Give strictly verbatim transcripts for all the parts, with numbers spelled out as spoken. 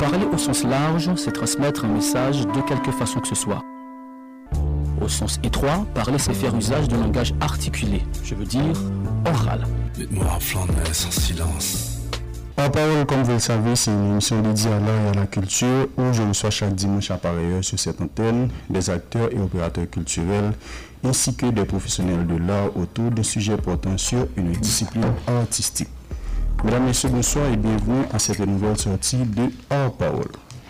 Parler au sens large, c'est transmettre un message de quelque façon que ce soit. Au sens étroit, parler, c'est faire usage d'un langage articulé, je veux dire oral. Dites-moi en flandais sans silence. En parole, comme vous le savez, c'est une émission dédiée à l'art et à la culture où je reçois chaque dimanche à pareille heure sur cette antenne des acteurs et opérateurs culturels ainsi que des professionnels de l'art autour d'un sujet portant sur une discipline artistique. Mesdames, Messieurs, bonsoir et bienvenue à cette nouvelle sortie de Hors Parole.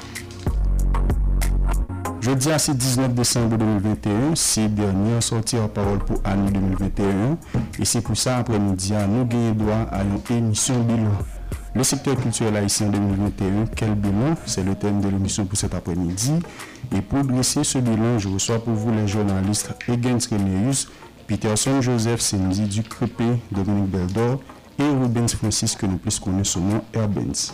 Jeudi à ce dix-neuf décembre deux mille vingt et un, c'est dernière sortie Hors Parole pour l'année deux mille vingt et un et c'est pour ça après-midi nous gagnons droit à une émission bilan. Le secteur culturel haïtien deux mille vingt et un, quel bilan? C'est le thème de l'émission pour cet après-midi. Et pour dresser ce bilan, je reçois pour vous les journalistes Egens Renéus, Peterson Joseph Cindy Ducrépé, Dominique Beldor et Rubens Francis, que nous plus connaissons sous nom Airbenz.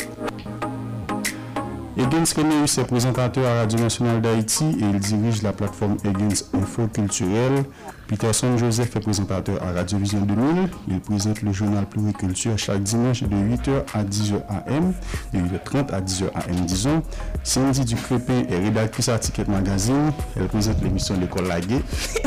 Egens Renéus est présentateur à Radio Nationale d'Haïti et il dirige la plateforme Egens Info Culturel. Peterson Joseph est présentateur à Radio Vision deux mille. Il présente le journal Pluriculture chaque dimanche de huit heures à dix heures A M, de huit heures trente à dix heures A M, disons. Cindy Ducrépé est rédactrice à Ticket Magazine. Elle présente l'émission L'école Lagué.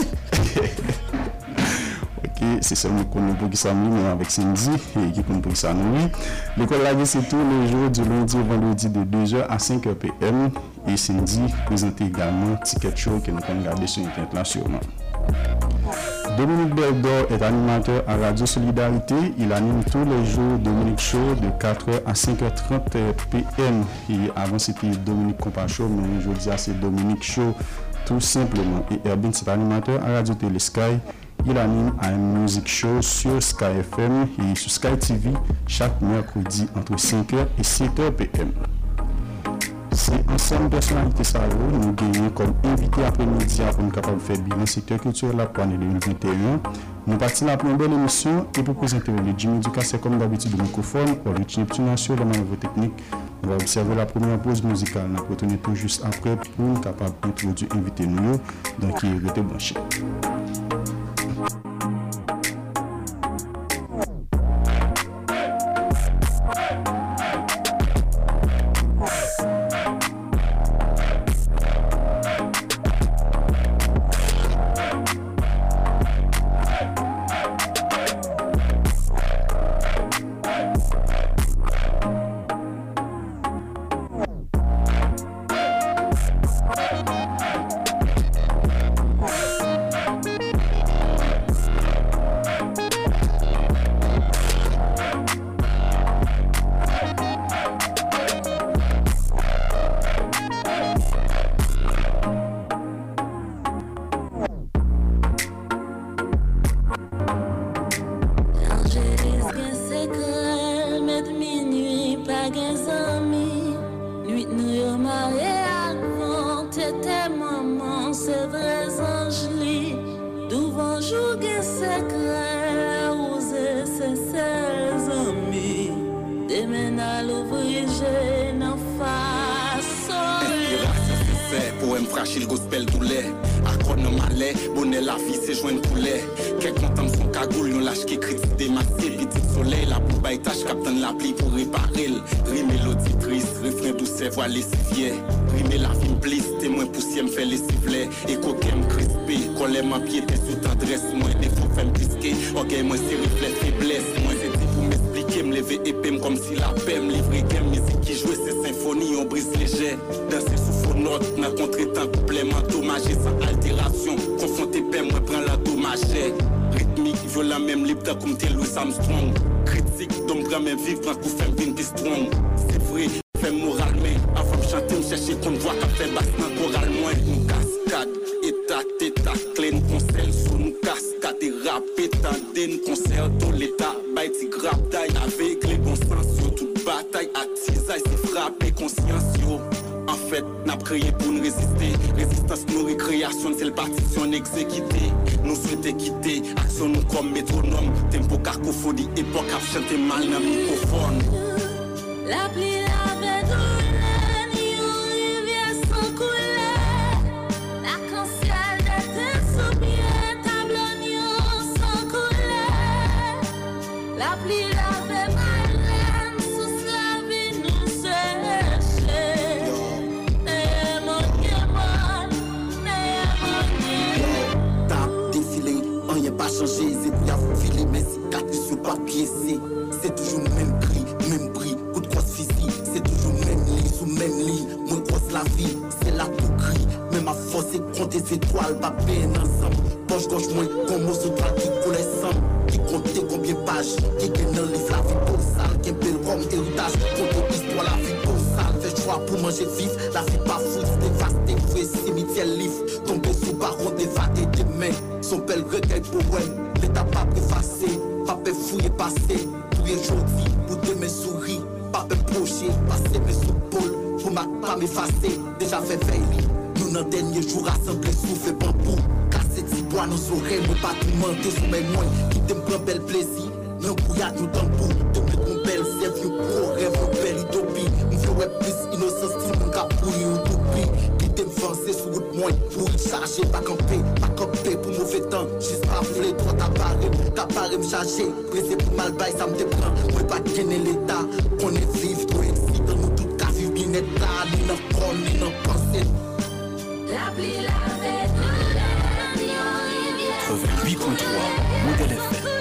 Ok, c'est ça nous connaissons pour qui ça nous avec Cindy et qui compte pour ça nous. L'école Lagué, c'est tous les jours du lundi au vendredi de deux heures à cinq heures P M. Et Cindy présente également Ticket Show que nous pouvons regarder sur Internet là sûrement. Dominique Beldor est animateur à Radio Solidarité. Il anime tous les jours Dominique Show de quatre heures à cinq heures trente P M. Et avant c'était Dominique Compa Show, mais aujourd'hui c'est Dominique Show tout simplement. Et Herbin c'est animateur à Radio Télé Sky. Il anime un music show sur Sky F M et sur Sky T V chaque mercredi entre cinq heures et sept heures P M. C'est ensemble personnalités ça nous gagnons comme invité après-midi pour nous capables de faire bilan secteur culturel la pour l'année deux mille vingt et un. Nous partons là pour une bonne émission et pour présenter le Jimmy Ducasse c'est comme d'habitude le microphone pour le Neptune sur le niveau technique. On va observer la première pause musicale. Nous retourner tout juste après pour nous capables d'introduire invité nous donc il était branché. La pluie avait donné, une rivière sans couler. La canciale était sous pied, tableau sans couler. La pluie avait malène, sous la vie nous séchait. c'est toujours même cri, même prix, coup de crosse physique, c'est toujours même lit, sous même lit, mon grosse la vie, c'est là tout cri, même à force et compter ses étoiles, pas peine ensemble, poche gauche moins, comme mot sur toi qui coule sang, qui comptait combien de pages, qui gagne dans le livre la vie pour sale, qui belle comme héritage, compte histoire la vie pour sale, fait choix pour manger vif, la vie pas fouille, dévasté, fouet, cimetière livre, tomber sous baron, dévaté des mains, son bel recueil poème, l'état pas préfacé, pas peut fouiller passé, tout est jodi, pour demain souris, pas peut procher, passer mes sous pôle, pour ma pas m'effacer, déjà fait veille, nous dans dernier jour rassemblés sous fait bambou, casser petits bois nos oreilles, nous pas tout mentir sous mes moyens, qui t'aime prendre bel plaisir, non bouillade nous tambour, te mettre mon bel sève, nous pro rêve, nos belle utopie, nous fait plus innocence, si mon capouille ou t'oublie, qui t'aime foncer sous route moins, pour y charger, pas camper, pas camper pour mauvais temps, juste pas voler, trop t'apparer, t'apparer me charger, pressé pour mal bail, ça me déprend, moi pas gagner l'état, qu'on est vivre, trop excitant, nous tout qu'à vivre bien état, ni dans le corps, ni dans le pensée. La pluie lavait tout l'air, quatre-vingt-huit point trois, Modèle F M.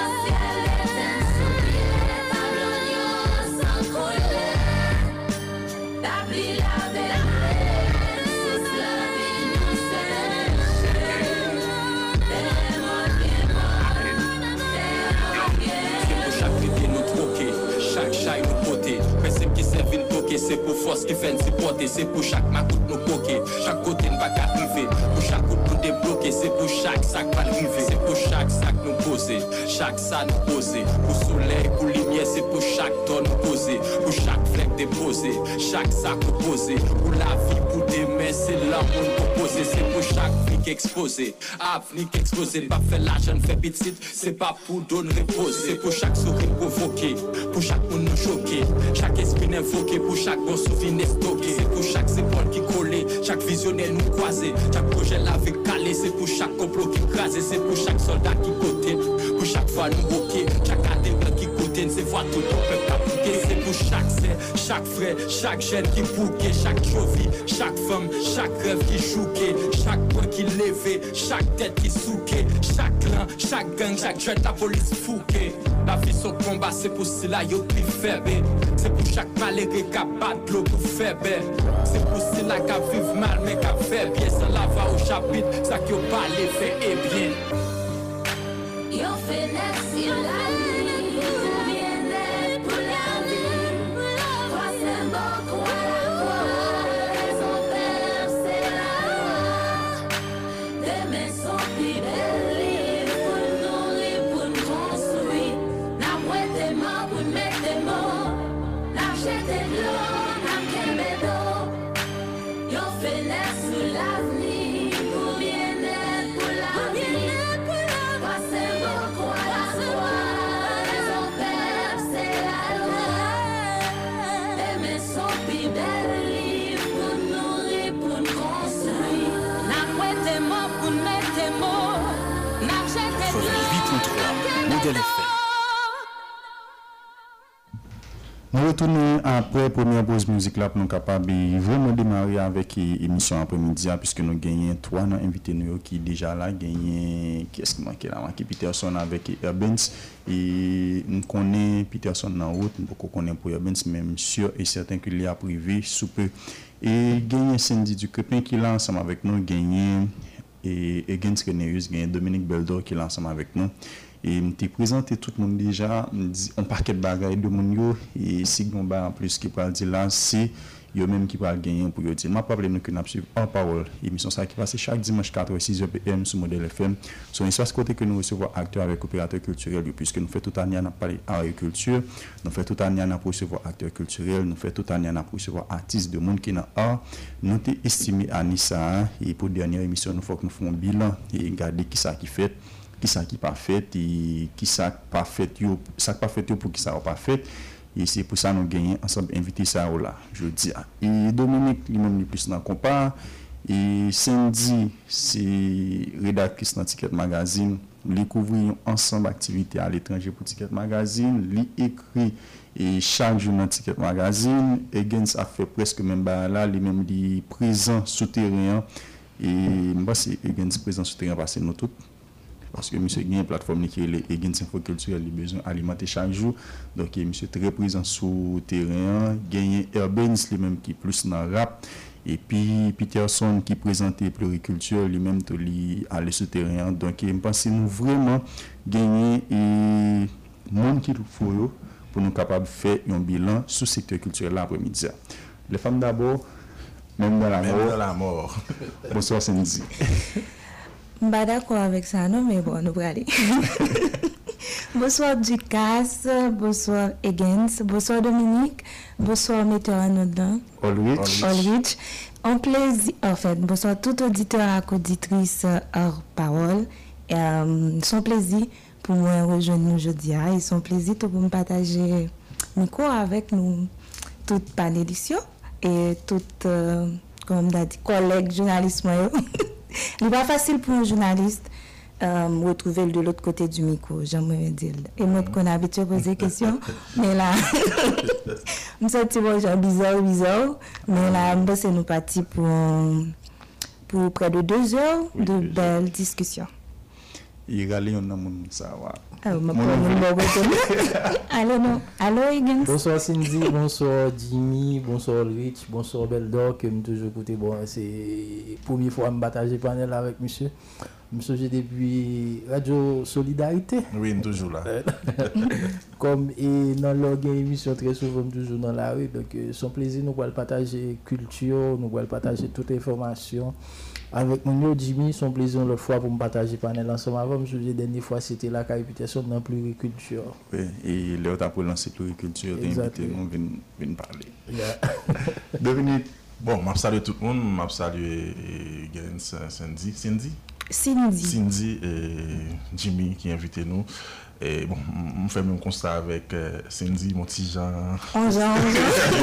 C'est pour force qui fait nous porter, c'est pour chaque macoute nous coquer, chaque côté nous va arriver, pour chaque coup nous débloquer, c'est pour chaque sac va arriver, c'est pour chaque sac nous poser, chaque sac nous poser, pour soleil, pour lumière, c'est pour chaque tonne nous poser, pour chaque flec déposer, chaque sac nous poser, pour la vie, pour demain, c'est l'amour nous poser, c'est pour chaque vie qui exposé, avenir qui exposé, pas faire l'argent, faire petit, c'est pas pour donner repose, c'est pour chaque sourire provoqué, pour chaque monde nous choquer, chaque esprit invoqué, pour chaque bon souvenir stocké, c'est pour chaque épaule qui collait, chaque visionnaire nous croisé, chaque projet lavé calé, c'est pour chaque complot qui crasé, c'est pour chaque soldat qui côté, pour chaque fois nous bloqué, chaque adhérent qui côté, c'est voir tout le peuple appliqué, c'est pour chaque sœur, chaque frère, chaque jeune qui bouquet, chaque chauvi, chaque femme, chaque rêve qui chouquait, chaque point qui levé, chaque tête qui souquait, chaque clan, chaque gang, chaque jeune, la police fouquée. La vie son combat, c'est pour cela yo plus faible. C'est pour chaque malheureux qui a pas de l'eau pour faire belle. C'est pour cela qu'a vivre mal mais qu'a fait bien. Sans la va au chapitre, ça qui a pas les fait et bien. Yo fait naître la vie, pour bien-être, pour la vie. Toi c'est bon, quoi la foi, raison père, c'est la loi. Demain sont plus belles, pour nous nourrir, pour nous construire. N'a pas des mots pour mettre des mots, n'a jeté de l'eau, n'a qu'aimé d'eau. Yo fait naître l'avenir, pour bien-être, pour la vie. Toi c'est bon, quoi la foi, raison père, c'est la loi. Demain sont plus belles, pour nous nourrir, pour nous construire. N'a pas des mots pour mettre des mots, n'a jeté de l'eau. quatre-vingt-huit point trois, Modèle F M. Nous retournons après première pause musique là pour nous capables vraiment démarrer avec l'émission après-midi puisque nous gagnons trois invités nous qui déjà là gagné qu'est-ce qui manque là qui Peterson avec Urbans et nous connaît Peterson en route nous connaît pour Urbans même sûr et certain qu'il y a privé sous peu et gagné Cindy du Crépin qui là ensemble avec nous gagné et Egens Reneus gagné Dominique Beldor qui là ensemble avec nous. Et m'te présenté tout le monde déjà on paquet de bagaille de monde yo et si on ba en plus qui parle dire là c'est yo même qui va gagner pour yo dire m'a pas nous que n'a suivre en parole émission ça qui passe chaque dimanche quatre heures six heures P M sur Modèle F M sur un espace côté que nous recevons acteurs avec opérateurs culturels puisque nous fait toute année on parler art et culture nous fait toute année on recevoir acteurs culturels nous fait toute année on recevoir artistes de monde qui dans art nous t'es estimé à Nissa et pour dernière émission nous faut que nous faisons un bilan et regarder qui ça qui fait qui ça qui pas fait et qui ça pas fait yo ça pas fait yo pour qui ça pas fait et c'est pour ça nous gagner ensemble invité ça là je dis et Dominique lui même plus dans compas et Cindy c'est rédactrice dans Ticket Magazine découvrir ensemble activité à l'étranger pour Ticket Magazine lui écrit et chaque jour dans Ticket Magazine et Gens a fait presque même là lui même dit présent souterrain et moi c'est Gens présent souterrain parce que nous tout parce que monsieur gagne une plateforme qui est les Higgins Info Culturel, il a besoin d'alimenter chaque jour. Donc monsieur très présent sur le terrain, gagne Urban lui-même qui est plus dans le rap. Et puis Peterson qui présentait pluriculture lui-même tout lui aller sur le terrain. Donc je pense que nous vraiment gagner et monde qui faut pour nous capables de faire un bilan sur le secteur culturel l'après-midi. Les femmes d'abord, même dans la Même mort. dans la mort. Bonsoir Cindy. Je suis d'accord avec ça, non, mais bon, nous allons aller. Bonsoir Ducasse, bonsoir Higgins, bonsoir Dominique, bonsoir metteur en odin. Ulrich. Ulrich. En plaisir, en fait, bonsoir tout auditeur et auditrice hors parole. Euh, son plaisir pour moi rejoindre nous aujourd'hui et son plaisir pour me partager micro avec nous, toutes panélistes et toutes, euh, comme on a dit, collègues journalistes. Il n'est pas facile pour un journaliste euh, retrouver de l'autre côté du micro, j'aimerais dire. Et moi, qu'on a habitué à poser des questions, mais là, je me sens bon, bizarre, bizarre, mais là, c'est nous partis pour, pour près de deux heures oui, de deux belles heures. discussions. Il râle, on a mon savoir. Alors, ma Allô, non. Allô, Higgins. Bonsoir Cindy, bonsoir Jimmy, bonsoir Rich, bonsoir Beldor, que je toujours écouté. Bon, c'est la première fois que je partage panel avec monsieur. Monsieur, j'ai depuis Radio Solidarité. Oui, toujours là. Comme et dans leur émission, très souvent, toujours dans la rue. Donc, euh, son plaisir, nous allons partager culture, nous allons partager toute information. Avec mon Jimmy, son plaisir l'autre fois pour me partager panel ensemble. Avant, je la dernière fois, c'était la réputation dans la pluriculture. Oui, et l'autre a pour lancer pluriculture, d'inviter nous venir parler. Yeah. Dominique. Bon, je salue tout le monde, je salue Cindy. Cindy? Cindy. Cindy et Jimmy qui invitent nous. Et bon, on fait même constat avec euh, Cindy, mon petit Jean. onze ans, onze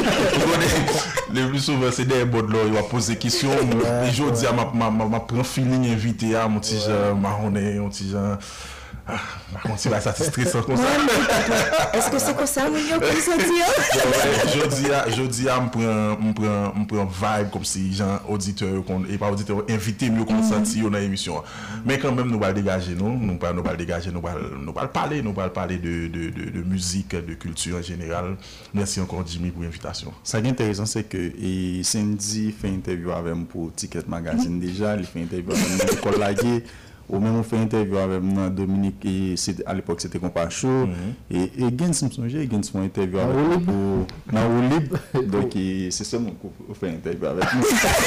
ans. Le plus souvent, c'est des bots là, il va poser des questions. Et je dis, je prends feeling invité à mon petit Jean, marronné, mon petit Jean. Ah, par contre, il va satisfaire ça comme ça. Est-ce que c'est comme ça, mon Dieu, comme ça, je dis, je dis, je prends vibe comme si, genre, auditeur, et pas auditeur, invité mieux qu'on senti dans l'émission. Mais quand même, nous allons dégager, nous, nous allons dégager, nous allons parler, nous allons parler de, de, de, de musique, de culture en général. Merci encore, Jimmy, pour l'invitation. Ce qui est intéressant, c'est que et Cindy fait une interview avec moi pour Ticket Magazine déjà, il fait une interview avec mon collègue. Ou même on fait une interview avec Dominique et à l'époque c'était Compas Show mm-hmm. et et Gens me songe Gens font une interview avec nous pour dans Olib donc c'est seulement qu'on fait une interview avec nous.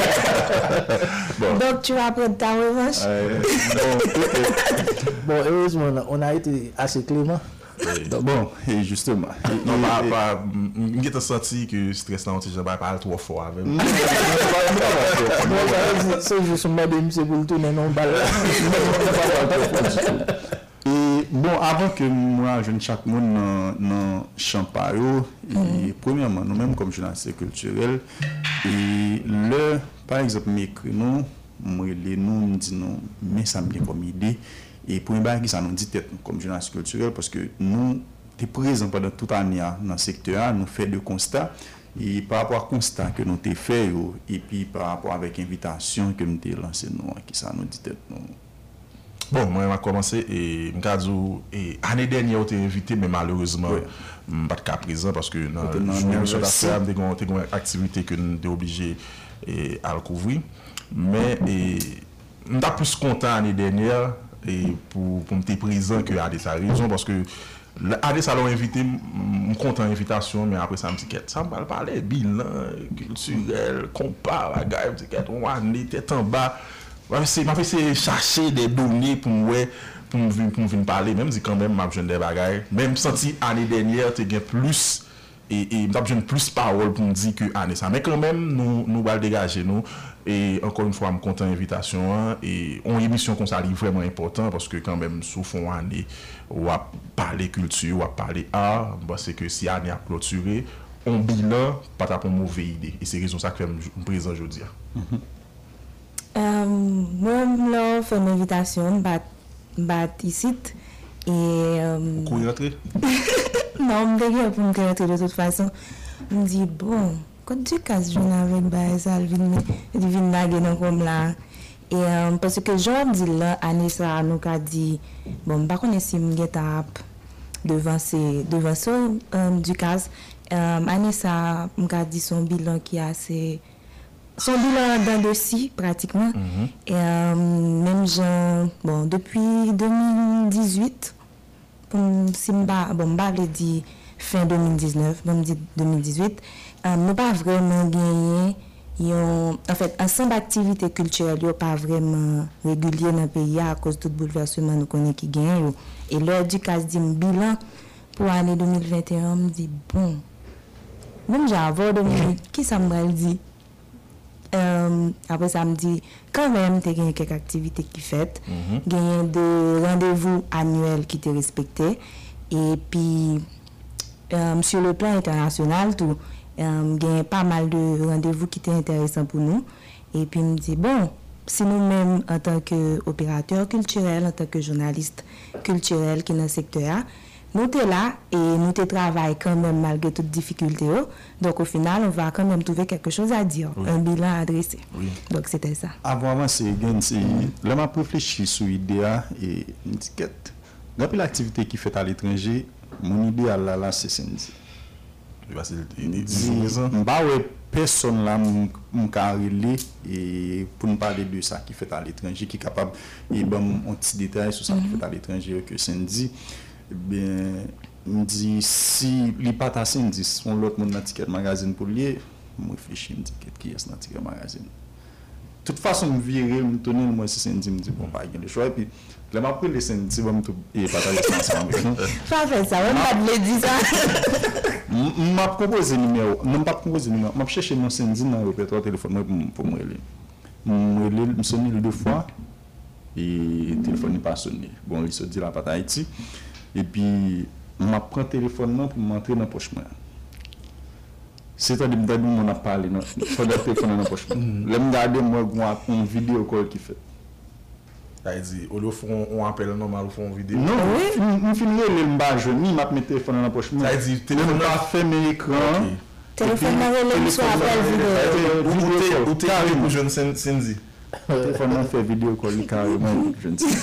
Bon. Donc tu vas prendre ta revanche. Euh, bon, bon heureusement on a été assez clément. Donc, bon, et justement. Non, pas, pas, j'ai senti que le stress là, on ne va pas trop fort avec moi. C'est juste un mode c'est pour le tourner non balle. Et bon, avant que moi, je ne chaque monde dans Champagne, et premièrement, nous-mêmes comme journalistes culturels, et le, par exemple, mes créneaux, moi, les noms me disent non, mais ça me vient comme idée. Et pour une bague, ça nous dit tête comme journaliste culturel parce que nous sommes présents pendant toute l'année dans le secteur, nous faisons des constats. Et par rapport au constat que nous avons fait, et puis par rapport avec l'invitation que nous avons lancée, qui ça nous dit tête. Bon, moi, j'ai commencé et l'année dernière, j'ai été invité, mais malheureusement, je ne suis pas présent parce que dans l'émission d'affaires, j'ai une activité que nous sommes obligés à couvrir. Mais je suis plus content l'année dernière. Et pour, pour me être présent que Adès a raison parce que Adès a invité, je suis content de l'invitation, mais après ça me dit ça me parler bilan culturel, compas, bagaille, on est tête en bas. Je m'a fait chercher des données pour moi pour me venir pour me venir parler, même si quand même m'a besoin des bagailles, même senti l'année dernière tu gain plus et et m'a besoin plus parole pour me dire que année ça, mais quand même nous nous va dégager nous. Et encore une fois, je suis content de l'invitation. Hein, et une émission comme ça est vraiment important parce que quand même, sous fond année, on va parler culture, on va parler art. Parce que si l'année a clôturé, on bilan, pas ta mauvaise idée. Et c'est raison ça que je suis présent aujourd'hui. Mm-hmm. euh, moi, je fais une invitation, je suis ici. Et. Euh, Vous pouvez rentrer? Non, je ne vais pas rentrer de toute façon. Je me dis, bon. Quand tu casses jeune avec Baïsa, elle vient naguer comme là. Et euh, parce que Jean dit là, Anissa nous a dit, bon, par contre, si je tape devant ces devant ça euh, du cas, euh, Anissa m'a dit son bilan qui est assez. Son bilan d'un dossier, pratiquement. Mm-hmm. Et euh, même Jean, bon, depuis deux mille dix-huit, pour si m'a bon, m'a dit fin deux mille dix-neuf, bon, dit deux mille dix-huit, euh, nous pas vraiment gagné. Yon, en fait, ensemble d'activités culturelles n'est pas vraiment régulier dans le pays à cause de tout bouleversement nous connaissons qui gagne. Et l'heure du cas dit bilan pour l'année deux mille vingt et un, me dit bon, même j'avais deux minutes, qui ça me dit? Euh, après ça me dit quand même tu as gagné quelques activités qui faites, mm-hmm. gagné des rendez-vous annuels qui te respectés et puis euh, sur le plan international tout. Euh, il y a pas mal de rendez-vous qui étaient intéressants pour nous. Et puis, il me dit, bon, si nous-mêmes, en tant qu'opérateurs culturels, en tant que journalistes culturels qui sont dans le secteur, nous sommes là et nous travaillons quand même malgré toutes difficultés. Donc, au final, on va quand même trouver quelque chose à dire, oui. un bilan à adresser. Oui. Donc, c'était ça. Avant, c'est là, je réfléchi sur l'idée et une étiquette. Depuis l'activité qui fait à l'étranger, mon idée là, là c'est Cindy. Bah ouais, personne là m'a relé et pour nous parler de ça qui fait à l'étranger, qui est capable et bon un petit détail sur ça qui fait à l'étranger que Cindy, bien me dit si li pas ta Cindy, son l'autre monde dans Ticket Magazine pour lier, me réfléchis me dit qui est dans Ticket Magazine. De toute façon me virer me tourner moi si Cindy me dit bon pas gain le choix et puis là m'a pris les Cindy va me et partager ça ensemble. Pas fait ça, on pas de dire ça. M'a proposé numéro, non pas proposé numéro, m'a cherché mon Cindy dans le répertoire téléphone pour pour me relire. Me relire, me sonner deux fois et le téléphone n'est pas sonné. Bon, il se dit la patte Haïti et puis m'a prend téléphone pour m'entrer dans poche moi. C'est à dire que on a parlé non, faut le téléphone dans poche moi. Là me regarder moi une vidéo call qui fait. Ça dit au lieu font on appelle normal font vidéo. Non, oui, on finit le m'ba jeune, m'a mettre téléphone dans poche moi. Ça dit téléphone pas fermer l'écran. Téléphone dans le soit appel vidéo. Ou t'es avec pour jeune Cindy. Téléphone on fait vidéo call carrément jeune Cindy.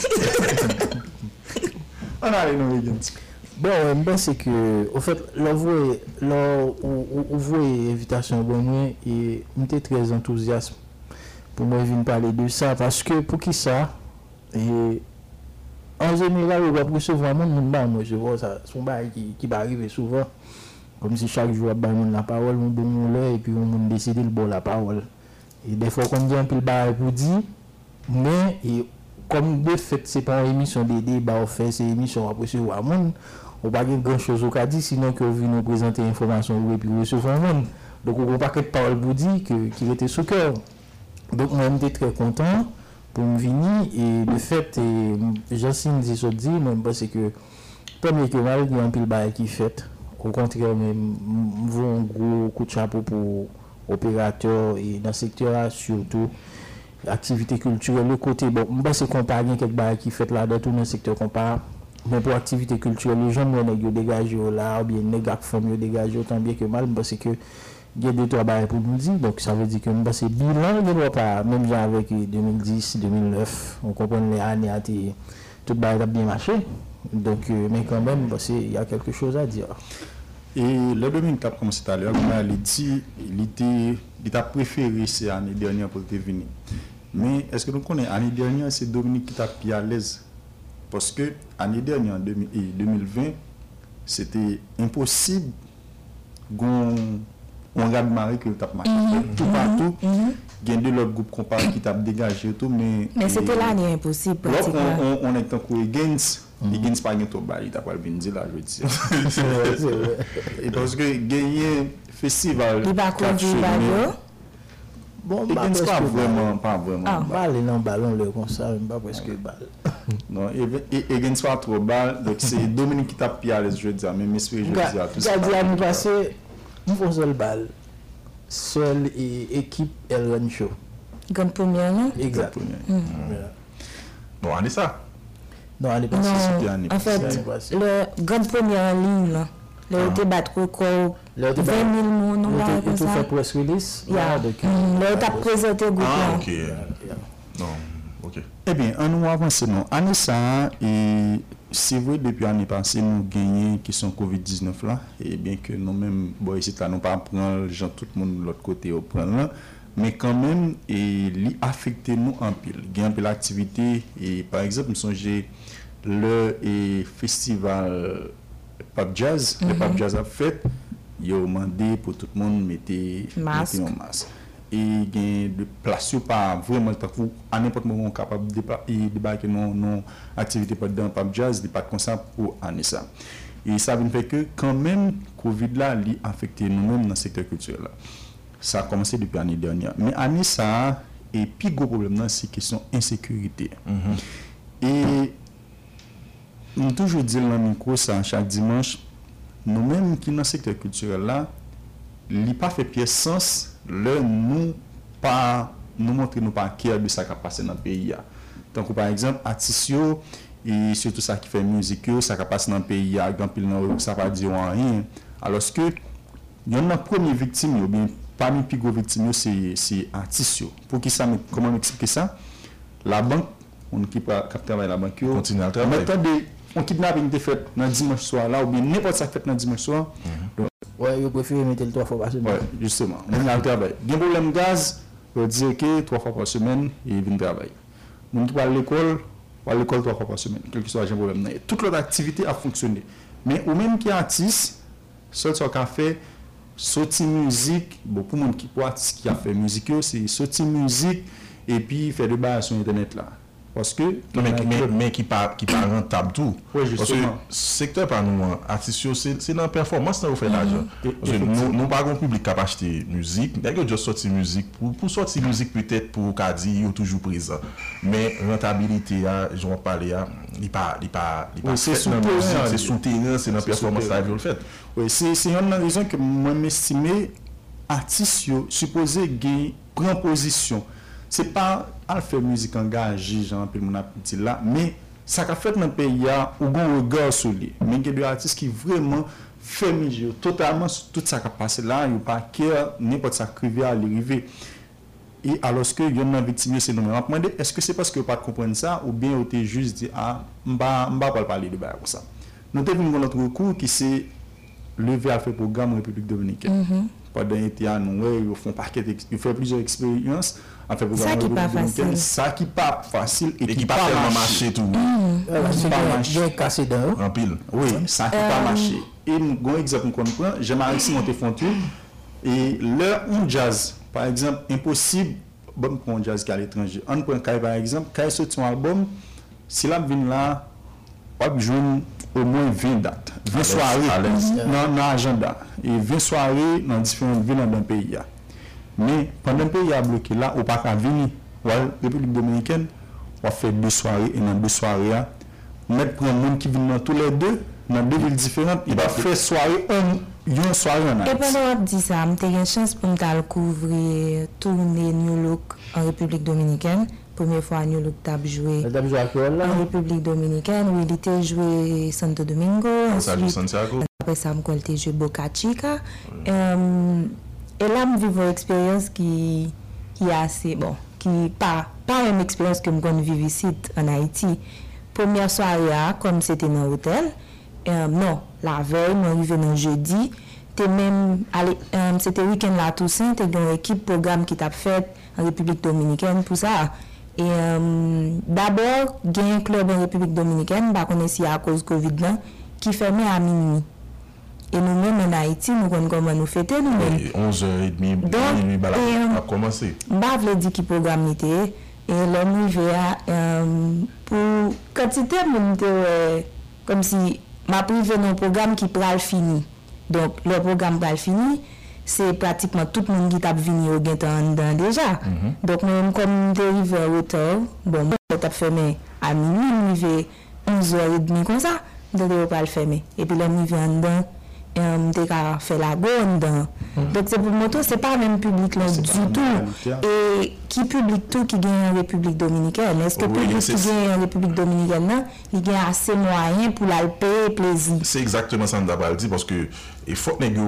On a les noms bon, ben c'est que au fait là vous là on voit invitation bon moi et j'étais très enthousiaste pour moi venir parler de ça parce que pour qui ça et en général on va recevoir mon monde ba moi je vois ça son bail qui qui va arriver souvent comme si chaque jour ba monde la parole on bon là et puis on monde décider le bon la parole et des fois qu'on dit un peu le bail pour dire mais et comme de fait c'est pas une émission de débat on fait c'est une émission après recevoir monde on pas grand chose au dire sinon que vous nous présenter information et puis recevoir monde donc on pas que parole pour dire que qu'il était sous cœur donc moi j'étais très content pour me venir et de fait Jacine dit ça dit même parce que premier que mal il y a un pile bail qui fait au contraire même un gros coup de chapeau pour opérateurs et dans le secteur surtout activité culturelle le côté bon moi c'est comparer quelque bail qui fait là dans tout le secteur comparé mais pour activité culturelle les gens ne dégagent là ou bien les gars font mieux dégager autant bien que mal parce que il y a deux trois bails pour nous dire donc ça veut dire que bah c'est bilan ne doit pas même genre avec deux mille dix deux mille neuf on comprend les années à tout bail a bien marché donc euh, mais quand même bah c'est il y a quelque chose à dire et le domaine qui a commencé tout à l'heure on a dit il était il a préféré c'est l'année dernière pour te venir mais est-ce que nous connaissons l'année dernière c'est Dominique qui t'a plus à l'aise parce que l'année dernière en deux mille vingt c'était impossible gon on regarde Marie que tu as marqué mm-hmm. tout partout il y a de l'autre groupe comparé qui t'a dégagé tout mais mais c'était l'année impossible pratiquement on, on, on est en cours Higgins Higgins pas gagné tout bas il t'a pas bien dit là je dis et parce que gagner festival il va conduire bon Higgins pas vraiment pas vraiment ah balle dans ballon le comme ça même pas presque balle non et Higgins pas trop balle donc c'est Dominique qui t'a pied à l'aise je dis même esprit je dis à tout ça dit à nous passer nous faisons seul balle seule équipe elle run show grande première non exact bon on est ça non on est pas en fait le grande première ligne là le était battre record vingt mille monde on va tout fait press release là donc le t'a présenté groupe ah OK non Ok. Eh bien, on nous avance non. Année ça, et c'est vrai, depuis l'année passée, nous gagnons qui sont covid dix-neuf là, et bien que nous-mêmes, bon, ici, là, nous pas prendre les gens, tout le monde de l'autre côté au prendre là, mais quand même, et li affecté nous en pile. Il y a un peu l'activité, et par exemple, nous songez le et festival Pop Jazz, mm-hmm. le Pop Jazz a fait, il a demandé pour tout le monde mettre masque. un masque. Et il y a de place pas vraiment à n'importe moment capable de débarquer nos nos activités dans Pop Jazz, de pas comme ça pour année ça. Et ça veut faire que quand même Covid là li affecté nous-mêmes dans le secteur culturel là. Ça a commencé depuis l'année dernière. Mais année ça et puis gros problème là c'est question insécurité. Mm-hmm. Et nous toujours dire dans le micro ça chaque dimanche, nous-mêmes qui dans le secteur culturel là, li pas fait pièce sens le nous pas nous montrer nous pas qui de ça qui a passé dans le pays. Donc par exemple artistes et surtout ça qui fait musique ça qui passe dans le pays a grand pile ça pas dire rien alors que il y en a première victime ou bien parmi les plus gros victimes c'est c'est artistes. Pour qui ça comment m'expliquer ça? La banque on qui travaille la banque continue à travailler. On kidnapping de fait dans dimanche soir là ou bien n'importe ça fait dans dimanche soir. Mm-hmm. Ouais, je préfère mettre le trois fois par semaine. Ouais, justement. On a le travail. Il y a un problème gaz, on dit que trois fois par semaine et vient travailler. On qui va à l'école, va à l'école trois fois par semaine, quel que soit le problème. Toute l'autre activité a fonctionné. Mais au même qui est artiste, seul ce qu'on fait sortir musique, bon pour monde qui pour artiste qui a fait musique, c'est sortir musique et puis faire des bails sur internet là. Parce que non, mais, mais, mais qui pas qui pas rentable tout. Oui, parce que secteur par nous artistes c'est c'est dans performance là on fait l'argent. Parce que nous nous pas un public qui a acheter musique, il y a juste sortir musique pour pour sortir musique peut-être pour Kadi ou toujours présent. Mais rentabilité là, je vais parler il pas il pas il pas c'est souterrain, c'est souterrain, c'est dans performance là le fait. Oui, c'est c'est une raison que moi m'estimer artistes supposé gagner prendre position. C'est pas à faire musique engagée, genre, puis mon appétit là, mais ça qu'a fait dans le pays, ou bon regard sur lui. Mais il y a des artistes qui vraiment fait musique totalement sur tout ça qui a passé là, il n'y a pas qu'à n'importe ça qui à l'arrivée. Et alors que il y a une victime, c'est nous. On me demande, est-ce que c'est parce que vous ne comprenez pas ça, ou bien vous avez juste dit, ah, je ne vais pas parler de ça comme ça. Nous avons vu notre recours qui s'est levé à faire programme en République Dominicaine. Mm-hmm. Pendant l'été, ils font paquet, ils font plusieurs expériences. Ça qui pas facile. Ça qui pas facile et qui pas tellement marché tout. Ça pas marché. Cassé dedans. En pile. Oui, ça qui pas marché. Et nous avons un exemple qu'on prend. J'aimerais ici monter Fontour. Et leur un jazz, par exemple, impossible. Bon, pour un jazz qui est à l'étranger. On prend Kai par exemple. Kai sort son album. Si la vient là, on joue au moins vingt dates. vingt soirées dans l'agenda. Et vingt soirées dans différentes villes dans le pays. Mais pendant que le pays a bloqué là, on ne peut pas venir. La République Dominicaine, on fait deux soirées et dans deux soirées, mettre pour un monde qui vient dans tous les deux, dans deux villes différentes, il va faire soirée, une soirée en Haïti. Et pendant que je dis ça, j'ai eu une chance pour me couvrir, tourner New Look en République Dominicaine. Première fois, New Look a joué en République Dominicaine, où il était joué Santo Domingo. Ensuite, après ça, j'ai joué Boca Chica. Um, Et là, je vis une expérience qui, qui est assez bon, qui n'est pas, pas une expérience que je vis ici en Haïti. Première soirée, comme c'était dans l'hôtel, euh, non, la veille, je suis arrivé dans jeudi, euh, c'était le week-end là Toussaint, tu as une équipe programme qui t'a fait en République Dominicaine pour ça. Et euh, d'abord, il y a un club en République Dominicaine, je connais si à cause de Covid, qui fermait à minuit. Et nous-mêmes en Haïti, nous connaissons comment nous fêter nous-mêmes. onze heures trente, minuit, bah, euh, a commencé. Je ne vais pas dire qui programme était. Et l'homme euh, pour quantité, euh, comme si ma privé dans un programme qui pourra fini. Donc, le programme pourra fini, c'est pratiquement tout le monde qui t'a venu au Guintan déjà. Mm-hmm. Donc, même comme nous arrivons à hauteur, bon, on t'a fermé à minuit, nous arrivons onze heures trente comme ça, donc on va le fermer. Et puis, l'homme vient dedans. Um, t'as fait la bonne mm. Donc c'est pour moto c'est pas le même public là du tout et qui public tout qui gagne en République Dominicaine est-ce que oui, public qui gagne en République Dominicaine là il gagne assez moyen pour la payer plaisir c'est exactement ça qu'on a dit parce que il faut que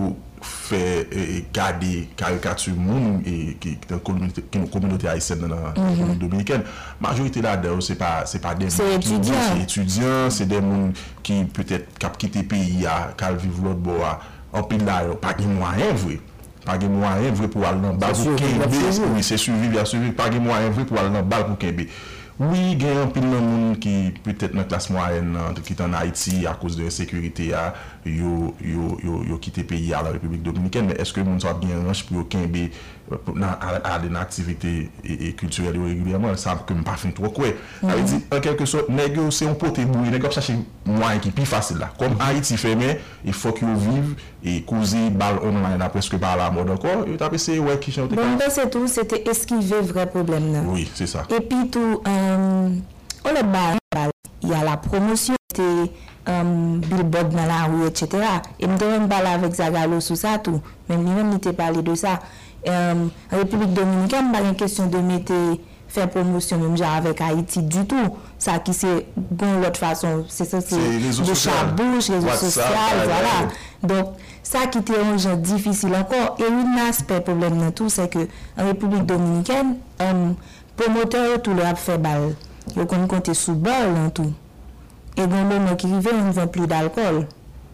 fait garder caricature monde et qui dans communauté communauté haïtienne dans la République dominicaine. Majorité là-dedans c'est pas c'est pas des c'est étudiants, c'est étudiants, c'est des monde qui peut-être cap quitter pays à cal vivre l'autre bois en pile là pas de moyens vrai. Pas de moyens vrai pour aller dans bal pour Kembe. Oui, c'est suivi, il a suivi pas de moyens vrai pour aller dans bal pour Kembe. Oui, il y a un peu de monde qui peut-être dans la classe moyenne qui est en Haïti à cause de l'insécurité, yo yo yo yo quitté pays à la République dominicaine, mais est-ce que monde soit bien riche pour Kembe à des activités et culturelles régulièrement, ça que me pas fin trop quoi. Ça veut dire en quelque sorte nèg c'est un poté bouille, nèg chercher moyen qui plus facile là. Comme Haïti fermé, il faut qu'ils vivent et causer balle online là presque par la mode encore, il t'a essayé ouais qui chante. Bon, c'est tout, c'était esquiver vrai problème là. Oui, c'est ça. Et puis tout euh, on le bal, il y a la promotion c'était Um, billboard dans la rue, et cetera. Et je même parler avec Zagalo sur ça tout. Même lui-même n'était parlé de ça. Um, en République dominicaine, pas une question de mettre faire promotion même genre avec Haïti du tout. Ça qui c'est bon l'autre façon, c'est ça c'est de chabouche, réseaux sociaux, voilà. Donc ça qui était un genre difficile encore. Et un aspect problème dans tout, c'est que en République dominicaine, um, promoteur tout le a fait balle. Ils ont compté sous balle en tout. Et dans le moment qui arrive, on ne vend plus d'alcool.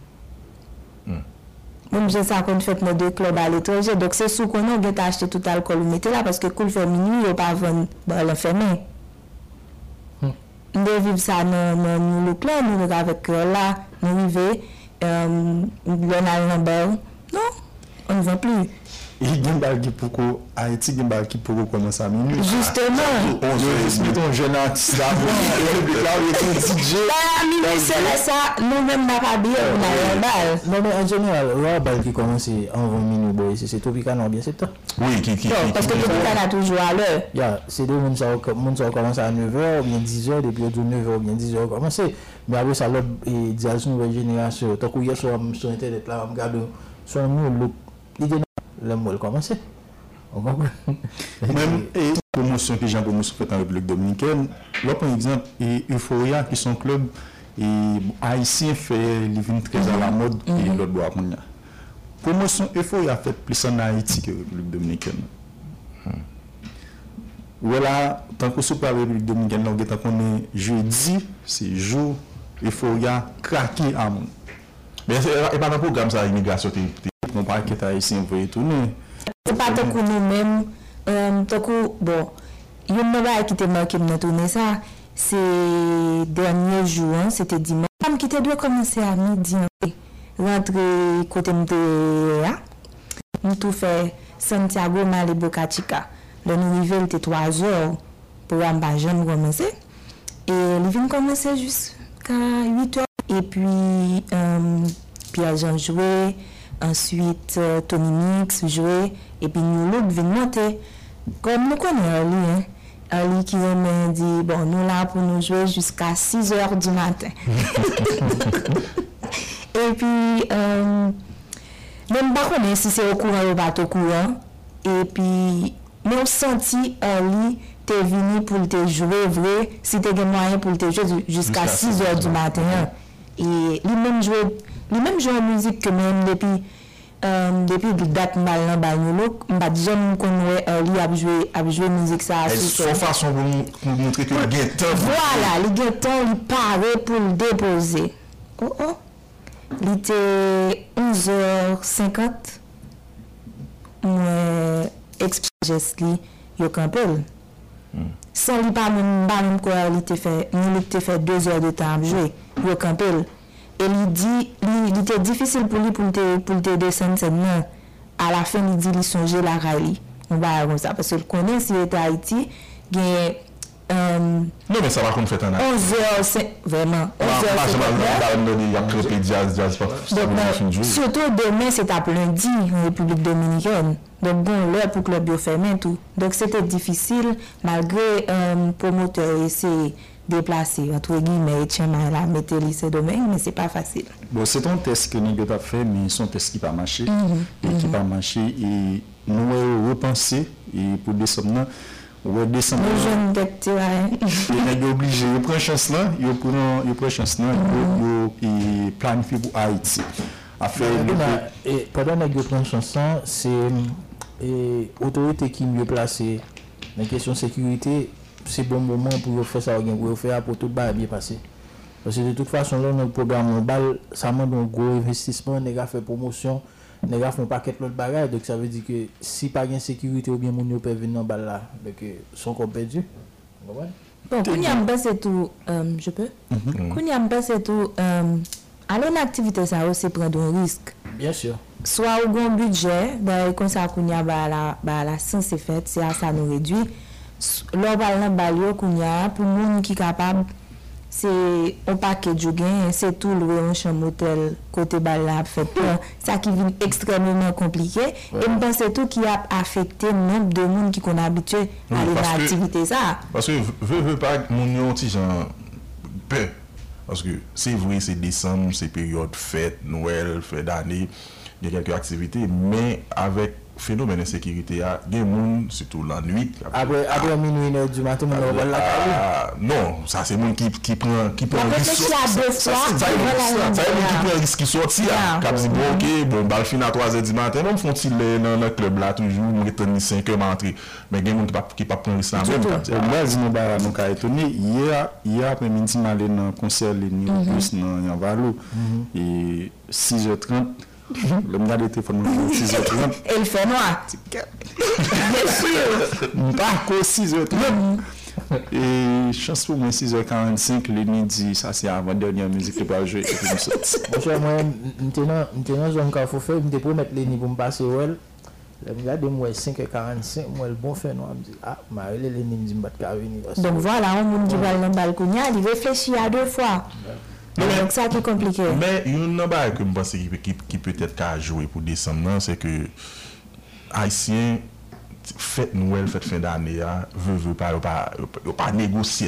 Mm. Même j'ai ça qu'on fait dans deux clubs à l'étranger. Donc c'est sous qu'on a acheté tout l'alcool, vous mettez là parce que cool fait minuit, il n'y a pas vendre dans l'enfermé. Mm. Nous vivons ça dans le club, nous avec là, nous arrivons, euh, on a un bar. Non, on ne vend plus. Et il y a un qui pour Haïti, il y a un qui pour commencer à minuit. Justement. On se met un jeune artiste là, là, il est D J. À minuit, c'est ça, nous-mêmes, n'a pas bien, on a un bal. Non, mais en général, il y a un bal qui commence en vingt minutes, c'est Tropicana, bien c'est ça? Oui, qui qui parce que Tropicana toujours à l'heure. Yeah, c'est deux monde qui commence à neuf heures ou bien dix heures, depuis neuf heures ou bien dix heures commencer. Mais après ça, l'autre, il dit à la nouvelle génération, tant qu'il y a sur Internet là, on regarde, sur nous, l'idée le mot commencer. Même et promotion que j'ai promotion fait en République dominicaine, là par exemple et Euphoria qui sont club et haïtien fait living très à la mode et l'autre bois qu'on a. Promotion Euphoria fait plus en Haïti que République dominicaine. Voilà, tant que sur la République dominicaine, on est qu'on est jeudi, c'est jour Euphoria craqué à monde. Mais c'est pas un programme ça immigration mon père qui est haïtien pour y tourner. C'est pas tant que nous-mêmes, euh, tant que, bon, il y a une chose qui était marqué de tourner ça, c'est dernier jour, hein, c'était dimanche. Comme qui était doit commencer à midi, rentrer côté de là, nous tout fait Santiago Mali Boca Chica. Le nouveau était trois heures pour un jeune commencer. Et il vient commencer jusqu'à huit heures. Et puis, euh, Pierre-Jean jouait. Ensuite, euh, Tony Mix jouait, et puis nous l'autres venons monter. Comme nous connaissons Ali, hein, Ali qui m'a dit, bon, nous là pour nous jouer jusqu'à six heures du matin. Et puis, euh, même pas connaître si c'est au courant ou pas au courant. Et puis, nous senti Ali t'es venu pour te jouer vrai, si t'es moyen pour te jouer jusqu'à six heures du matin. Et lui-même jouait. Lui-même joue en musique que même depuis euh, depuis date mal dans Bagnolo, m'a déjà connait lui a joué a joué musique ça sur son façon pour montrer que le guettant voilà, le guettant il paraît pour le déposer. Oh oh. Il était onze heures cinquante. Moi express li yo campel. Sans lui pas même pas même quoi il était fait, il était fait deux heures de temps à jouer. Yo campel. Et il dit, il était difficile pour lui pour te, pour te descendre cette main. À la fin, il dit, il songeait la rallye. On va comme ça, parce qu'il connaît si il est à Haïti, il y a... Euh, non, mais ça va qu'on fait un acte. onze heures, vraiment. onze heures, surtout demain, c'est à lundi en République dominicaine. Donc, bon, l'heure pour que le bio ferme tout. Donc, c'était difficile, malgré un euh, promoteur essayer déplacé entre guillemets et tiens là mettez lycée domaine mais c'est pas facile. Bon, c'est un test que nous avons fait mais son test qui pas marché mm-hmm. et qui mm-hmm. pas marché et nous repenser et pour descendre on va descendre les jeunes docteurs et nous obligé prendre chance là, il prend il prend chance là, il planifier pour Haïti. à faire. Et pendant que je prends une chanson, c'est l'autorité qui est mieux placée. La question de sécurité, c'est bon moment pour faire ça, pour faire pour tout le bien passer. Parce que de toute façon, là, notre programme, ça demande un gros investissement, les gars font promotion, les gars font un paquet de l'autre bagage. Donc ça veut dire que si pas de sécurité ou bien mon peut venir dans balle là, donc son corps perdu. Bon, quand il y a un c'est tout, euh, je peux Quand il y a un c'est tout, euh, aller en activité, ça aussi prendre un risque. Bien sûr. Soit au grand budget, d'ailleurs, comme ça, qu'on y a la, bah, la science est faite, c'est à ça nous réduit. L'on va dans balio qu'on y a, pour le monde qui est capable, c'est un paquet de gain, c'est tout le un chambre hôtel côté balade fait peur. Ça qui vient extrêmement compliqué. Ouais. Et je pense que c'est tout qui a affecté le nombre de monde qui qu'on a habitué à aller dans l'activité ça. Parce que veut veut pas mon yon petit gens peur. Parce que c'est vrai, c'est décembre, c'est période fête, Noël, fête d'année, il y a quelques activités, mais avec phénomène de sécurité, il y a des gens, surtout la nuit. Après, après minuit, une heure du matin, on va la ah, non, ça c'est le monde qui, qui prend qui prend un risque. Ça c'est le qui prend un risque qui sortit. Comme si bon, ok, bon, bah, le fin à trois heures du matin, on font-ils dans le club là, toujours, on est cinq heures entrée. Mais il y a des gens qui ne peuvent pas prendre risque là même. Moi, je me suis étonné. Hier, hier après-midi, je suis allé dans un concert de Plus dans Yanvalo. Et six heures trente, le monde de téléphone six heures trente. Et il fait noir. Bien sûr. Pas qu'au six heures trente. Et chance pour moi, six heures quarante-cinq, le midi, ça c'est avant dernière musique que je vais jouer et puis je sorti. Moi, maintenant, maintenant, je faut faire, je vais mettre les niveaux pour me passer. Je regarde moi cinq heures quarante-cinq, moi le bon fait noir, je me dis ah, ma les les niveaux je me battre venir. Donc voilà, on monde qui va dans le balcon, il réfléchit à deux fois. Mais, donc ça qui est compliqué. Mais il y a une chose que je pense qui, qui, qui peut-être qu'à jouer pour décembre, c'est que Haïtiens, fête Noël, fête fin d'année, veut, veut pas, pas, pas négocier.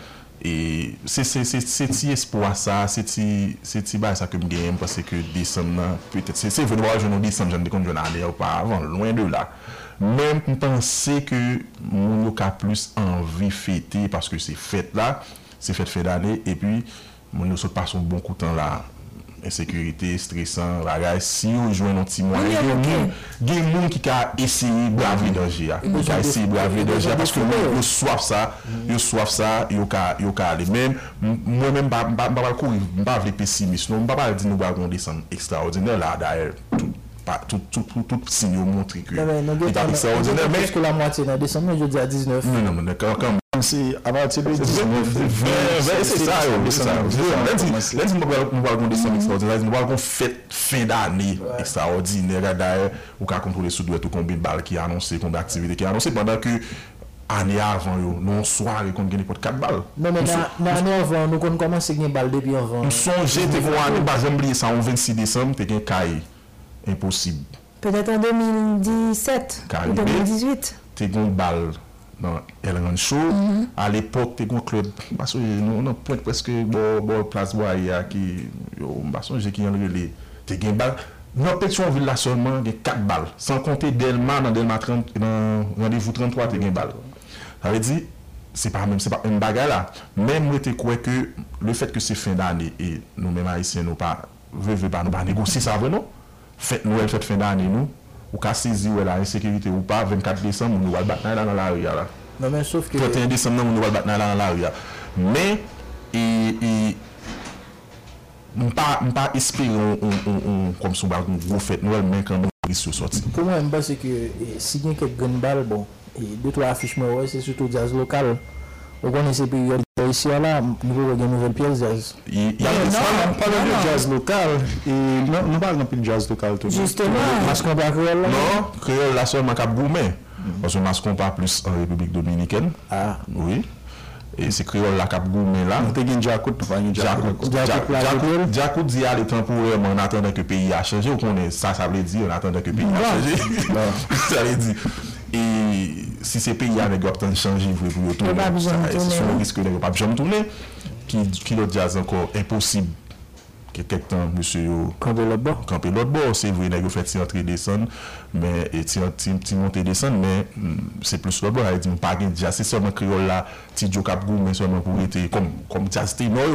Et c'est c'est espoir ça, c'est c'est bah ça que je gagne parce que décembre, peut-être, c'est vrai, je ne décembre, je ne déconne pas année auparavant, loin de là. Même je pense que mon a plus envie de fêter parce que c'est fête là, c'est fête fin d'année, et puis mon nous passe un bon coup de temps là, insécurité, stressant, bagage. Si on joue un petit moyen, il y a des gens qui a essayé de braver danger, qui a essayé de braver danger parce que ils soif ça, ils soif ça, ils ca ils ca aller même moi même pas pas courir, pas les pessimistes, non pas dire nous va descendre extraordinaire là d'ailleurs pas tout tout tout tout signe montre que il est extraordinaire mais que la moitié dans décembre je dis à dix-neuf. Non non mais quand quand c'est à partir de dix-neuf c'est ça c'est ça lundi on va on décembre extraordinaire on va on fête fin d'année extraordinaire d'ailleurs ou ka contrôler sous doit tout combien de balles qui annoncé combien d'activités qui annoncé pendant que année avant yo non soirée qu'on gagne pour quatre balles. Non mais dans année avant nous qu'on commence à gagner balle depuis avant. On songe te qu'on année pas jamais oublier ça en vingt-six décembre te gagne caille impossible. Peut-être en deux mille dix-sept ou deux mille dix-huit. Tu as une balle dans Elran Show. Mm-hmm. À l'époque, tu as un club. Parce que nous avons point presque bon place Boaya qui. J'ai qui en relais. Tu as une balle. Dans Pétionville là seulement, il y a quatre balles. Sans compter Delma, dans Delma trente, dans rendez-vous trente-trois, tu as une balle. Ça veut dire, c'est pas même, c'est pas une bagarre là. Même moi, tu crois que le fait que c'est fin d'année et nous-mêmes haïtiens, nous pas, veut pas, nous pas négocier ça avec nous. Fête Noël, fête fin d'année, nous, ou qu'à saisir la insécurité ou pas, vingt-quatre décembre, nous allons battre dans la rue. Non, mais sauf que. trente et un décembre, nous allons battre dans la rue. Mais, et, et, on ne peut pas espérer comme si on a une grosse fête Noël, mais quand on risque sortir. Pour moi, je pense que si il y a quelques grandes balles, bon, et deux, trois affiches, c'est surtout jazz local. On connaît ces périodes ici là, nous avons une nouvelle pièce jazz. Il y a un parle de jazz local et nous parlons de jazz local tout. Justement. Mascon pas créole là. Non, créole là seulement cap gourmet. Parce que mascon pas plus en République dominicaine. Ah, oui. Et c'est créole la cap gourmet là. On te gagne Jacout, pas gagne Jacout. Jacout, Jacout dit aller temporairement en attendant que le pays a changé ou qu'on est ça ça veut dire en attendant que le pays a changé. Ça veut dire et si ces pays avec obtenu changer pour retourner, c'est un risque de ne pas jamais tourner qui qui le jazz encore impossible que quelque temps monsieur camper l'autre bord camper l'autre bord c'est vrai nèg fait entrer descendre mais et ti ti monter descendre mais c'est plus l'autre bord il dit pas gain jazz c'est seulement créole là ti jo cap gou mais seulement pour être comme comme jazz ténor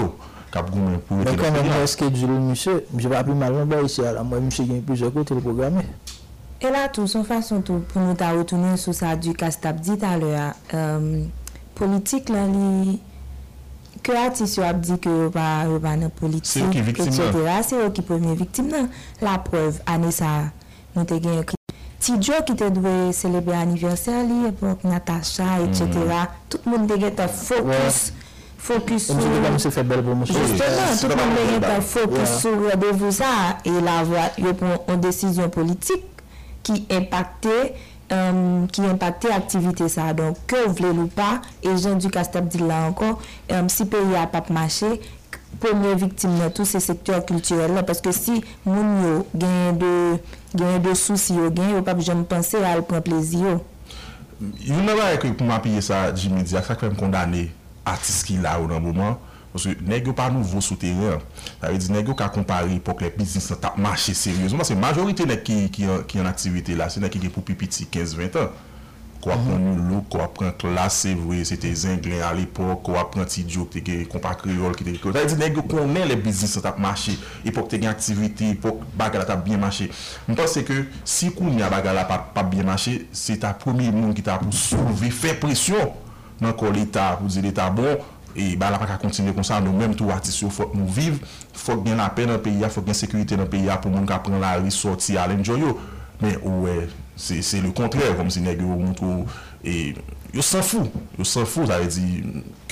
cap gourmet pour mais quand même est-ce que du monsieur je pas plus mal non ici là moi monsieur gagne plusieurs côtés le programme et là tout son façon tout pour nous ta retourner sur ça du Castap dit à l'heure euh, politique là li que artiste a dit que pas pas dans politique et cetera c'est eux qui premier victime non la preuve année ça nous te gagné Tidjo qui te doit célébrer anniversaire li époque Natacha et cetera tout le monde était focus focus sur c'est fait belle promotion justement tout le monde était focus sur rendez-vous ça et la voix il prend une décision politique qui impactait Um, qui impactait l'activité ça donc que vous voulez ou pas et Jean du Castap dit là encore um, si pays a pas marché première victime dans tous ces secteurs culturels là parce que si moun yo gagne de gagne de soucis yo gagne yo pas jamais penser à prendre plaisir il n'a pas que pour m'appuyer ça Jimmy Dia ça fait me condamner artiste qui là au moment parce que nèg pas nouveau souterrain ça veut dire nèg ka comparer pour que les business t'a marché sérieusement parce que majorité nèg qui qui qui en activité là c'est nèg qui pour petit quinze vingt ans quoi prendre l'eau quoi prendre classe c'est vrai c'était zinglin à l'époque quoi prendre Tidjo qui était compas créole qui était ça veut dire nèg connaît les business t'a marché époque t'es activité époque bagarre t'a bien marché je pense que si kounya bagarre pas pas bien marché c'est ta premier monde qui t'a pour soulever faire pression dans corps l'état pour dire l'état bon et bah là pas continuer comme ça nous même tout artistes faut nous vivre faut bien la paix dans le pays faut bien sécurité dans le pays pour monde qui prendre la rue sortir aller enjoy mais ouais c'est c'est le contraire comme si nèg montre et yo s'en fout yo s'en fout ça veut dire que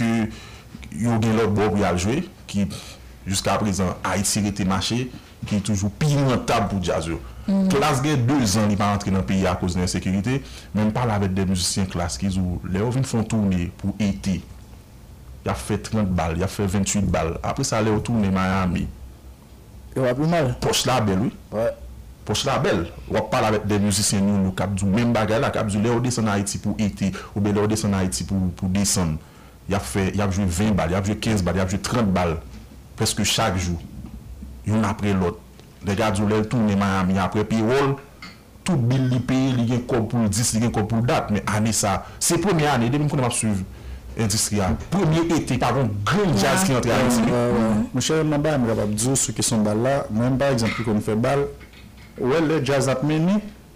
yo gagne l'autre bon pour y jouer qui jusqu'à présent Haïti était marché qui est toujours pire rentable pour jazz yo mm. classe gagne deux ans il pas rentrer dans le pays à cause de l'insécurité même pas avec des musiciens classe qui ou les vinn font tourner pour été il a fait trente balles, il a fait vingt-huit balles. Après ça, il est retourné Miami. Il va plus mal. Poche la belle, oui. Ouais. Poche la belle. On parle avec des musiciens, nous, nous, cap du même bagage là, cap du Léo descend en Haïti pour été, ou bien Léo descend en Haïti pour, pour descendre. Il a fait, il a joué vingt balles, il a joué quinze balles, il a joué trente balles. Presque chaque jour. Une après l'autre. Les gars du Léo tourné Miami après payroll. Tout bill li paye, il y a un code pour dix, il y a un code pour date. Mais année ça, c'est première année, depuis qu'on a suivi. Industriel. Premier été, par un grand jazz qui entre à Haïti. Mon cher Mamba, je suis capable de dire sur cette question là. Même par exemple, quand on fait balle, ouais, le jazz a mené,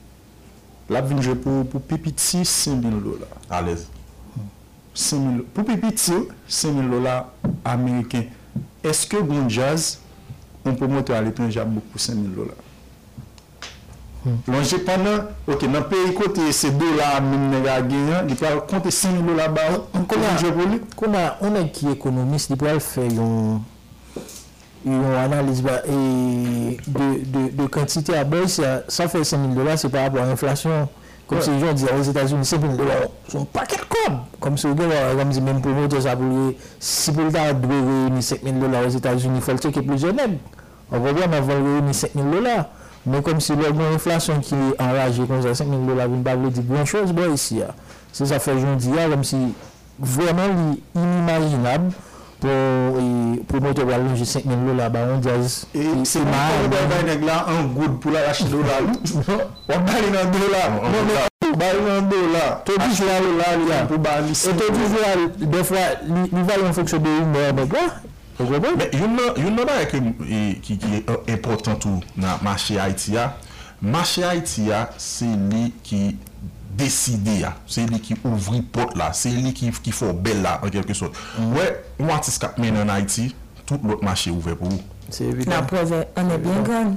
là, je viens pour pour Pipiti cinq mille dollars. À l'aise. cinq mille pour Pipiti, cinq mille dollars américains. Est-ce que bon jazz, on peut monter à l'étranger beaucoup cinq mille dollars? Longe pendant, ok, dans le pays côté, c'est dollars mille gagnant, il peut compter cinq mille dollars par on est qui économiste, il peut faire une, une analyse et de, de, de quantité à base, ça, ça fait cinq mille dollars, c'est par rapport à l'inflation. Comme ouais. Si les gens disent aux États-Unis, cinq mille dollars, sont pas quel com. Comme si comme si même pour nous, ça pour si pour le temps de réunir cinq mille dollars aux États-Unis, il faut le checker plusieurs même. On va voir, on va réunir cinq mille dollars. Mais comme si l'inflation qui est enragée comme ça, cinq mille dollars, vous ne pouvez pas dire grand-chose bon, ici. C'est ça fait aujourd'hui, comme si vraiment inimaginable pour pour montrer à l'enjeu cinq mille dollars, on dit et c'est mal. Un good pour la acheter dollars. On va aller dans dollars. On va aller dans dollars. Tout dit là, pour baliser. Et tout dit des fois, il va en fonction de une heure. Mais il y a une chose qui est importante dans le marché Haïti. Le marché Haïti, c'est lui qui décide, c'est lui qui ouvre la porte, c'est lui qui fait belle là, en quelque sorte. Ouais, un artiste qui mène en Haïti, tout l'autre marché est ouvert pour vous. C'est évident. La preuve, on est bien grand.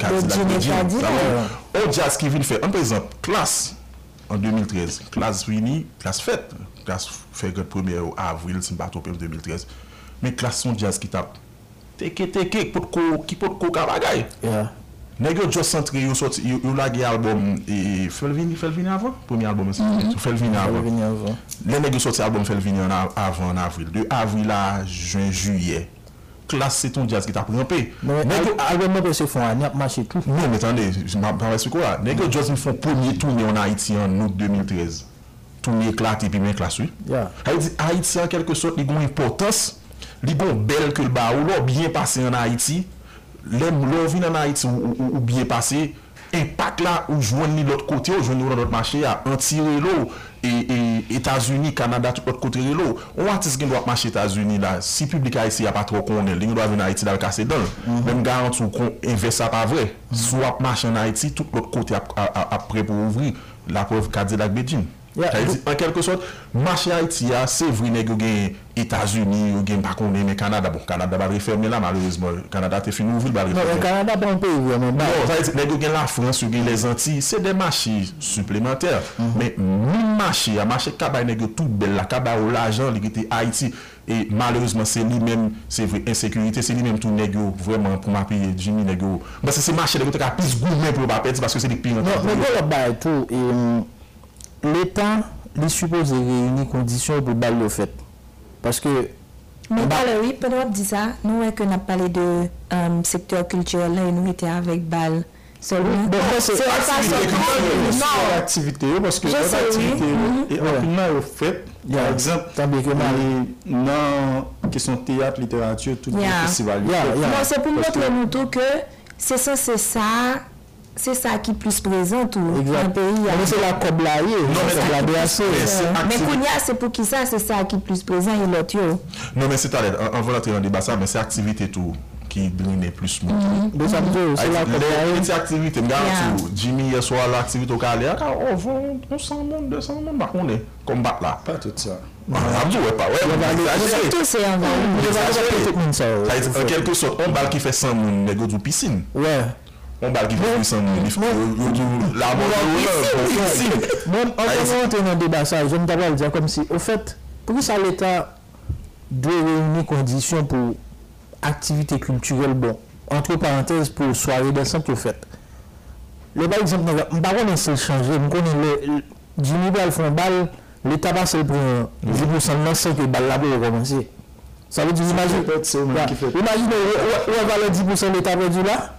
Au jazz qui vient faire, par exemple, classe en deux mille treize, classe finie, classe faite, classe fait le premier avril, c'est pas en deux mille treize. Mais classe son jazz qui tape teke teke qui peut ko ka bagay nèg yo just centré yo sorti yo la album et Felvini Felvini avant premier album c'est Felvini avant les nèg yo sorti album Felvini avant en avril de avril à juin juillet classe c'est ton jazz qui t'a rampé nèg yo album de se font a marché tout non mais attendez je m'a pas c'est quoi nèg yo just font premier tournée en Haïti en août deux mille treize tournée éclaté puis bien classe oui Haïti en quelque sorte il a une importance li bon belle que le ba ou bien passé en Haïti l'homme vient en Haïti ou, ou, ou bien passé impact là ou joindre l'autre côté ou joindre l'autre marché à en tirer l'eau et, et États-Unis, Canada, tout l'autre côté de l'eau. On artiste qui doit marcher États-Unis là, si public haïtien a pas trop connaît, il doit venir en Haïti dans le casser dans. Même garantie qu'on investe ça pas vrai. Soit marcher en Haïti, tout l'autre côté après pour ouvrir la preuve Cadillac Beijing. Yeah, en quelque sorte, marché Haïti, c'est vrai que les États-Unis, ou pas qu'on mais Canada, bon, Canada va refermer là, malheureusement. Canada a fini ouvrir, va refermer. Non, Canada, bon pays, vraiment. Non, ça veut dire que la France, ou les Antilles, c'est des marchés supplémentaires. Mais, même marché, un marché qui est tout belle, la cabane ou l'argent, qui était Haïti, et malheureusement, c'est lui-même, c'est vrai, insécurité, c'est lui-même tout négo, vraiment, pour ma payer, Jimmy négo. Parce que c'est marché qui est plus gourmet pour ne pas perdre, parce que c'est des pays. Non, mais voilà, tout, et. L'État est supposé réunir conditions pour bailler le fait. Parce que. Mais oui, pendant que dit ça, nous, qu'on a parlé de um, secteur culturel là, et nous étions avec balle. Seulement. Bon, c'est l'activité, parce que l'activité est rapidement au fait. Par exemple, dans la question théâtre, littérature, tout le festival. Non, c'est pour montrer nous tout que c'est ça, c'est ça. C'est ça qui est plus présent tout dans le pays. Mais c'est la coblaïe, non c'est la B A C. Mais Kounia, c'est pour qui ça, c'est ça qui est plus présent et l'autre. Non, mais c'est à l'aide, on va entrer dans le débat ça, mais c'est l'activité tout qui brille plus. De ça, c'est la coblaïe. C'est l'activité, regarde tout. Jimmy, hier soir, l'activité au Calais, on vend cent monde, deux cents monde, on est comme bat là. Pas tout ça. Abdou, ouais, pas, ouais. Tout c'est un va. En quelque sorte, on balle qui fait cent monde, mais go du piscine. Ouais. On va qui fait cent mille. La Même en entrer dans le débat, ça, je me t'avais dire comme si, au fait, pour ça l'État doit réunir conditions pour activité culturelle, bon, entre parenthèses, pour soirée décente, au fait. Le par exemple, je ne sais pas si c'est changé, je connais le Jimmy Ball font balle, l'État passe pour dix pour cent de c'est que balle là pour commencer. Ça veut dire, imagine, imaginez, où va le dix pour cent de l'État perdu là?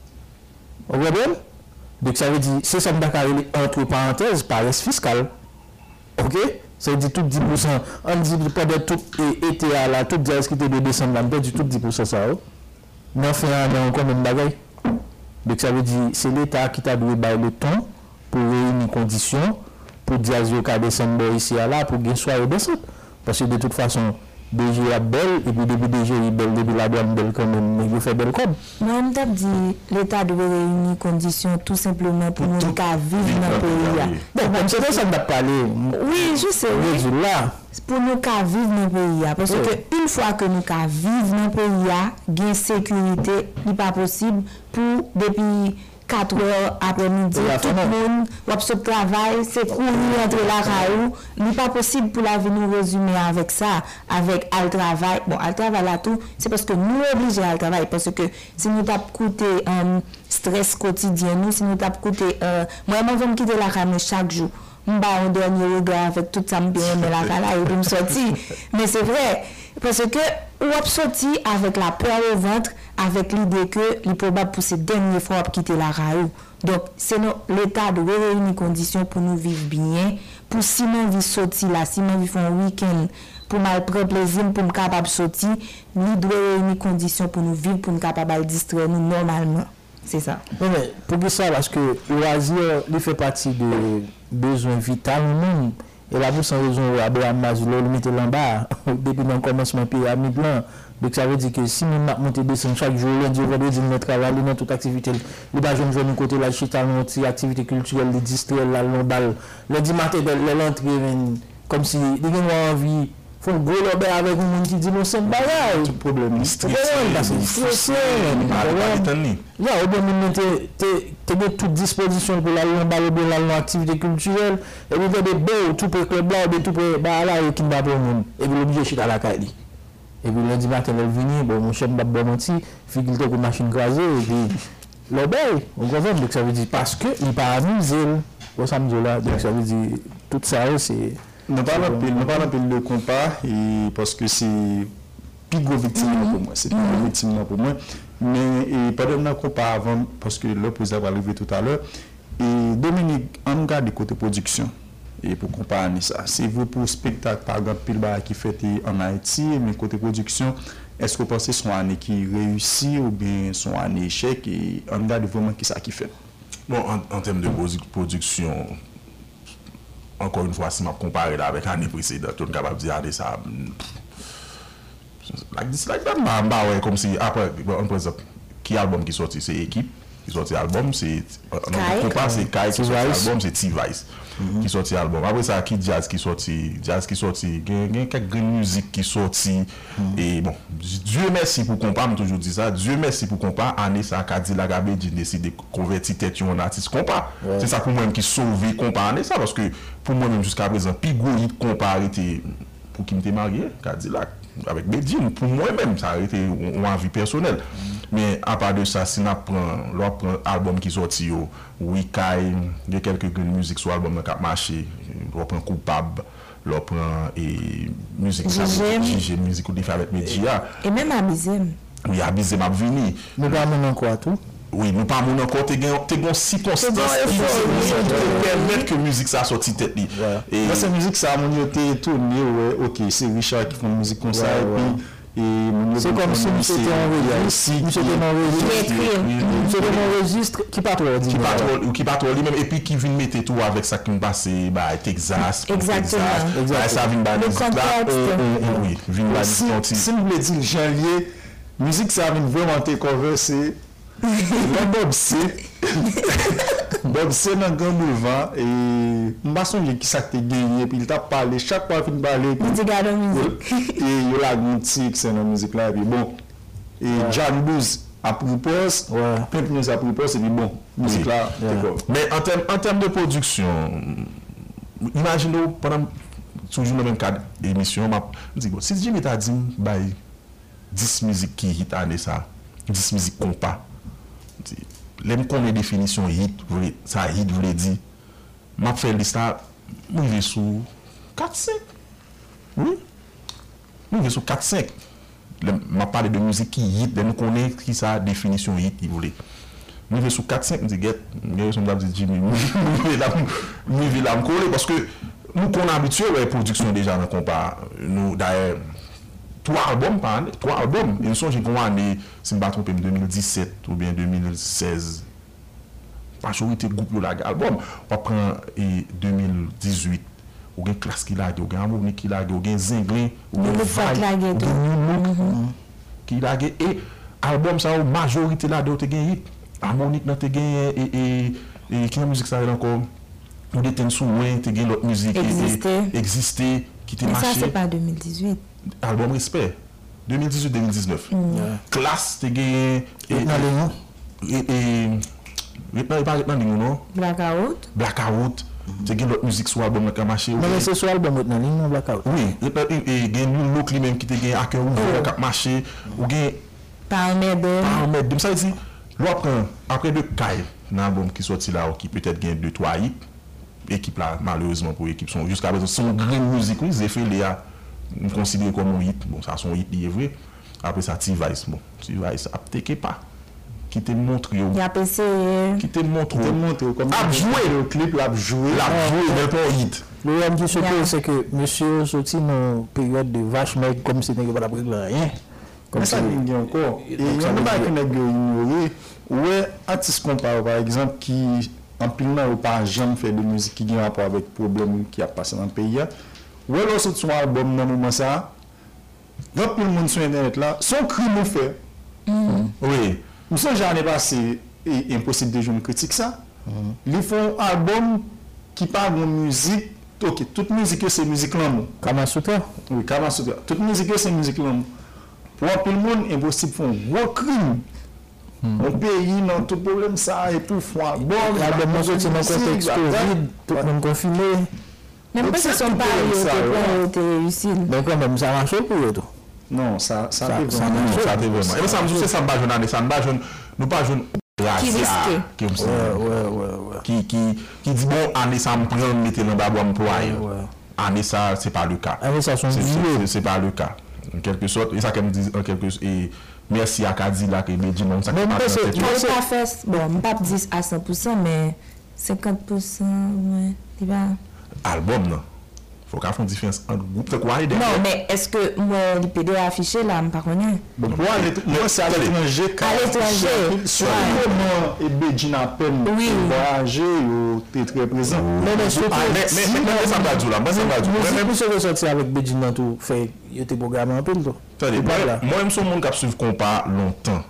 Vous comprenez? Donc ça veut dire, c'est ça que entre parenthèses, paresse fiscale. Ok? Ça veut dire tout dix pour cent. On dit pendant tout été là, tout dièse qui était de décembre, on perdu tout dix pour cent ça. Mais on fait un encore même bagaille. Donc ça veut dire, c'est l'État qui t'a donné le temps pour réunir une condition pour dire au décembre ici et là, pour gagner soirée décembre. Parce que de toute façon, D G est belle, et puis depuis D G est belle, depuis la douane belle quand même, mais il fait belle comme. Moi, je me dis l'État doit réunir des conditions tout simplement pour nous vivre dans le pays. Bon, c'est ça que je vais parler. Oui, je sais. Oui. Pour nous vivre dans le pays. Parce que une fois que nous vivons dans le pays, il y a une sécurité, il n'est pas possible pour depuis quatre heures après-midi, tout le monde va se travail, c'est courir entre la raou. Il n'est pas possible pour la vie nous résumer avec ça, avec al travail. Bon, al travail là tout, c'est parce que nous obligés à travail, parce que si nous t'avons coûté un stress quotidien, nous, si nous t'avons coûté, euh, moi, je vais me quitter la raou chaque jour. Je vais un dernier regard avec tout ça, je vais la raou et puis me sortir. Mais c'est vrai, parce que ou sorti avec la peur au ventre, avec l'idée que il est probable pour ces dernières fois pour quitter la raou. Donc, c'est l'État de réunir les conditions pour nous vivre bien, pour si nous vivons sortir là, si nous vivons un week-end, pour mal prendre plaisir, pour nous capable de sortir, nous devons réunir les conditions pour nous vivre, pour nous capable de distraire nous normalement. C'est ça. Oui, mais pour ça, parce que le loisir, il fait partie de besoins vitaux nous. Et là, vous sans raison, Abraham Maslow, le mettait en bas, depuis le commencement de la pyramide là. Donc ça veut dire que si nous montons descendre chaque jour, lundi, vendredi, nous travaillons dans toute activité, nous ne pouvons pas côté la chita, notre activité culturelle, les distraire, la lombale. Lundi matin, l'entrée, comme si nous avons envie. Il faut gros lobby avec un monde qui dit non, c'est un bagage. Tout problème. C'est stressé. Il y a au bon moment, tu as toute disposition pour la lomballe, pour l'activité culturelle, et puis tu as des beaux, tout pour club là, tout pour là, et qui ne va pas au monde. Et puis l'obligé de la caille. Et puis lundi matin, elle vient, bon, mon chef m'a bon menti, figure que machine croisée, et puis lobby, on comprend, donc ça veut dire parce qu'il n'est pas amusé. Au samedi là, donc ça veut dire tout ça, c'est. Nous parlons un peu de compas et parce que c'est plus gros victime pour moi, c'est plus gros victime pour moi. Mais pas de compas avant parce que l'opposé va arriver tout à l'heure. Et Dominique, on regarde côté production et pour comparer ça. C'est vous pour spectacle par exemple Pilba qui fait en Haïti, mais côté production, est-ce que vous pensez que son année qui réussit ou bien son année échec et on regarde vraiment qui ça qui fait? Bon, en, en termes de production, encore une fois, si je compare là avec l'année précédente, on est capable de dire ah, ça. Like this, like that, bah, bah, ouais, comme si, après, on peut dire, qui album qui sorti, c'est Équipe, qui sorti album, c'est, on compare, c'est Kai qui sorti album, c'est T-Vice, mm-hmm. qui sorti album. Après ça, qui Jazz qui sorti, Jazz qui sorti, il y a quelques musiques qui sorti, mm-hmm. et bon, Dieu merci pour comparer, je toujours dit ça, Dieu merci pour comparer, année ça, Kadila Gabé, j'ai décidé de convertir tête en artiste compas. Ouais. C'est ça pour moi qui sauvé comparer ça, parce que pour moi même jusqu'à présent, puis gros hit comparé, pour qui m'était marié, Kadila. Avec Medine, pour moi-même, ça a été une envie personnelle. Mm. Mais à part de ça, si on prend l'autre album qui sorti, oui, il y a quelques musiques sur l'album qui a marché, on prend Coupable, on prend et musique J G, musique qu'on fait avec Media. Et même Abizem. Oui, Abizem a venu. Nous parlons encore tout. Oui, nous parlons encore, tu as une circonstance qui permet que la musique ça sorti tête. Et dans cette musique, ça a été tourné, ouais, ok, c'est Richard qui fait une musique comme ça, et puis, c'est comme si c'était un registre, c'était un registre qui patrole, qui patrole lui-même, et puis qui vient mettre tout avec ça qui me passe, bah, Texas, exactement, ça vient de le contexte, oui, vient de si vous voulez dire janvier, musique ça vient vraiment te converser. Bob C. Bob C dans Grand Boulevard et m'a sonné qui ça t'est gagné puis il t'a parlé chaque fois qu'il parler il dit garde musique et il a une tic c'est dans musique là et puis bon et John Blues à propose ouais plein de musique à propose et puis bon musique là mais en termes en termes de production imaginez pendant toujours dans le même cadre émission m'a dit si Jimmy t'a dit bail dix musiques qui hit année ça dix musiques compas l'aime qu'on ait définition hit ça hit voulait dire m'a fait liste là moi sous quatre cinq oui moi sous quatre cinq m'a parlé de musique qui hit l'aime qu'on ait qui ça définition hit il voulait moi sous quatre cinq me dit get moi son d'abord Jimmy moi là moi là me coller parce que nous qu'on habitué ouais production déjà dans compas nous d'ailleurs trois albums par année, trois albums. Et nous sommes j'ai année, si je ne me trompe pas, deux mille dix-sept ou bien deux mille seize. Majorité groupe de l'album. On prend deux mille dix-huit. Ou bien classe qui l'a, ou bien harmonie qui l'a, ou bien zinglin, ou bien vibe, qui l'a. Et album ça, majorité là, de te gagner. Harmonique dans te gagner et et qui la musique ça encore. Ou des thèmes sous loin, te gagner l'autre musique exister, qui te marché. Mais ça c'est pas deux mille dix-huit. Album Respect deux mille dix-huit deux mille dix-neuf mm. yeah. Classe te gagné et et et pas pas non Blackout Blackout te gagné l'autre musique sur album qui a marché mais c'est sur album non non Blackout oui et gagné look lui même qui te gagné à cœur ouvert qui a marché ou gagné Palmedem Palmedem ça dit l'autre après de Kai dans album qui sorti là qui peut-être gagne deux trois hits équipe là malheureusement pour équipe sont jusqu'à présent son grande musique oui j'ai fait Léa on considère comme un hit, bon ça son hit il est vrai. Après ça T-Vice, bon T-Vice a peut-être pas qui te montre il a P C qui te montre te montre comme a joué le clip l'a joué l'a joué mais pas un hit. Le problème qui se pose c'est que monsieur sorti dans période de vache mais comme si n'était pas la rien comme ça il y a encore et il y a pas qui n'a ignoré ouais artiste comparé par exemple qui en pleinement ou pas jamais fait de musique qui a rapport avec problème qui a passé dans le pays. Ouais, là, c'est son album dans le moment ça. Là, pour le monde sur Internet là, son crime au fait. Mm. Oui. Nous sommes jamais passé et impossible de jouer une critique ça. Mm. Ils font un album qui parle de musique. Ok, toute musique c'est musique l'amour. Kamasutra. Oui, Kamasutra. Toute musique c'est musique l'amour. Pour tout le monde, impossible de faire un gros crime. Mon pays, dans tout problème ça, et tout, bon, l'album c'est dans le contexte Covid, tout le monde confiné. Même pas si son pari était réussi. Donc quand même ça marche pour eux. Non, ça ça ça ça vraiment. Et ça me dit ça me pas journal, ça me pas jeune, nous pas jeune qui risqué. Qui ouais ouais ouais qui qui qui dit bon année ça me prend mettre dans bas bois pour ailleurs. Année ça c'est pas le cas. Année ça sont c'est c'est pas le cas. En quelque sorte, et ça qu'elle me dit en quelque et merci à Kadila que me dit non ça pas pas fait bon, pas dix à cent pour cent mais cinquante pour cent ouais, tu vas album non faut qu'on fasse une différence entre groupe. Fait quoi, non, mais est-ce que moi, l'I P D a affiché là, je ne sais pas. Bon, moi, c'est à l'étranger. À l'étranger. Sur le moment, et Béjin à peine voyager, il était très présent. Mais mais surtout, mais ça va dire là, moi ça va dire. Même si je sorti avec Béjin dans tout, fait, il était programmé un peu tout. Attendez, moi, je suis un monde qui a suivi compas longtemps.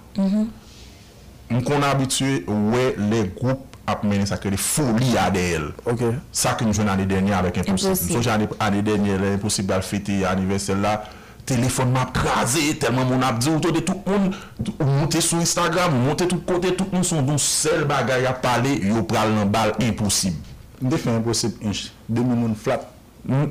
On est habitué, ouais, les groupes à mener ça que les folies à d'elle. OK. Ça que nous jouons l'année dernière avec Impossible. Nous avons l'année dernière, Impossible à fêter l'anniversaire là. Téléphone m'a crasé, tellement mon a dit, autour de tout le monde, monter sur Instagram, monter tout côté, tout le monde sont dans seul bagaille à parler, yo pral dans balle Impossible. On fait Impossible, deux millions flat. Année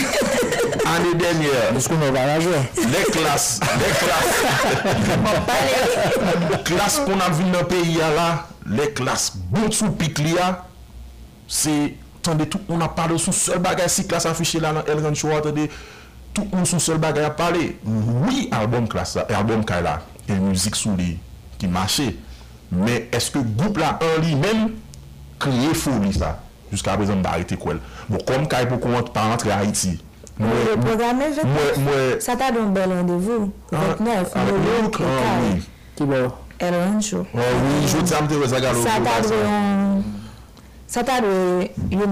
dernière, est-ce qu'on va la jouer? Les classes, les classes, classes qu'on a vu dans le pays là, les classes bon sous pic là, c'est, attendez, tout on a parlé de son seul bagage, si classe affichée là dans El Grand Show, attendez, tout le monde son seul bagage à parler. Oui, album classe, album Kaila, et musique sous lui qui marchait, mais est-ce que groupe là en lui-même créé folie ça? Jusqu'à présent, on a arrêté quoi. Bon, comme Kaila pour qu'on pas rentrer à Haïti. Le programme est vingt-neuf. Ça t'a donné un bel rendez-vous. vingt-neuf. Oui. Qui bon? El Rancho. Oh oui, je t'aime de Zagalo. Ça t'a donné ça t'a donné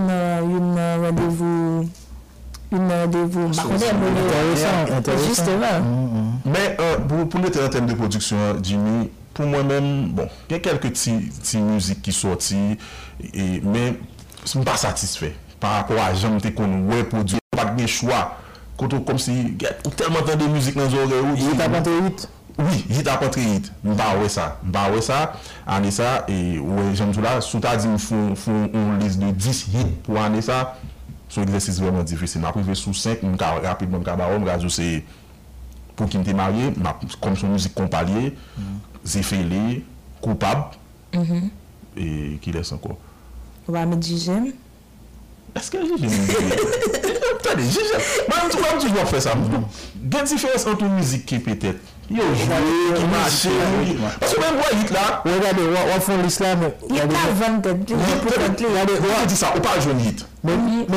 un rendez-vous. Une rendez-vous. Intéressant. Justement. Mais pour nous en termes de production, Jimmy, pour moi-même, bon, il y a quelques petites musiques qui sortent, mais je ne suis pas satisfait par rapport à j'aime te qu'on ouais produit pas de choix comme si tellement de musique dans les oreilles. Il t'a pas hit. Oui, il t'a pas hit. Bah ouais ça, bah ouais ça, année ça et ouais j'aime tout là. Sous ta dit font font une liste de dix hits pour année ça. C'est un exercice vraiment difficile. M'a privé sous cinq, rapidement cabaret, radio c'est pour qui m'était marié, comme son musique compalier, Zéphélé, coupable et qui laisse encore. On va mettre Gigem. Est-ce que Gigem? Attendez, Gigem. Moi, je toujours faire ça. Il y a une différence entre musique qui peut-être. Il y a joué, qui marche. Parce que même moi, hit là. Regardez, on fait l'islam. Il y a pas vingt têtes. On dit ça, on parle de hit. Mais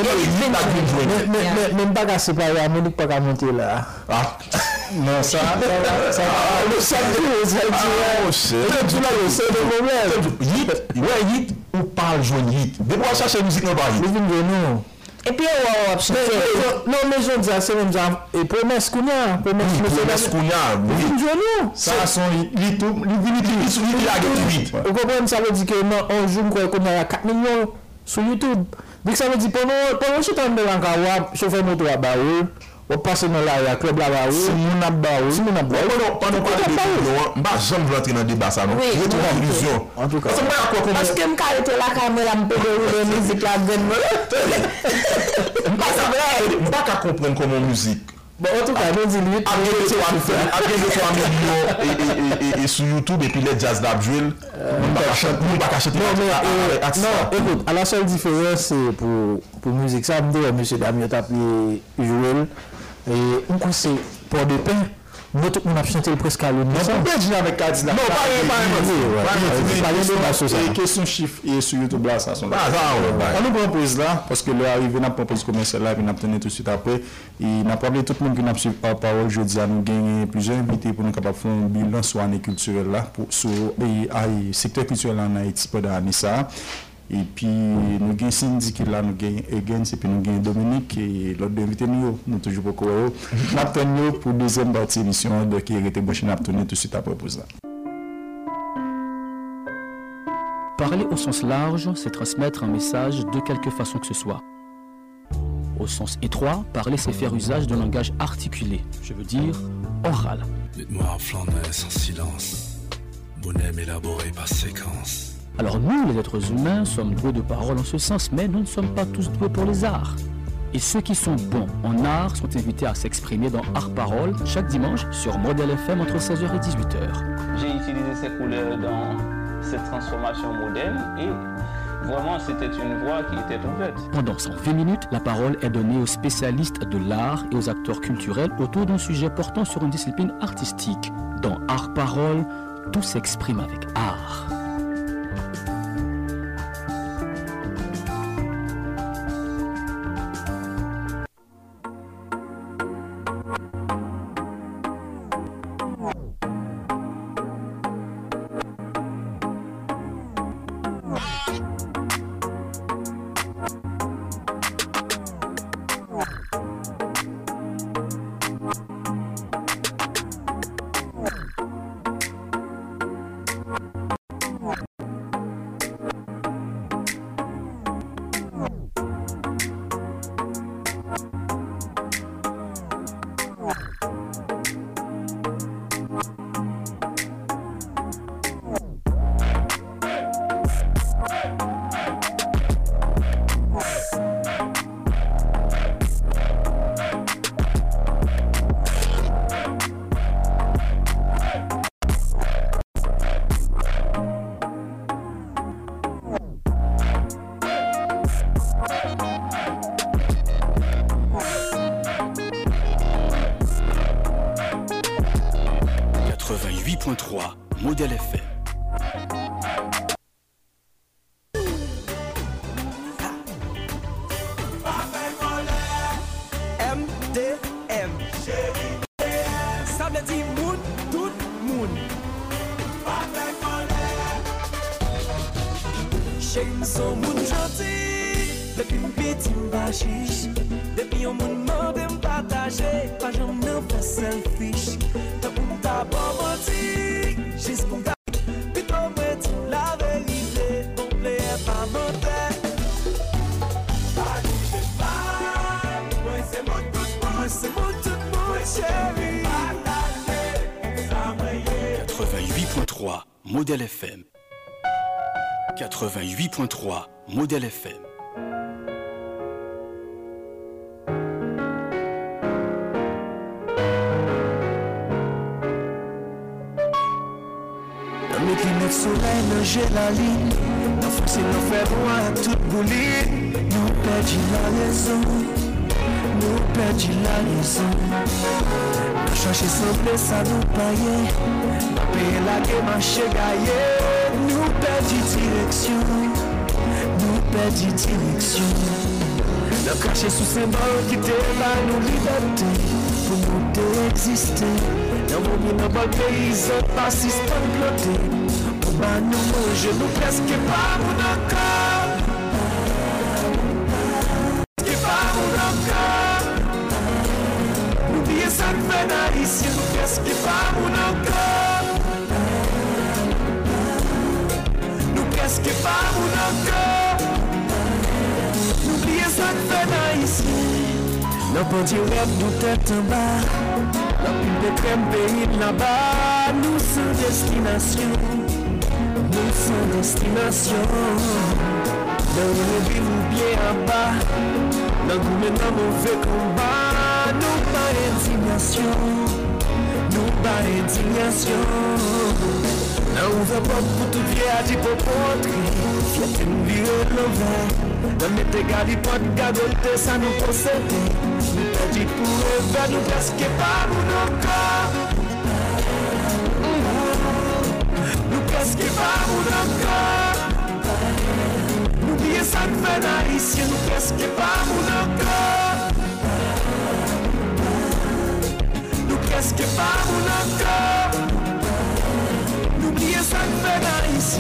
même pas qu'à séparer, la Monique pas qu'à monter là. Ah. Non, ça. Ça. Le samedi, ça dit. Tu l'as le seul problème. Hit, ouais, hit, on parle de hit. Dès qu'on cherche la musique, on va hit. Et puis, on va chanter. Non, mais je dis, c'est même ça. Et promesse qu'on a. Promesse qu'on a. Oui. Ça, son hit, tout. Il a gagné vite. Vous comprenez, ça veut dire qu'un jour, qu'on a quatre millions sur YouTube. Donc, ça veut dire, pendant que je suis en train de chauffeur moto à Baoul, on passe dans la club là Baoul. C'est mon Baoul. C'est mon Baoul. Pendant qu'on a des millions, je ne vais jamais rentrer dans le débat, ça, non? Oui. C'est une illusion. En tout cas. Parce que je me carré la caméra, je me peux de musique là, je ne Je ne peux pas comprendre comment musique. Bon, en tout cas, nous disons lui, après deux trois millions et sur YouTube et puis les jazz d'Abjuel, nous ne pas acheter. Non, écoute, à la seule différence c'est pour pour musique ça, me dit monsieur Damien tapé Joël et on conseille pour de pain. Nous tout on a chanté presque à l'union. On peut dire avec Cadillac. Non, pas pas pas question chiffre et sur YouTube là ça sont là. On nous propose là parce que l'arrivée n'a propose commercial là et n'a obtenu tout de suite après et n'a pas tout le monde qui n'a suivi par parole jeudi à nous gagner plusieurs invités pour nous capable faire un bilan sur l'année culturelle là pour sur et secteur culturel en Haïti pendant l'année ça. Et puis nous avons Cindy qui là, nous avons Egan, et puis nous avons Dominique et l'autre invité nous, nous toujours pour quoi. Nous attendons pour la deuxième partie de l'émission de qui était prochaine à tout de suite après pour ça. Parler au sens large, c'est transmettre un message de quelque façon que ce soit. Au sens étroit, parler, c'est faire usage d'un langage articulé, je veux dire oral. Dites-moi Flandès en silence, bonhomme élaboré par séquence. Alors nous, les êtres humains, sommes doués de parole en ce sens, mais nous ne sommes pas tous doués pour les arts. Et ceux qui sont bons en art sont invités à s'exprimer dans Art Parole chaque dimanche sur Modèle F M entre seize heures et dix-huit heures. J'ai utilisé ces couleurs dans cette transformation moderne et vraiment c'était une voie qui était ouverte. Pendant cent vingt minutes, la parole est donnée aux spécialistes de l'art et aux acteurs culturels autour d'un sujet portant sur une discipline artistique. Dans Art Parole, tout s'exprime avec art. point trois, Modèle F M. M D M ça veut dire moun, tout moun. Chéri, son moun gentil, depuis m'piti m'bachiche. Depuis yon moun mande m'partager, pas j'en n'en fais selfish. T'as pour ta bonne menti, juste pour ta plutôt me dit la vérité. Mon plaît pas mentir. C'est mon tout mon chéri. quatre-vingt-huit point trois, Modèle F M. quatre-vingt-huit point trois, Modèle F M. Dans mes lunettes soleil, nager la ligne. Dans force, nous fait droit à toute bouline. Nous perdons la raison. Nous perdons la raison. Nous cherchons semblé, ça nous paye. Nous payons la guerre, marché gaillé. Nous perdons direction. Nous perdons direction. Nous cachons sous symbole qui te là, nous liberté. Pour nous exister. Dans mon monde, dans le pays, ils pas si bloqué. Pour nous manger, nous presque pas mon encore. Ça nous fait d'haïtien, nous presque pas mon encore. Nous presque pas mon encore. N'oubliez ça nous fait d'haïtien. Nos bandits rêvent nous tête en bas. La pile de crème pays là-bas. Nous sans destination. Nous sans destination. Dans le vivre bien en bas. Dans le maintenant mauvais combat. Nous pas indignation, nous pas indignation. Nous ouvrons pas pour tout vieux à dire pour rentrer. Faites une vie l'envers. Dans mes dégâts, les potes gagotés, ça nous possède. Nous perdons pour rêver, nous presque pas mon encore. Nous presque pas mon encore. N'oubliez ça que fait d'haïtien, nous presque pas mon encore. Presque pas mon encore. N'oubliez ça que fait là ici.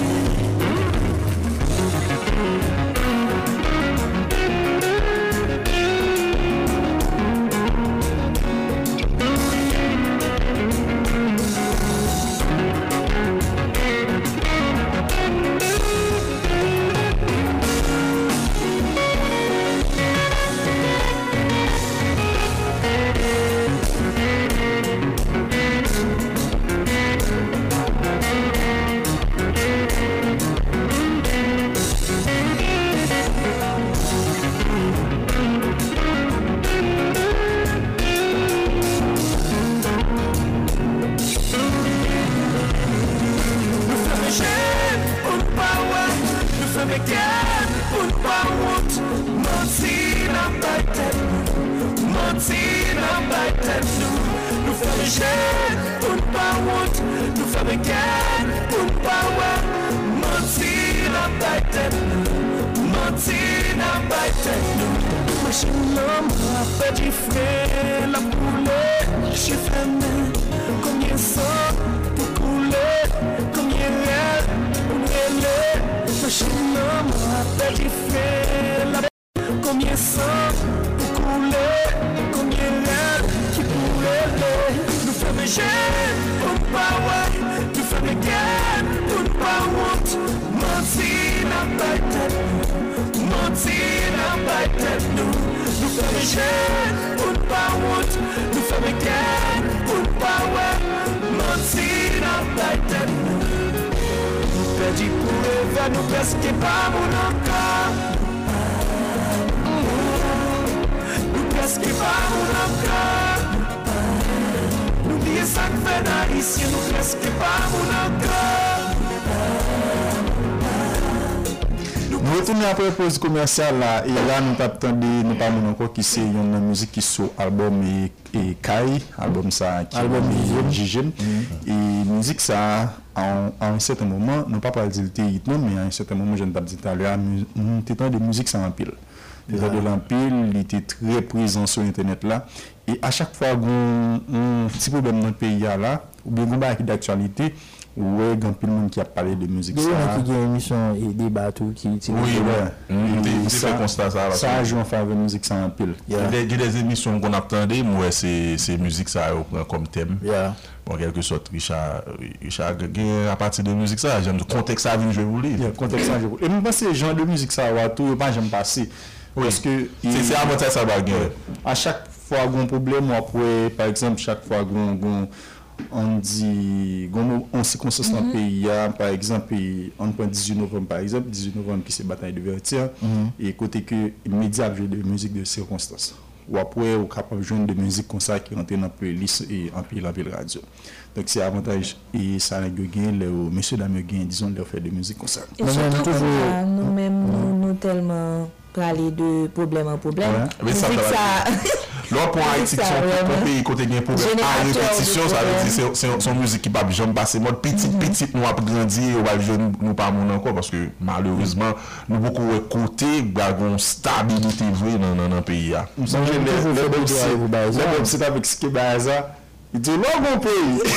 Nous retournons après pause commerciale là et là nous t'attendons nous pas encore qui c'est une musique qui sur album et et Kai album ça qui album Jigène et musique ça à un certain moment non pas pas dire non mais à un certain moment je ne pas dit tout à l'heure nous t'étant de musique ça en pile. Les de l'empile, il était très présent sur internet là et à chaque fois qu'on un petit problème dans notre pays là ou bien un bail d'actualité ouais, il y a plein de monde qui a parlé de musique. Il y a qui a une émission et débat tout qui oui, oui. Ça constat ça. Ça joue en faveur de musique ça en pile. Il y a des émissions qu'on attendait, moi c'est c'est musique ça comme thème. Yeah. Bon, quelque sorte, Richard, Richard, à partir de musique ça, j'aime le contexte ça, je vais vous lire. Contexte ça, je vous. Et moi c'est genre de musique ça, tout pas j'aime passer. Parce que c'est avantage ça va gagner. À chaque fois qu'on a un problème, après par exemple chaque fois qu'on on dit on circonstance dans le pays, par exemple on prend dix-huit novembre par exemple, dix-huit novembre qui c'est bataille de Vertière et côté que médias jouent de musique de circonstance. Ou après on capable de jouer de musique comme ça qui rentre dans playlist et en pile en pile radio. Donc c'est avantage et ça a gagné les messieurs dames gain disons leur faire de musique comme ça. Et surtout toujours nous même nous, nous tellement parler de problème en problème. Mais ça l'autre point Haïti qui pays côté gain problème à répétition ça veut dire c'est son musique qui pas jamais passer mode petit petit nous a grandi on va jeune nous pas mon encore parce que malheureusement nous beaucoup côté gagon stabilité vrai dans dans pays là. Nous sommes les c'est avec ce qui baza il dit non mon pays.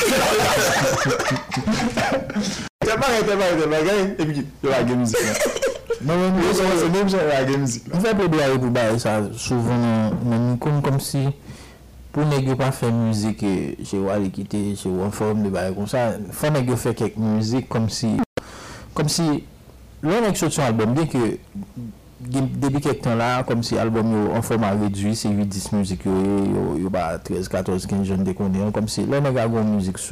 C'est pas c'est pas c'est pas et puis la musique. Non, non, non, c'est même ça la musique. On fait plaidoyer pour bailler ça souvent comme comme si pour nèg pas faire musique chez Wally quitter chez en forme de bailler comme ça, faut nèg faire quelque musique comme si comme si l'on a sorti un album bien que depuis quelque temps là comme si album en format réduit c'est huit dix musiques yo yo ba treize quatorze quinze jeunes de connaît comme si l'on a une musique sur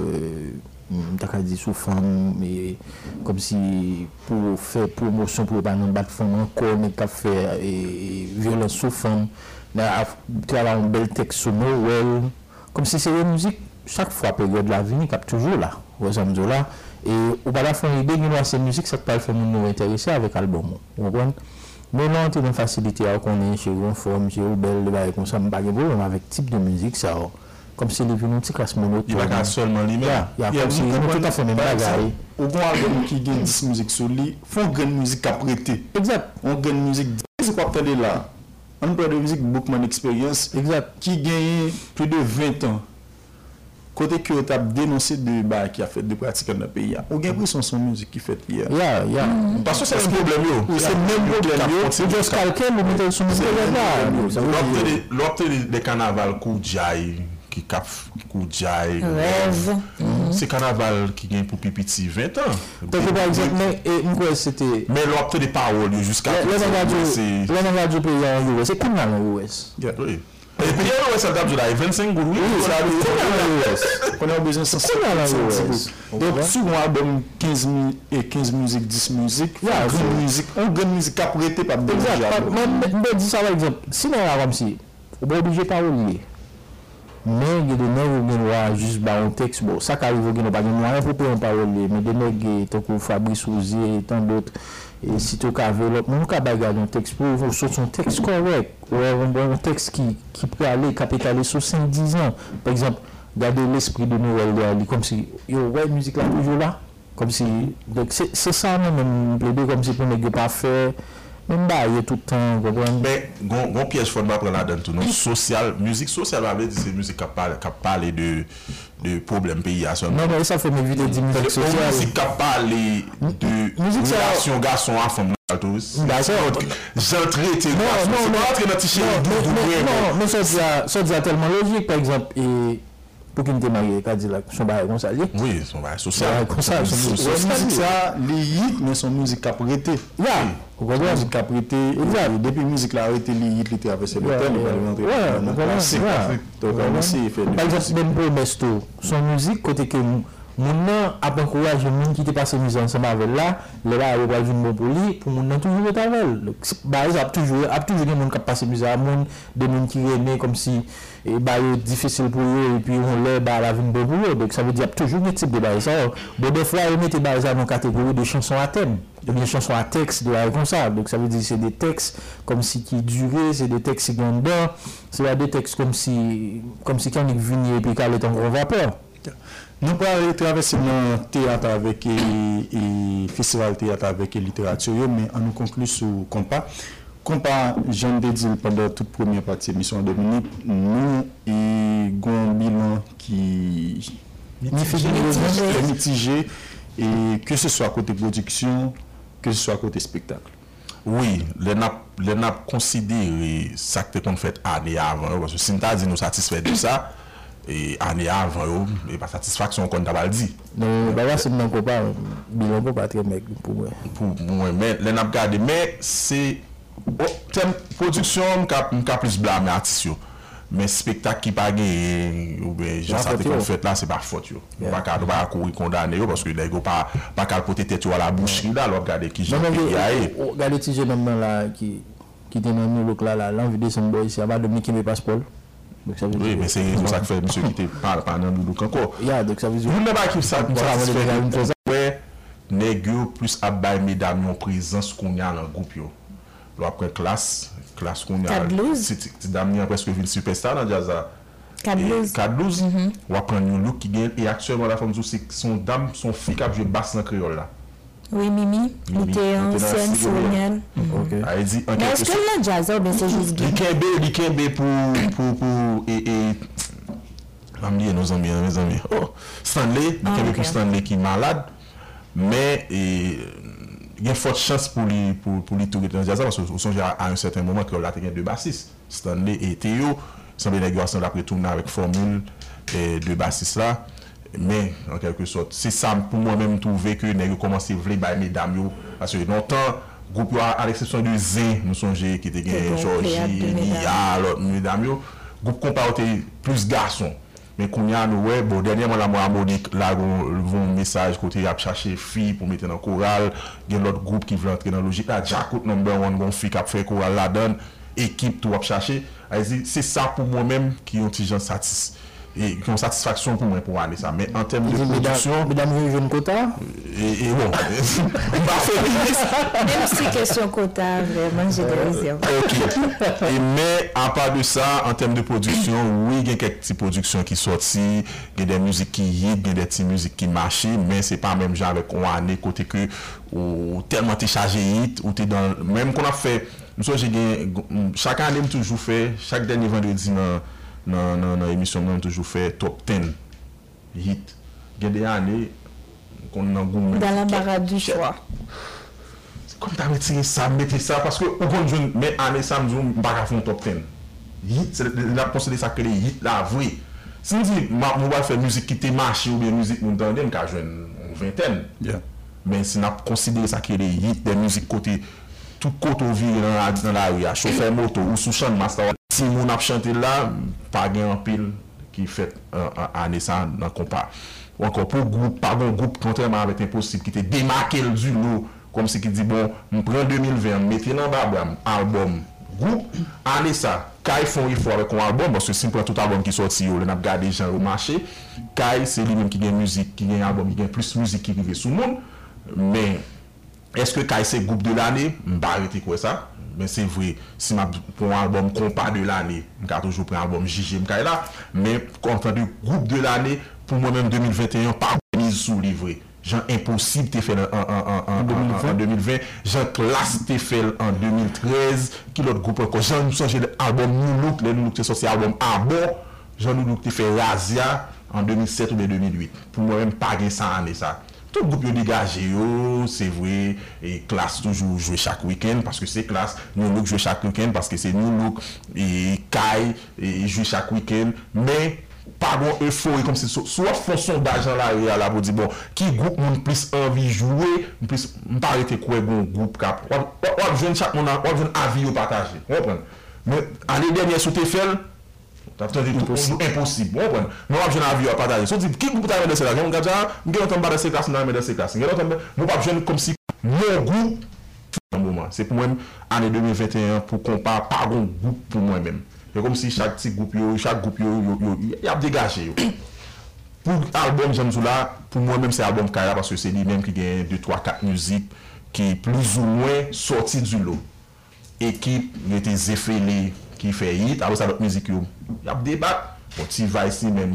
t'as dit sous femme mais comme si pour faire promotion pour pas non battre femme encore mais qu'a faire et violence sous femme là travailler un bel texte sur Noël comme si c'est une musique chaque fois période la vie cap toujours là ouais ça me dit là et au pas la fin idée que cette musique ça pas faire nous intéresser avec album vous comprenez mais là on a une facilité à connaître chez une forme chez une belle comme ça pas de problème avec type de musique ça comme si les violons qui classent monotone. Il va pas seulement lui-même. Il y a comme si tout à fait même bagaille. Au bon album qui gagne dix musiques sur lui, faut grande musique à prêter. Exact. On gagne musique. C'est quoi attendez là? On parle de musique Bookman Experience. Exact. Qui gagne plus de vingt ans. Côté que tu as dénoncé de bah qui a fait de pratiques dans le pays. On gagne l'impression son musique qui fait hier. Yeah, yeah. Parce que c'est un problème yo. C'est le même problème yo. C'est juste quelqu'un le mettre sur musique là. L'autre des carnaval Koudjaï qui cap Koudjaï rêve c'est carnaval qui gagne pour pipiti vingt ans donc par exemple mais moi c'était mais l'opte des paroles jusqu'à c'est le langage du pays en l'Ouest c'est comme dans l'Ouest oui et puis là ça date de là vingt-cinq gouttes oui ça dans l'Ouest on a besoin de donc souvent album quinze et quinze musiques dix musiques grande musique on grande musique à prêter pas de même dis ça par exemple sinon comme si on pas obligé parolier mais il y a des nègres qui juste un texte bon ça arrive qui n'ont pas de moyen pour prendre parole mais des nègres tant que Fabrice Rouzier et tant d'autres et si tu as développé mon cas bagarre un texte pour sortir son texte correct ou un texte qui qui peut aller capitaliser sur cinq dix ans par exemple garder l'esprit de Noël comme si yo ouais musique là toujours là comme si donc c'est c'est ça même plaider comme si pour nègre pas faire même bah il y a tout le temps mais gon gon piège faut pas prendre là-dedans tout non social musique sociale va dire c'est musique qui parle qui parler de de problème pays à seulement non mais ça faut m'éviter de musique sociale musique qui parler de relation garçon à femme tout d'accord j'entraîne non non non dans t-shirt non mais ça ça ça tellement logique par exemple et pour qu'il me démarre Cadillac son bail comme ça oui son bail social comme ça son musique ça les mais son musique a prêté là vous comprenez musique a prêté depuis musique là arrêté les hits était avec le thème il va rentrer c'est donc c'est fait par exemple même pour Besto son musique côté que mon nom a encouragé les gens qui étaient passés musique ensemble avec là les là il va une bon pour lui pour mon nom toujours être avec bah il a toujours a toujours des gens qui passé musique à monde des gens qui aiment comme si et bah difficile pour eux et puis on leur bah la vie bon pour eux donc ça veut dire toujours des type de bail ça bon des fois ils mettent bail ça dans catégorie de chansons à thème des chansons à texte de comme ça. Donc ça veut dire que c'est des textes comme si qui duraient, c'est des textes qui sont dedans, c'est des textes comme si comme si quand on est venu et puis qu'elle est en gros vapeur. Nous parlons traverser le théâtre avec et festival théâtre avec littérature, mais on nous conclut sur compas. Compas, j'en ai dit pendant toute première partie de l'émission de Dominique, nous avons un bilan qui est mitigé, et que ce soit côté production, que ce soit côté spectacle. Oui, les n'a les n'a considéré ça que qu'on fait année avant, parce que si nous dit nous satisfait de ça. Et année avant, et pas satisfaction qu'on t'a dit. Non, bah c'est mon copain, bilan pas très mec pour moi. Pour moi, mais les n'a regardé, mais c'est thème production, m'ka plus blâmer artiste. Mais spectacle qui pas gagné ou bien j'ai ça qu'on fait là, c'est pas faute yo. Pas qu'à pas courir condamner parce que les gars pas pas qu'à porter tête à la boucherie là, regarder qui j'ai payé. Regardez petit jeune homme là qui qui était dans nous là là, l'envie de son boy, c'est à Dominique qui me passe Paul. Donc, ça veut oui, dire mais c'est ça que fait monsieur qui te parle pendant nous encore. Yeah, donc ça veut dire vous n'avez pas qui ça ça ouais nègre plus abay mesdames en présence qu'on y a dans groupe yo. Là après classe, classe qu'on y a c'est dame presque une superstar dans jazz. quatre douze on va prendre un look qui gagne et actuellement la femme c'est son dame son fille qui a joué basse dans créole là. Oui, Mimi, il était ancienne Sorienne. OK. Elle dit mais est-ce que le jazz ou bien c'est juste Guy Kembe, Guy Kembe pour pour pour et et m'amener nos amis, mes amis. Oh, Stanley, Guy Kembe pour Stanley qui est malade, mais et il y a forte chance pour lui pour pour lui tourner dans jazz parce que songe à un certain moment que là il y a deux bassistes, Stanley et Théo, semble les gars sont après tourner avec formule et deux bassistes là. Mais en quelque sorte, c'est ça pour moi-même trouver que nous commencé à vouloir bailler mesdames yo parce que longtemps groupe à l'exception de Zin nous songeons qui était gagné Georgie, Nia, l'autre mesdames yo groupe comparé plus garçons mais qu'on y a nous ouais bon dernièrement la moi Monique là vont message côté a chercher fille pour mettre dans chorale il y a l'autre groupe qui veut entrer dans logique là Jacob number one gon fille qui a fait chorale là donne équipe tout à chercher c'est ça pour moi-même qui ont petit gens satisfait et qui ont satisfaction pour moi pour aller ça mais en termes de production mesdames vous jeune quota et, et bon même si question quota vraiment j'ai des réserves ok et mais à part de ça en termes de production oui il y a quelques petites productions qui sortent il y a des musiques qui hit il y a des petites musiques qui marchent mais c'est pas même genre avec on année côté que ou tellement t'es chargé hit ou t'es dans même qu'on a fait nous j'ai chaque année toujours fait chaque dernier vendredi dans dans dans dans émission on toujours fait top dix hit il y a des années qu'on a goût dans l'embarras du choix comme t'as retiré ça mettez ça parce que au bon jeune mais année samedi on pas faire top dix hit c'est la procédé ça que les hit la vrai si on dit on va faire musique qui te marche ou bien musique nous entendons qu'à jeune vingtaine mais si on a considéré ça que les hits des musiques côté tout côté au vire dans la rue chauffeur moto ou sous champ master si mon a chanté là pas gain en pile qui fait année ça dans compas ou encore pour groupe pas bon groupe contrairement avec impossible qui était démarqué du lot comme si qui dit bon on prend deux mille vingt mettez dans babam album groupe année ça Kai font il faut avec un album parce que si on prend tout album qui sorti on a regardé les gens au marché Kai c'est lui même qui gagne musique qui gagne album il gagne plus musique qui arrive sous monde mais est-ce que Kai c'est groupe de l'année m'pa arrêter quoi ça mais c'est vrai si m'a pour un album compas de l'année m'ka toujours prendre album J G m'ka là mais quand on dit groupe de l'année pour moi même deux mille vingt et un pas mise sous livré Jean impossible t'es fait en en en en deux mille vingt Jean classe t'es fait en deux mille treize qui l'autre groupe encore Jean nous changer album New Look les New Look c'est sorti album à bon Jean New Look t'es fait Razia en deux mille sept ou deux mille huit pour moi même pas gain ça année ça tout groupe yo dégagé yo c'est vrai et classe toujours jouer chaque week-end parce que c'est classe New Look jouer chaque week-end parce que c'est New Look et Kai et jouer chaque week-end mais pas bon euphorie comme si soit font sondage dans la rue là pour dire bon qui groupe moun plus envie jouer plus pas arrêter quoi bon groupe cap on jeune chaque monde on jeune avis au partager comprendre mais année dernière sous T F L t'as entendu impossible comprendre moi jeune avis au partager so dit qui groupe t'as dans ça on gars ça on entend pas dans ces classes dans dans ces classes on entend moi pas jeune comme si mon groupe un moment c'est pour moi année deux mille vingt et un pour comparer pas bon groupe pour moi même c'est comme si chaque petit groupe yo, chaque groupe yo y a dégagé yo. Pour album j'aime là pour moi même c'est album Kaya parce que c'est lui même qui gagne deux trois quatre musiques qui plus ou moins sorti du lot. Équipe, était Zéphélé qui fait hit, alors ça l'autre musique, il y a débat. Bon, tu vas ici même,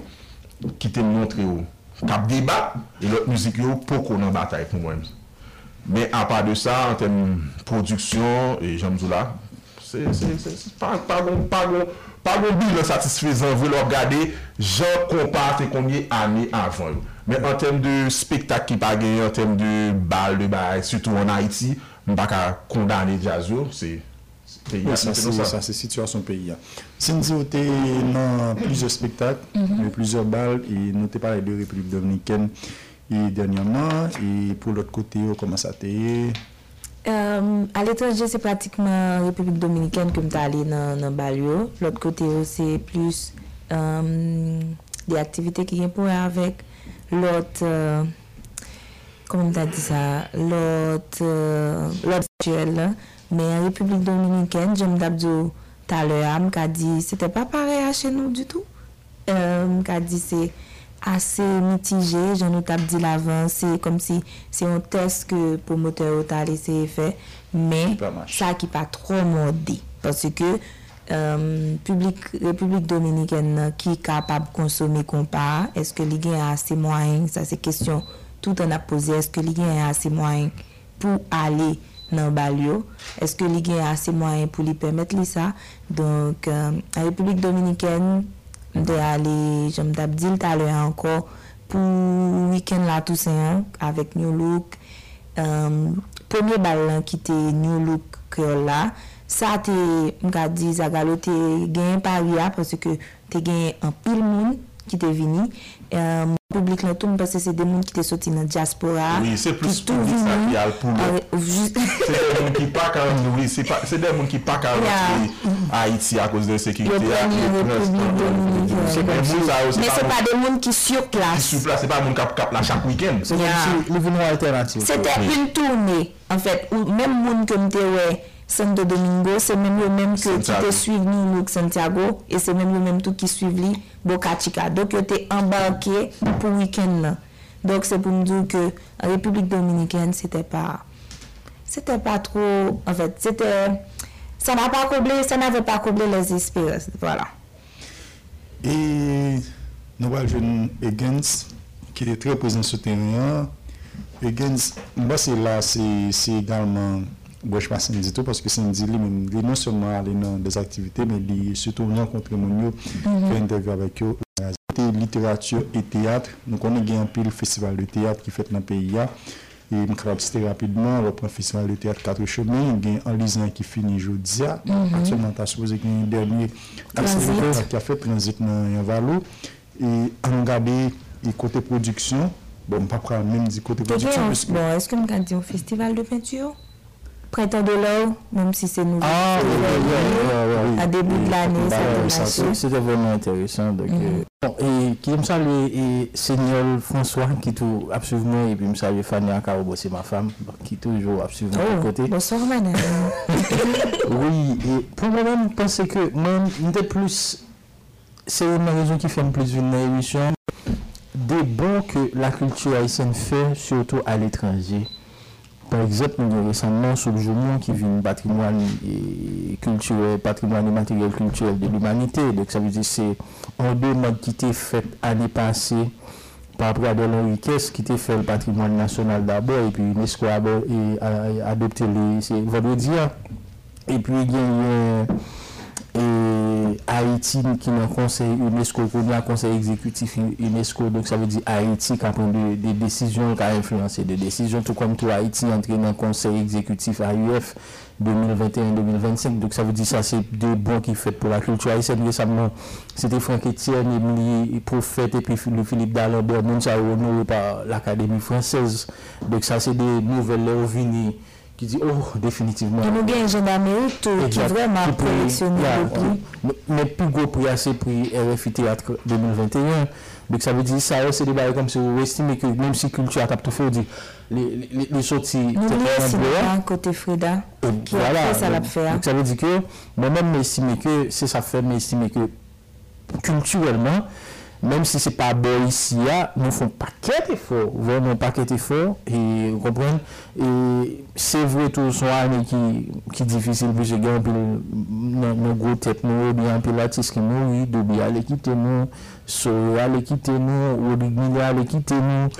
qui te montre, cap débat, et l'autre musique, pour qu'on en bataille pour moi. Mais à part de ça, en termes de production, et j'aime tout là, c'est pas pas bon, pas bon, pas bon bilan satisfaisant. Vous le regardez, j'en compare combien d'années avant. Mais en termes de spectacle qui pas gagné, en termes de balles, de bail, surtout en Haïti, on ne peut pas condamner Jazzo, c'est pays. Oui, ça, c'est ça, c'est situation pays. Si nous avons dans plusieurs spectacles, mm-hmm. plusieurs balles, et nous avons parlé de République dominicaine et dernièrement, et pour l'autre côté, comment ça a été? Euh, à l'étranger, c'est pratiquement République dominicaine que je suis allé dans le Balio. L'autre côté, c'est plus euh, des activités qui viennent pour avec l'autre. Euh, comment on dit ça? L'autre. Euh, l'autre actuel. Mais en République dominicaine, j'aime d'abord tout à l'heure, m'a dit c'était pas pareil à chez nous du tout. Euh, m'a dit c'est assez mitigé, j'en ai dit l'avant, c'est comme si c'est un test que le promoteur a laissé faire, mais ça qui pas trop modé parce que euh, public République dominicaine qui est capable de consommer compas, est-ce que les gens a assez moyens, ça c'est question tout on a posé, est-ce que les gens a assez moyens pour aller dans Balio, est-ce que les gens a assez moyens pour lui permettre ça? Donc euh, la République dominicaine de aller, je me dit tout à l'heure encore, pour le week-end là Toussaint avec New Look. Euh, premier ballon qui était New Look là, ça te m'ka dit Zagalo te gagné Paris parce que te gagné un pile monde qui te venu. Euh, public là tout parce que c'est des monde qui te sorti dans diaspora. Oui, c'est plus tout ça qui a le pour. C'est des monde qui pas quand oui, c'est pas c'est des monde qui pas quand Haïti à cause de sécurité. Mais c'est pas des monde qui sur place. Sur place, c'est pas monde qui cap là chaque week-end. C'est une nouvelle alternative. C'était une tournée en fait ou même monde que m'était ouais Santo Domingo, c'est même le même que qui te suivent nous Santiago et c'est même le même tout qui suivent lui Boca Chica. Donc tu es embarqué pour week-end là. Donc c'est pour me dire que la République dominicaine c'était pas c'était pas trop en fait, c'était ça n'a pas comblé, ça n'avait pas comblé les espérances. Voilà. Et nous voyons jeune Higgins qui est très présent sur le terrain. Higgins, moi c'est là c'est c'est également bon, je pense que tout parce que samedi lui-même non seulement aller dans des activités mais il surtout rencontrer mon faire interview avec eux littérature et théâtre. Nous connaissons un pile festival de théâtre qui fait dans le pays et je vais citer rapidement le festival de théâtre quatre chemins, il y a un lisant qui finit jeudi actuellement tu as supposé qu'il y a un dernier qui a fait transit dans Valo et on regarde le côté production bon pas prendre même du côté production bon est-ce que nous avons dit un festival de peinture Printemps de l'or, même si c'est nouveau. Ah, oui, oui, oui, oui, à début oui, de l'année, bah, ça c'était vraiment intéressant. Donc, mm-hmm. euh, bon, et qui me salue, et Seigneur François, qui tout absolument, et puis me salue Fanny Akarobo, c'est ma femme, qui toujours absolument oh, à côté. Bonsoir, madame. Oui, et pour moi-même, je pense que moi, de plus, c'est une raison qui fait plus une émission, des bons que la culture haïtienne fait, surtout à l'étranger. Par exemple, nous avons récemment sur le journal qui vient patrimoine culturel, patrimoine matériel culturel de l'humanité. Donc ça veut dire que c'est un demande qui était fait l'année passée par Pradel Henriquez qui était fait le patrimoine national d'abord et puis UNESCO a adopté les vendredi. Et puis il y a et Haïti qui est un conseil UNESCO, qui est un conseil exécutif UNESCO, donc ça veut dire Haïti qui a pris des, des décisions, qui a influencé des décisions, tout comme tout Haïti entré dans le conseil exécutif A U F deux mille vingt et un deux mille vingt-cinq, donc ça veut dire ça c'est des bons qui fait pour la culture haïtienne. Récemment, c'était Franck Etienne, Émilie Prophète et puis Philippe D'Alembert, nous sommes honorés par l'Académie française, donc ça c'est des nouvelles Léovini qui dit oh définitivement nous avons un gendarmerie tout qui vraiment collectionné le prix mais plus gros prix c'est prix R F I Théâtre deux mille vingt et un donc ça veut dire ça c'est des bails comme si vous estimez que même si culture a tout fait dire les les les sorties n'oubliez côté Frida qui voilà ça l'a faire donc ça veut dire que moi même m'estime que c'est ça fait m'estimer que culturellement même si c'est pas bon ici, nous faisons paquet d'efforts, vraiment paquet d'efforts, et vous comprenez, et c'est vrai tout son année qui qui difficile pour ces gars, puis nos gros têtes nous, bien puis l'artiste qui nous, oui, Dobi allait quitter nous, Soya allait quitter nous, Rodrigue allait quitter nous,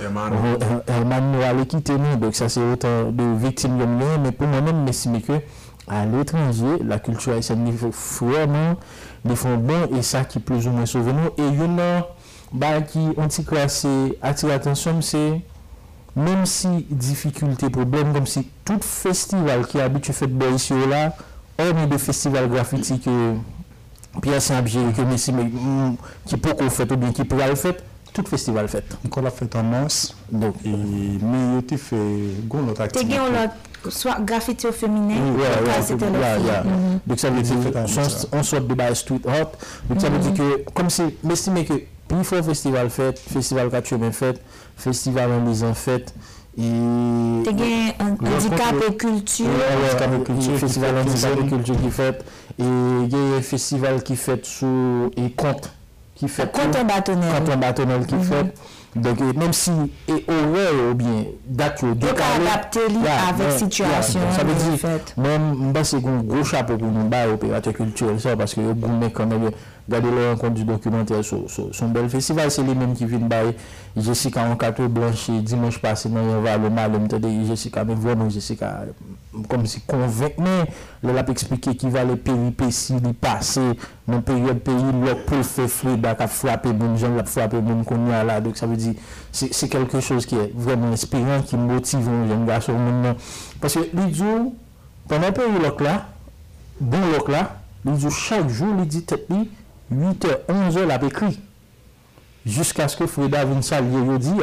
Herman allait quitter nous, donc ça c'est autant de victimes comme nous, mais pour moi-même, mais que à l'étranger, la culture haïtienne, il faut vraiment, ils font bon, et ça qui plus ou moins sauve nous, et il y en a, bah, qui ont classé, attirer l'attention, c'est, même si difficulté, problème, comme si tout festival qui habite fait de ici ou là, hormis de festival graffiti que Pierre Saint-Pierre, que Messi, qui peut qu'on fait, ou bien qui pourra le faire, tout festival fait. On l'a fait en mars, donc, et, mais il a fait une autre activité. Soit graffiti au féminin, oui, ouais, ouais, c'était ouais, le yeah, film. yeah. Donc ça veut dire on sort de base street art. Donc ça veut dire que comme c'est m'estimer que plus fort festival fait, festival quatre chemins fait, festival en mise en fait et t'es gain handicap et culture, festival handicap et culture qui fait et il y a un festival qui fait sous et compte qui fait compte bâtonnel. Compte bâtonnel qui fait. Donc même si et horaire ou bien date de adapter avec situation ça veut dire même bah c'est un gros chapeau pour nous bas opérateur culturel ça parce que yo gourmet quand même regardez le rencontre du documentaire sur son bel festival c'est les mêmes qui viennent bailler Jessica en quatre blanchi dimanche passé dans on va le mal me Jessica mais vraiment Jessica comme si convaincre mais là expliquer qui va les péripéties du passé dans période pays l'autre pour faire fluide a frapper bon gens l'a frapper bon qu'on y a là donc ça veut dire c'est c'est quelque chose qui est vraiment inspirant qui motive les jeunes garçons maintenant parce que lui dit pendant période là là bon là lui dit chaque jour il dit tête lui huit heures onze heures l'a écrit jusqu'à ce que Freda vienne saluer il dit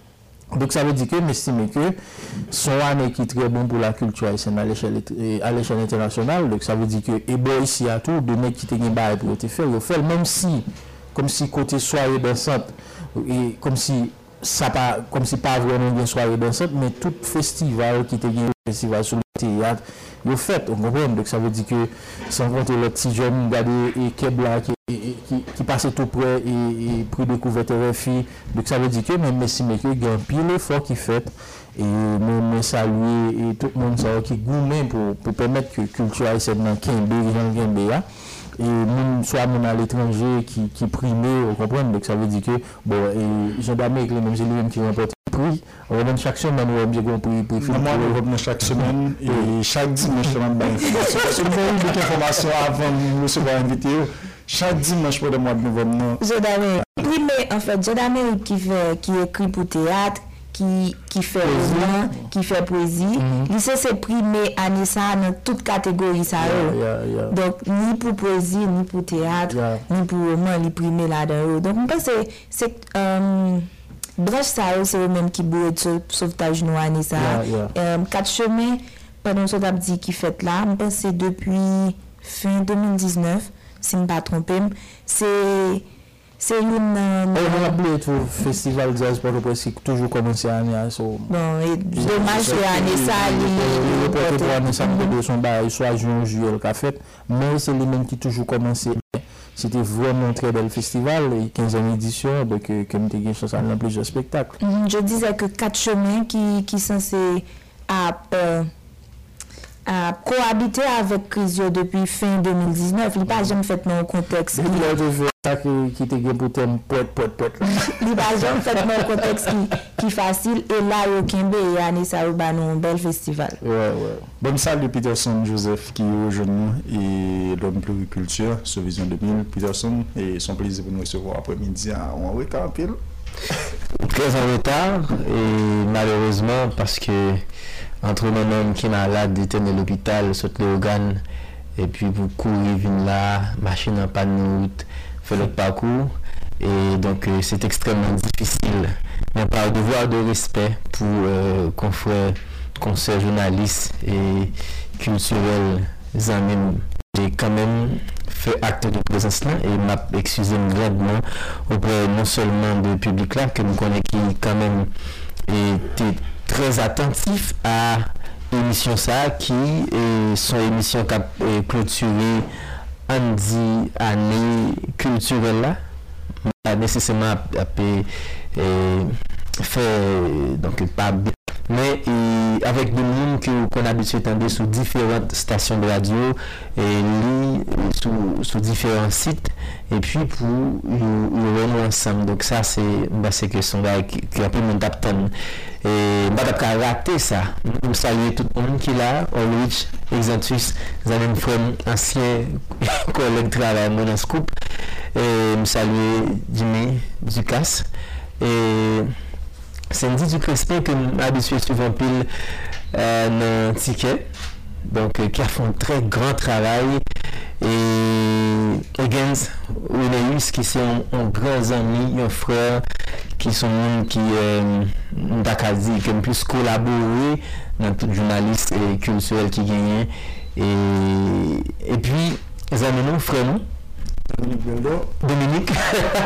donc ça veut dire que m'estime que son année qui est très bon pour la culture haïtienne à l'échelle à l'échelle internationale donc ça veut dire que et bon ici à tout de mecs qui te gagne bail pour te faire il fait même si comme si côté soirée dansante et comme si ça pas comme si pas vraiment une soirée dansante mais tout festival qui te gagne festival sur le théâtre il fait on comprend donc ça veut dire que sans compter les petits jeunes regarder et Kebla qui qui qui passait tout près et, et pris découverte R F I donc ça veut dire que même si mais que il y a un pile effort qui fait et nous saluer et tout le monde ça qui gourmet pour pour permettre que culture haïtienne dans Kembe Jean Kembe et nous soit même à l'étranger qui qui primé vous comprenez donc ça veut dire que bon et Jean d'Amérique même c'est lui-même qui remporte prix on remet chaque semaine on bien compris prix film on remet chaque semaine et chaque dimanche on donne information parce que nous avons beaucoup d'informations avant de recevoir invité chaque dimanche pour le mois de novembre Jodamé primé en fait Jodamé qui fait qui écrit pour théâtre qui qui fait roman qui fait poésie il sait c'est primé année ça dans toute catégorie ça donc ni pour poésie ni pour théâtre ni pour roman il primé là-dedans donc on pense c'est c'est euh branche ça c'est eux même qui boit de sauvetage nous année ça euh quatre chemins pendant ce t'a dit qui fait là on pense c'est depuis fin deux mille dix-neuf si je ne me pas trompé c'est c'est une on a oublié tout festival jazz pour le qui toujours commencé à année so bon et dommage que année ça il reporté pour année ça de son bail soit juin juillet qu'a fait mais c'est les mêmes qui toujours commencé c'était vraiment un très bel festival et quinzième édition donc que nous avons chance à plusieurs spectacles je disais que quatre chemins qui qui censé à euh, à cohabiter avec Crisio depuis fin deux mille dix-neuf il pas jamais fait dans contexte ça qui qui te gagne pour thème poète poète poète il pas jamais fait dans contexte qui qui facile et là au Kembe et année ça va un bel festival ouais ouais bon salut Peterson Joseph qui est aujourd'hui et l'homme pluriculture sur Vision deux mille Peterson et son plaisir pour nous recevoir après-midi on retard pile très en retard et malheureusement parce que entre mon homme qui est malade il était à l'hôpital saute les organes et puis pour courir venir là machine en panne de route fait le parcours et donc euh, c'est extrêmement difficile mais par devoir de respect pour euh, confrères conseils journalistes et culturels amis j'ai quand même fait acte de présence là et m'a excusé grandement auprès non seulement du public là que nous connaissons qui quand même était très attentif à l'émission ça qui est son émission qui a clôturé Andy année culturelle là pas nécessairement fait donc pas bien. Mais et, avec des monde qu'on a habitué d'entendre sur différentes stations de radio et li, sur, sur différents sites et puis pour nous ensemble. Donc ça c'est bah, c'est que son gars qui, qui a pu mon tapton et bah pas rater ça. Nous saluer tout le monde qui est là, Ulrich, Exantus, Zanen Frem, ancien collègue de travail mon scoop et nous saluer Jimmy Ducasse et Sandy du Crespin que nous habitué souvent pile euh, dans ticket donc euh, qui a fait un très grand travail et Higgins Renéus qui sont un, un grand ami un frère qui sont qui euh, d'accord dit qui plus collaborer dans tout journaliste et culturel qui gagne et et puis les amis nous frères nous Dominique.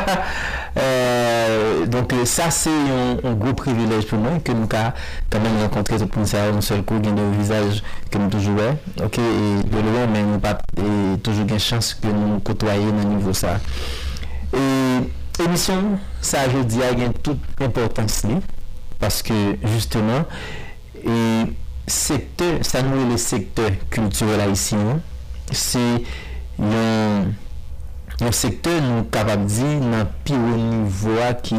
euh, donc ça c'est un, un gros privilège pour moi que nous avons quand même rencontré tout pour ça un seul coup gain de visage que nous toujours ok et de loin mais nous pas et toujours gain chance que nous côtoyer dans niveau ça et émission ça je dis a gain toute importance parce que justement et secteur ça nous le secteur culturel haïtien c'est un un secteur nous capable de dire dans pire niveau qui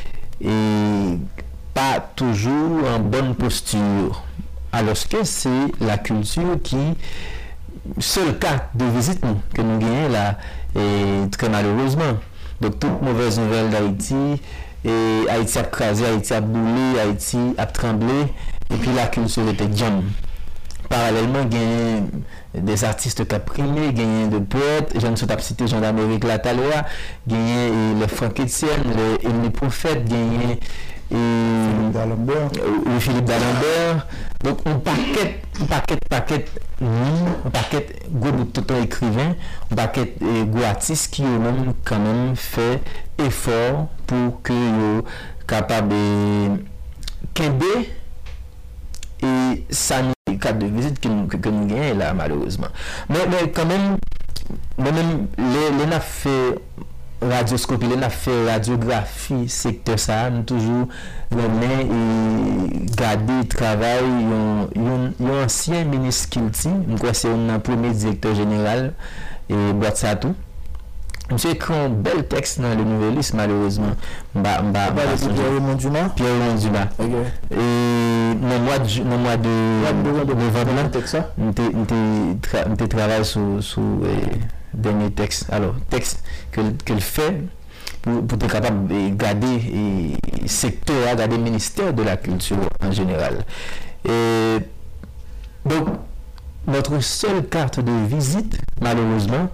est pas toujours en bonne posture alors que c'est la culture qui seul cas de visite nous, que nous gagnons là et très malheureusement donc toute mauvaise nouvelle d'Haïti et Haïti a crasé, Haïti a boulé, Haïti a tremblé et puis la culture était jam. Parallèlement, il y a des artistes qui ont primé, il y a des poètes, je ne sais pas citer Jean d'Amérique Lataloa, il y a le Franck Etienne, le, le prophète, il y a le Philippe d'Alembert. Donc, on paquet, paquet, paquet, un paquet, gros tout écrivain, un paquet, gros artistes qui ont même quand même fait effort pour que soient capables de québer et ça nous cadre de visite que nous, que, que nous gagnons là malheureusement mais, mais quand même moi-même les, les n'a fait radioscopie les n'a fait radiographie secteur ça nous toujours remet et garder le travail un ancien ministre Kilti je crois c'est un premier directeur général et boîte ça tout Monsieur écrit un bel texte dans le Nouvelliste, malheureusement. Bah, bah, bah, Pierre-Raymond Dumas. Pierre-Raymond Dumas. Ok. Et dans le mois de, dans mois de, de novembre, nous travaillons sur le dernier texte. Alors, texte que le fait pour, pour être capable de garder le secteur, garder le ministère de la culture en général. Et donc, notre seule carte de visite, malheureusement,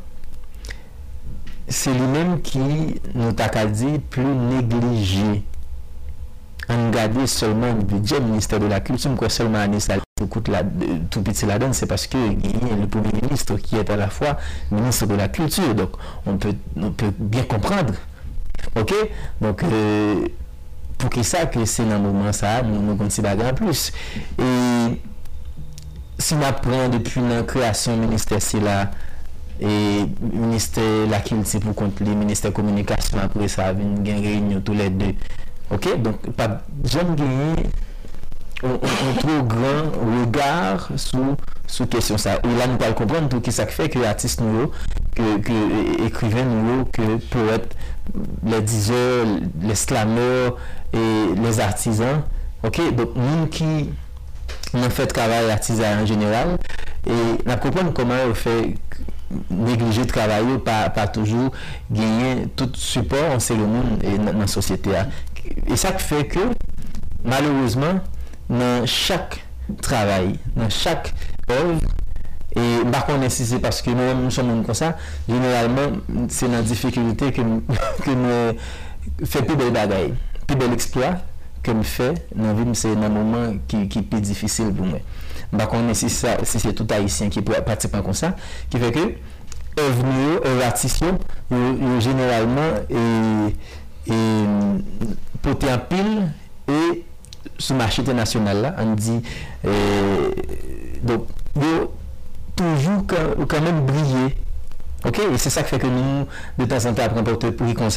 c'est lui-même qui nous a dit plus négligé. On regarde seulement le budget du ministère de la Culture, quoi seulement année ça coûte la, tout petit la donne, c'est parce que il y a le Premier ministre qui est à la fois ministre de la Culture. Donc on peut, on peut bien comprendre. Ok? Donc euh, pour qui ça que c'est dans le moment ça, nous nous considérons en plus. Et si on apprend depuis la création du ministère, c'est là. Et ministère la culture pour compte les ministère communication après ça a une réunion tous les deux ok donc pas jamais gagné un, un trop grand regard sur sur question ça et là nous pas comprendre tout qui ça fait que artistes nouveaux que que écrivains nouveaux que poètes les diseurs les slameurs et les artisans ok donc nous qui on fait travail artisan en général et nous comprenons comment on fait négliger de travailler pas pas toujours gagner tout support en c'est le monde et dans la société et ça fait que malheureusement dans chaque travail dans chaque œuvre et par contre si c'est parce que nous nous sommes comme ça généralement c'est dans la difficulté que que nous fait plus belle bagaille plus bel exploit que me fait dans vie c'est un moment qui qui plus difficile pour moi. Par contre si ça si c'est tout haïtien qui peut participer comme ça qui fait que œuvre œuvre artistique généralement et et porter en pile et sur le marché international là on dit euh, donc toujours quand, quand même briller ok et c'est ça qui fait que nous de temps en temps après porter pour comme ça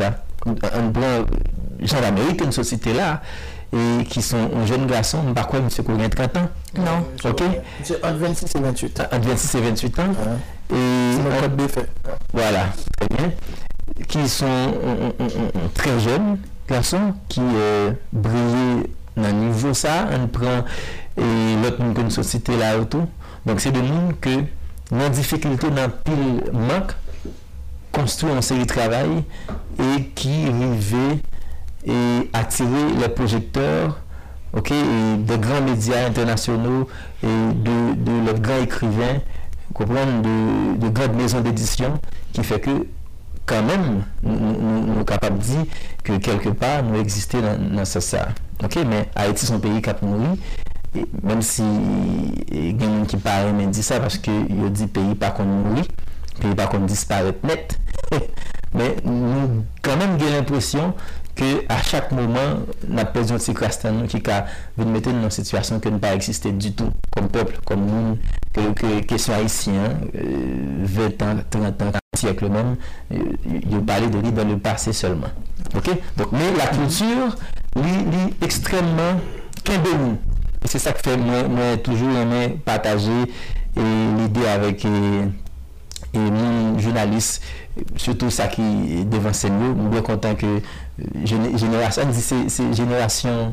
on prend Jean d'Amérique, une société là, et qui sont un jeune garçon, je ne sais pas quoi, monsieur Courien, trente ans. Non. Ok. C'est entre vingt-six et vingt-huit. Entre vingt-six et vingt-huit ans. Ouais. Et c'est mon code de fait. Voilà, très bien. Qui sont on, on, on, très jeunes garçons qui euh, brillent dans le niveau ça, on prend et l'autre monde une société là autour. Donc c'est des monde que dans difficulté, dans pile manque, construit un série de travail et qui arrivait et attirer les projecteurs, ok, et de grands médias internationaux et de, de les grands écrivains, comprendre, de, de grandes maisons d'édition, qui fait que quand même nous, nous, nous sommes capables de dire que quelque part nous existons dans, dans ce ça. Ok, mais Haïti son pays qui a mouru, même si il y a des gens qui parlent mais dit ça parce que il dit pays pas qu'on mourir, pays pas qu'on disparaître net. Mais nous quand même j'ai l'impression que à chaque moment nous avons besoin de ces crastans qui a nous mettre dans une situation que ne pas exister du tout comme peuple, comme nous, que que question haïtien vingt ans, trente ans, siècle même, il parlait de lui dans le passé seulement. OK? Donc mais la culture lui extrêmement qu'un c'est ça que fait moi, moi toujours aimé partager l'idée avec et, et mon journaliste, surtout ça qui est devant ces lieux. Je suis bien content que génération, c'est, c'est génération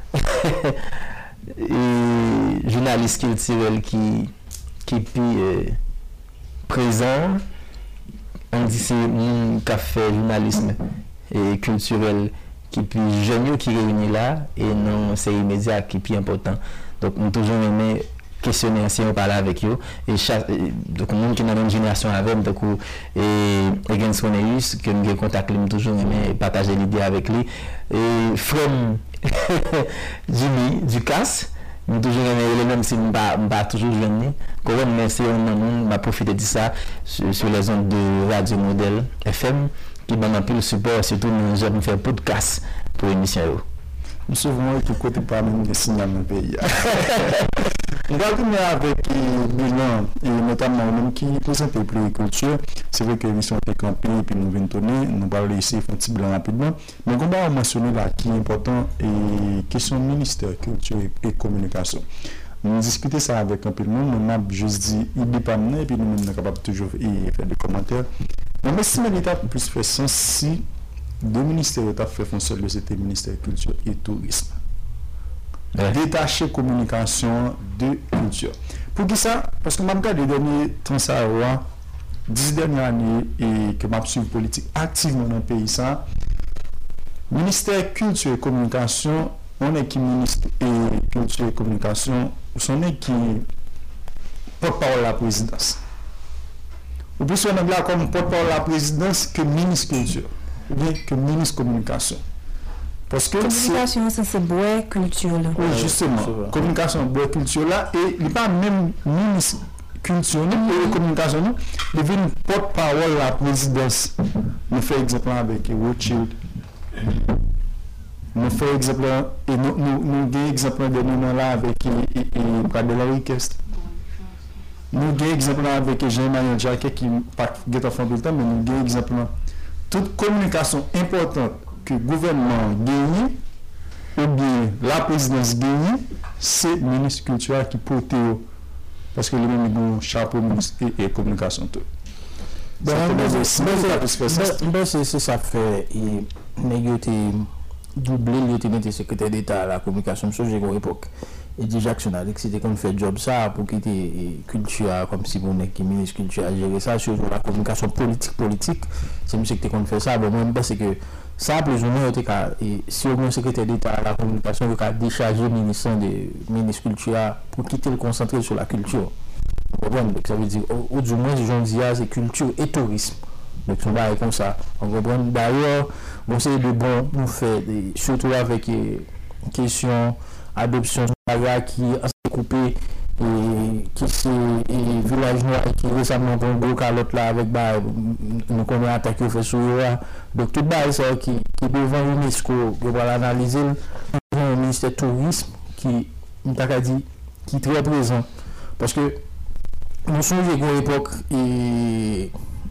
et journaliste culturel qui qui puis euh, présent. On dit c'est mon café journalisme et culturel qui puis jeune qui réunit là et non c'est immédiat qui plus important. Donc on toujours aimé questionner si on parle avec eux et chaque donc monde qui dans la même génération avec donc et Egan Soneus que nous contact lui toujours aimé partager l'idée avec lui et from Jimmy Ducasse nous toujours aimé même si on pas pas toujours jeune quand même c'est on m'a profité de ça sur, sur les ondes de Radio Modèle F M qui m'a un peu le support, surtout nous avons fait podcast pour l'émission. Nous souvent tout côté pas même des signaux dans le pays. On va continuer avec le bilan, et notamment même qui présente le pluriculture. C'est vrai que l'émission est campée et puis nous venons tourner, nous parlons ici, un petit bilan rapidement. Mais on va mentionner là qui est important et question ministère culture et communication. Nous discutons ça avec un peu de monde, on a juste dit il n'est pas mené et puis nous sommes capables toujours de faire des commentaires. Mais si l'État plus fait sens si deux ministères ont fait fonction de c'était ministère culture et tourisme. Ouais. Détacher communication de culture. Pour qui ça? Parce que je regarde les derniers trente ans, dix dernières années et que je suis politique activement dans le pays, ça, ministère culture et communication, on est qui ministre et culture et communication, on est qui porte-parole de la présidence. Ou plus on est là comme porte-parole de la présidence que ministre culture, ou bien que ministre communication. Parce que communication, ça c'est bois culture là. Oui, justement. Ouais, communication, bois culture là, et il n'est pas même ministre culture, non, et communication, non, il devient une porte-parole de la présidence. Nous faisons exemple avec Rothschild. Nous faisons exemple, et nous avons exemple de nous là avec Pradella Riquest. Nous avons exemple avec Jean-Emmanuel Jacquet qui n'est pas fait le temps, mais nous avons exemple. Toute communication importante que le gouvernement gagne, ou bien la présidence gagne, c'est le ministre culturel qui porte, parce que le même a un chapeau ministre et, et communication. Tout. Bon, c'est ça fait, et doublé le secrétaire d'État à la communication, je j'ai une époque. Et déjà Jackson Alex c'était comme fait job ça pour quitter culture comme si on est qui ministre culture à gérer ça sur la communication politique politique c'est monsieur qui qu'on fait ça bon moi je pense que ça plus ou moins et si au moins secrétaire d'État à la communication il a déchargé le ministre de ministre culture pour quitter le concentrer sur la culture donc ça veut dire au du moins je dis c'est culture et tourisme donc on va comme ça on comprend d'ailleurs bon c'est de bon nous fait surtout avec question adoption qui a coupé et qui c'est village noir qui récemment un gros calotte là avec bah nous connaissons attaqué au fait sur donc tout bas ça qui qui devant l'UNESCO qui va l'analyser le ministère du tourisme qui t'a dit qui très présent parce que nous sommes à une époque et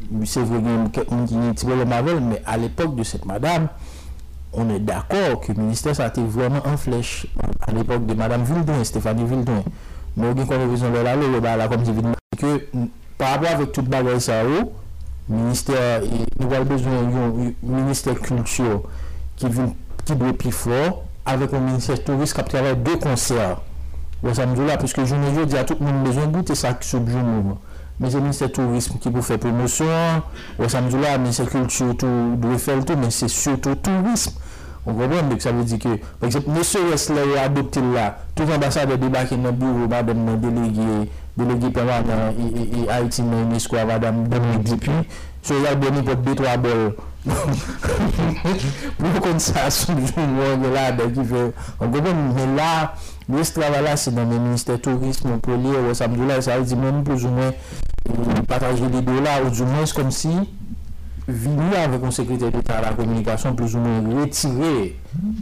c'est vrai qu'on dit un petit peu le Marvel, mais à l'époque de cette madame, on est d'accord que le ministère ça a été vraiment en flèche à l'époque de madame Vildon, Stéphanie Vildon. Mais on a comme raison de là, là, comme je dis, que par rapport avec toute bagarre ça, le ministère, nous avons besoin d'un ministère culture qui vient qui doit plus fort avec un ministère tourisme qui travaille deux concerts. Vous savez là, parce que je me dis à tout le monde besoin de goûter ça sur le jour. Mais c'est le ministère tourisme qui peut faire promotion. Vous savez là, le ministère culture tout doit faire le tout, mais c'est surtout tourisme. On comprend que ça veut dire que, par exemple, monsieur Wesley a adopté là, tout ambassadeur débarqué dans le bureau, madame délégué, délégué permanent et Haïti dans l'UNESCO, madame Dominique Dupuis, sur la donné pour deux trois bols. Pour qu'on ça, sur le jour là, qui fait. On comprend, mais là, le travail là, c'est dans le ministère tourisme, pour lire, au samedi là, ça veut dire même plus ou moins partager les dollars, ou du moins comme si. Venir avec un secrétaire d'État à la communication plus ou moins retiré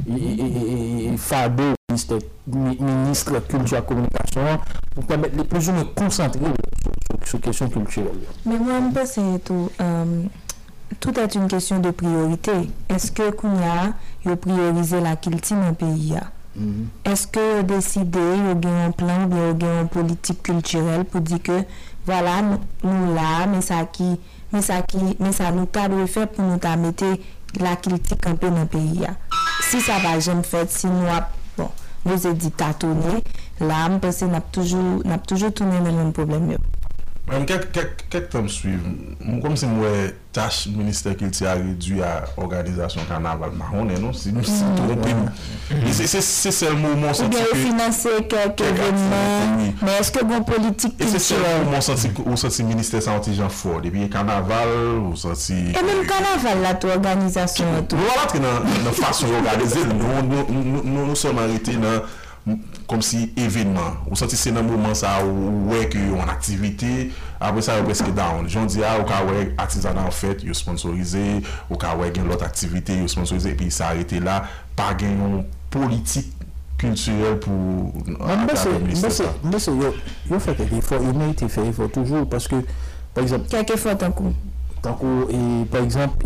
et Fado, ministre, ministre culture et communication, pour permettre de plus ou moins concentrer sur, sur question culturelle. Mais moi, je pense que tout, euh, tout est une question de priorité. Est-ce que Kounia a priorisé la culture dans le pays? Mm-hmm. Est-ce que vous décidez, vous avez un plan ou bien vous avez une politique culturelle pour dire que voilà, nous, nous là, mais ça qui. Mais ça, qui, mais ça nous doit faire pour nous mettre la critique un peu dans le pays. Si ça va jamais faire, si nous bon, nous avons dit tâtonner, là, je pense que nous avons toujours, toujours tourné dans le même problème. Même quelques temps suivent, comme si moi tâche ministère culture a réduit à organisation carnaval marron, non, si nous si c'est c'est c'est le moment senti que financer quelques événements, mais est-ce que bon politique culturelle c'est le moment senti au senti ministère senti gens fort depuis carnaval ou senti et même carnaval là toute organisation tout voilà que dans façon organiser nous nous nous sommes arrêtés dans comme si événement ou senti c'est un moment ça ouais que en activité après ça presque down j'en dis ah au cas ouais artisanat en fait yo sponsorisé au cas ouais gain l'autre activité yo sponsorisé et puis ça arrêté là pas gain politique culturelle pour mais c'est mais c'est yo yo fait que il faut il mérite faire il faut toujours parce que par exemple quelque fois tant coup tant coup et par exemple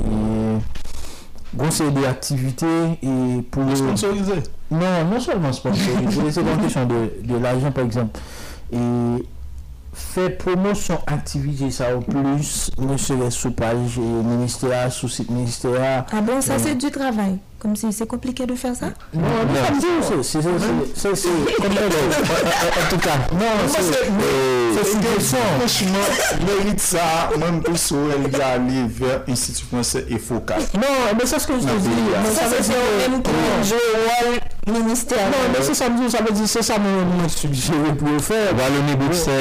conseil d'activité et pour sponsoriser. Non, non seulement sponsoriser, c'est une question de, de l'argent par exemple. Et faire promotion activité ça au plus, ne serait sous page ministère, sous site ministère. Ah bon, ça c'est du travail. Comme si c'est compliqué de faire ça? Non, non, c'est c'est c'est en tout cas. Non, c'est une question. Franchement, mérite ça, même pour ça, il va aller vers l'Institut français et focal. Non, mais c'est ce que je te dis. Ça veut dire même pour jouer au ministère. Non, mais c'est ça, ça veut dire c'est ça me suggérer pour le faire. Wallonie Bruxelles.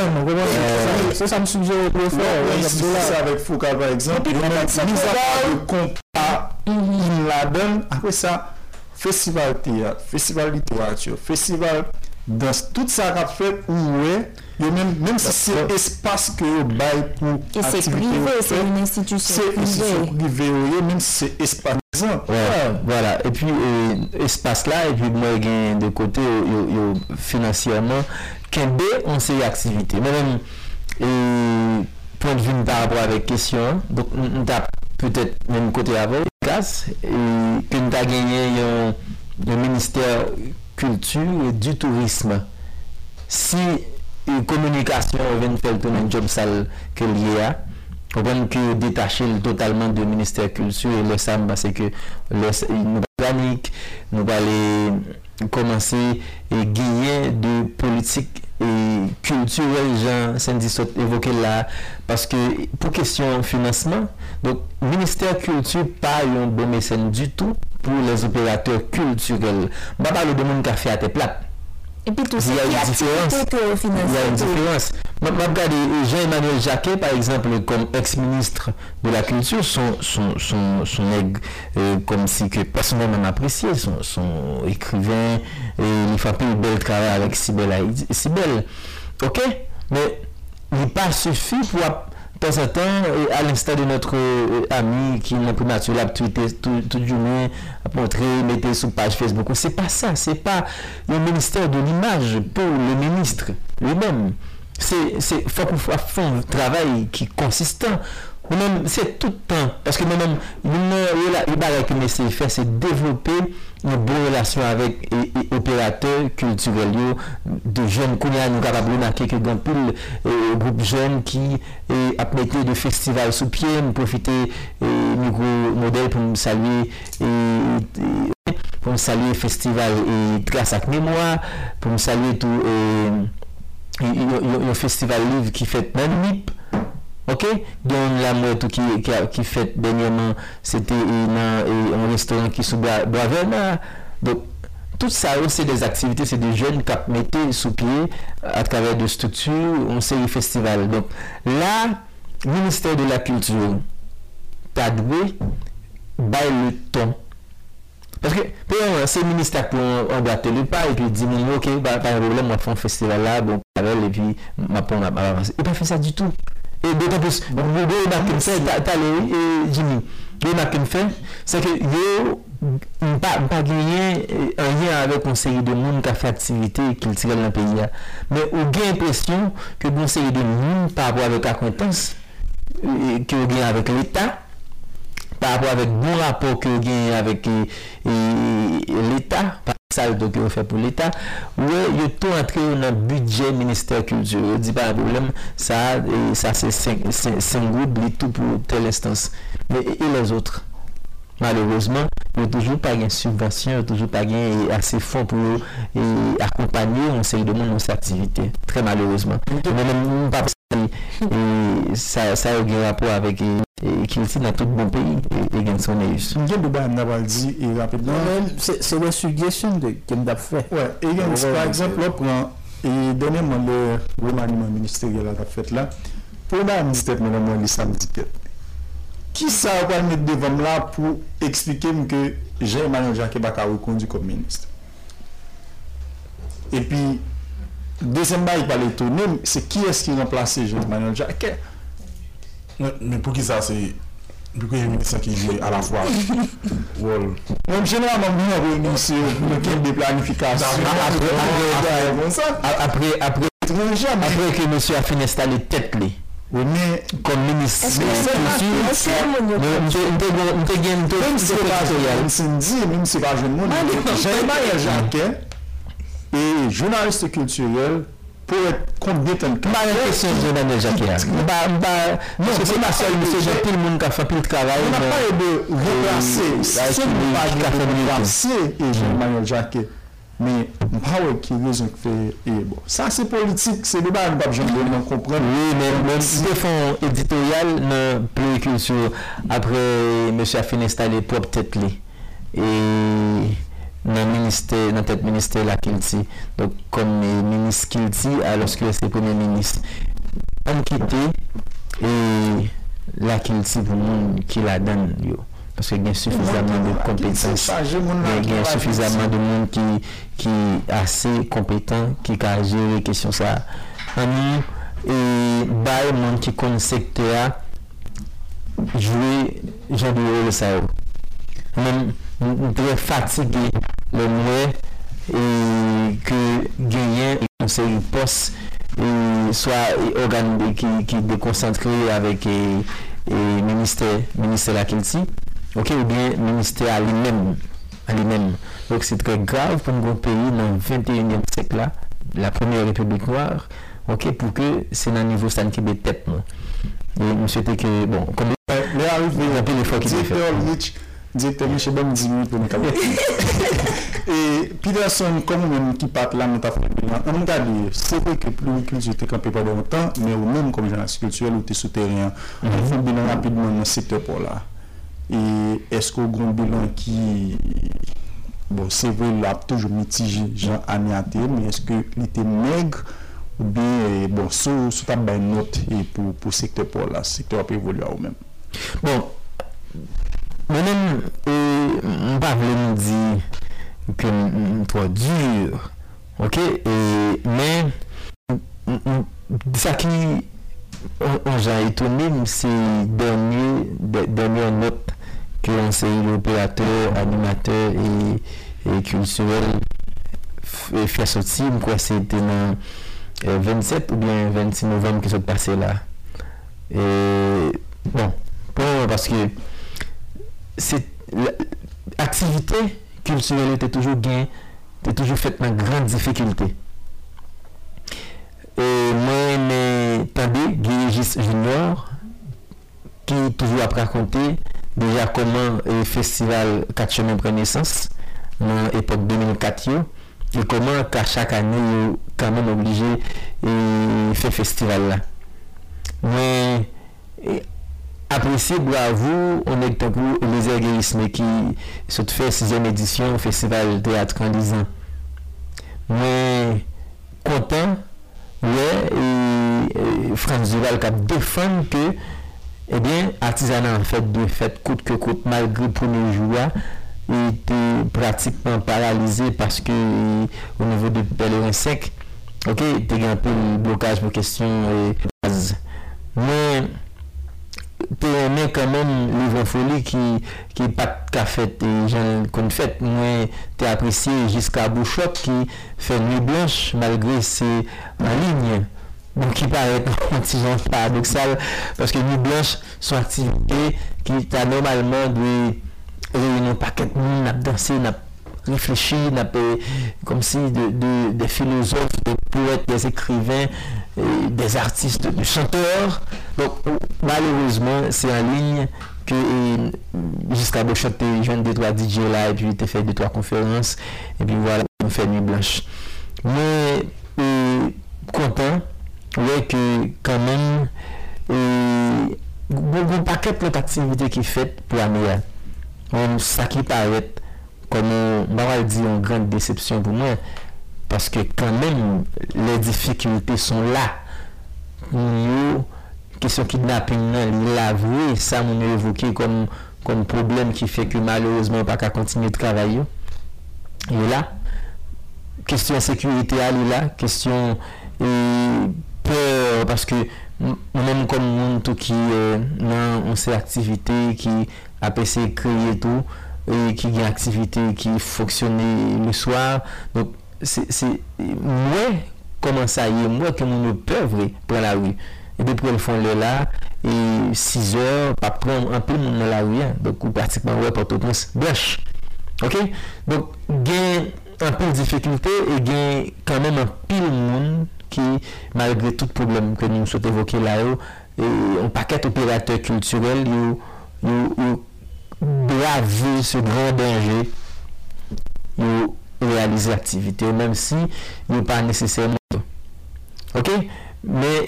C'est ça me suggérer pour le faire. C'est avec focal par exemple. Nous avons le contrat. Il la donne après ça festival théâtre, festival littérature, festival dans tout ça qu'a fait ouais même même si c'est espace que vous bail pour et c'est privé, c'est une institution privée même si c'est espace ouais, voilà et puis euh, espace là et puis moi gain de côté yo, yo, financièrement qu'embé on sait activité même et point de vue par rapport avec question donc on t'a peut-être même côté avant casse et que nous avons gagné un ministère culture et du tourisme si une communication vient faire le même job sale que l'I A on va que détacher totalement du ministère culture et le S A M parce que le nous organique nous allons commencer et gagner de politique et culturel Jean Sandy Sot évoqué là parce que pour question financement donc ministère culture pas un bon mécène du tout pour les opérateurs culturels pas parler de monde qui a fait à tes plate et puis tout ça il y a une différence il y a une différence m'a regardé Jean-Emmanuel Jacquet par exemple comme ex-ministre de la culture son son son son euh, comme si que personnellement apprécié son son écrivain et il fait un bel travail avec Sibelle Sibelle OK mais il pas suffit pour de temps en temps à l'instar de notre euh, ami qui n'a primature l'a tweeté tout tout journée a montré mettre sur page Facebook c'est pas ça c'est pas le ministère de l'image pour le ministre lui-même c'est c'est faut qu'on fasse un travail qui est consistant Même c'est tout le temps parce que même le bagage que j'essaie faire c'est développer une bonne relation avec les opérateurs culturels de jeunes qu'on a nous capable de marquer que grand pile groupe jeunes qui a mis de festivals sous pied, me profiter micro modèle pour me saluer et pour me saluer festival et Trace avec mémoire, pour me saluer tout un festival livre qui fait même N I P. Ok, donc la moi tout qui qui qui fait dernièrement c'était dans un restaurant qui sous Boisvena. Donc tout ça c'est des activités, c'est des jeunes qui mettent sous pied à travers des structures, on série festival. Donc là, ministère de la culture t'a doué bail le ton. Parce que c'est le ministère pour emboîter le pas et puis dire ok, bah, pas de problème, on va faire un festival là, bon, et puis ma on a avancé. Il pas fait ça du tout. Et d'autant plus, le remarque fait, t'as les Jimmy, le remarque fait, c'est que yo pas pas gagné un lien avec une série de monde qui a fait activité culturelle dans le pays. Mais on a l'impression que une série de monde par rapport avec acquaintance que on gagne avec l'État, par rapport avec bon rapport que on gagne avec l'État. Saldo que vous fait pour l'État, ouais, il est tout entré dans le budget ministère culture. Je dis pas de problème, ça, et ça c'est cinq groupes, tout pour telle instance. Mais et les autres, malheureusement, il n'y a toujours pas de subvention, il n'y a toujours pas de assez fonds pour et, accompagner une série de monde dans cette activité. Très malheureusement. Mais même pas et ça, ça a un rapport avec et qui est dans tout bon pays et gagne son âge. Il y a des choses qu'on dit et rapidement. C'est la suggestion de qu'on a fait. Ouais, et par exemple, là, prend et dernièrement le remaniement ministériel a fait là. Pour la ministère madame le samedi. Qui ça va mettre devant là pour expliquer que Jean-Emmanuel Jacquet va reconduit comme ministre. Et puis deuxième bail par l'étonner, c'est qui est-ce qui remplace Jean-Emmanuel Jacquet? Mais pour qui ça c'est pour qu'il y ait un ministre qui est à la fois Wall. Même généralement nous réunissons sur le de planification. Après après après après que monsieur a fini d'installer tête là. Oui, mais comme ministre est-ce que c'est même si pas jeune monde Jean-Emmanuel Jacquet et journaliste culturel pour être compétent. Pas une question de Jean-Emmanuel Jacquet. Non, c'est pas seul monsieur Jean, tout le monde qui a fait plus de travail. On n'a pas de remplacer, c'est pas de remplacer Jean-Emmanuel Jacquet. Mais pas qui raison fait et bon ça c'est politique, c'est débat, nous pas jamais comprendre. Oui, mais même si le fond éditorial ne plus culture après monsieur a fini d'installer propre tête et dans le ministère, dans tête ministère la Kilti. Donc comme ministre Kilti alors que c'est premier ministre on quitté et la Kilti pour monde qui la donne yo. Parce qu'il y a suffisamment de compétences, il y a suffisamment de monde qui qui assez compétent, qui a géré les questions ça. Et bah monde qui connaît le secteur jouer genre de rôle ça. Même très fatigué le mois et que gagner un série poste et soit organe qui qui déconcentré avec et, et ministère ministère la Kilti. Ok, ou bien le ministère à lui-même, à lui-même. Donc c'est très grave pour notre pays dans le vingt et unième siècle là, la première République noire, ok, pour que c'est dans le niveau ça qui est tête non. Et nous souhaitons que bon, comme les arrivé un peu l'effort qui est fait. Directeur Michel Bam dix minutes pour nous caler. Et Peterson comme même qui part là nous t'a fait on t'a dit c'est vrai que plus culture était campé pendant longtemps mais ou même comme journaliste culturel ou t'es souterrain. On fait bilan rapidement dans ce secteur pour là. Et est-ce qu'au grand bilan qui bon c'est vrai là toujours mitigé Jean Aniaté mais est-ce que il était maigre ou bien bon sous sous ta bonne note et pour pour secteur pour là secteur peut évoluer ou même bon moi-même on pas voulu nous dire que trop dur ok et mais ça qui on j'ai étonné c'est dernier dernière note que on sait l'opérateur animateur et, et culturel fait sortir quoi c'était dans vingt-sept ou bien vingt-six novembre qui sont passé là et Bon, pour, parce que c'est l'activité culturelle était toujours gain, était toujours faite dans grande difficulté. Et moi, mais attendez, Guy Junior, qui toujours a raconté déjà comment le festival quatre chemins prend naissance dans l'époque deux mille quatre et comment qu'à chaque année quand même obligé de faire festival là. Mais apprécié, bravo, on est pour les égoïsmes qui se fait sixième édition au festival théâtre en lisant. Mais content, ouais, et, et France Duval qui a défendu que eh bien, artisanat en fait de fait coûte que coûte malgré le premier jour il était pratiquement paralysé parce que au niveau de pèlerin sec, ok, il y a un peu de blocage pour question et mais tu aimé quand même livre folie qui qui pas qu'a fait et gens qu'on fait moi tu apprécié jusqu'à Bouchot qui fait nuit blanche malgré c'est en ligne. Donc, qui paraît un petit genre paradoxal, parce que Nuit Blanche sont activités qui t'a normalement de réunir un paquet de monde, n'a dansé, n'a réfléchi, n'a comme si de, de, des philosophes, des poètes, des écrivains, des artistes, des chanteurs. Donc, malheureusement, c'est en ligne que jusqu'à Beauchamp, tu jeunes deux trois D J là, et puis tu fait deux trois conférences, et puis voilà, on fait Nuit Blanche. Mais, euh, content. Ouais, que quand même, il y a un paquet d'activités qui sont faites pour l'année. Ça qui paraît comme, on va dire, une grande déception pour moi, parce que quand même, les difficultés sont là. Nous, question kidnapping, il l'a avoué, ça on a évoqué comme, comme problème qui fait que malheureusement, on ne peut pas continuer de travailler. Il est là. Question sécurité, il est là. Question. Et, peur, parce que même comme monde tout qui euh, non on sait activité qui a essayé de créer tout et qui a activité qui fonctionne le soir, donc c'est c'est moi comment ça y est moi que mon peur vrai pour la rue et depuis le fond là et six heures pas prendre un peu monde dans la rue hein, donc pratiquement ouais Port-au-Prince blanche. OK, donc gain un peu de difficulté et gain quand même un pile monde qui, malgré tout problème que nous souhaitons évoquer là, et un paquet d'opérateurs culturels, ils bravent ce grand danger, ils réalisent l'activité, même si ils n'ont pas nécessairement. Ok? Mais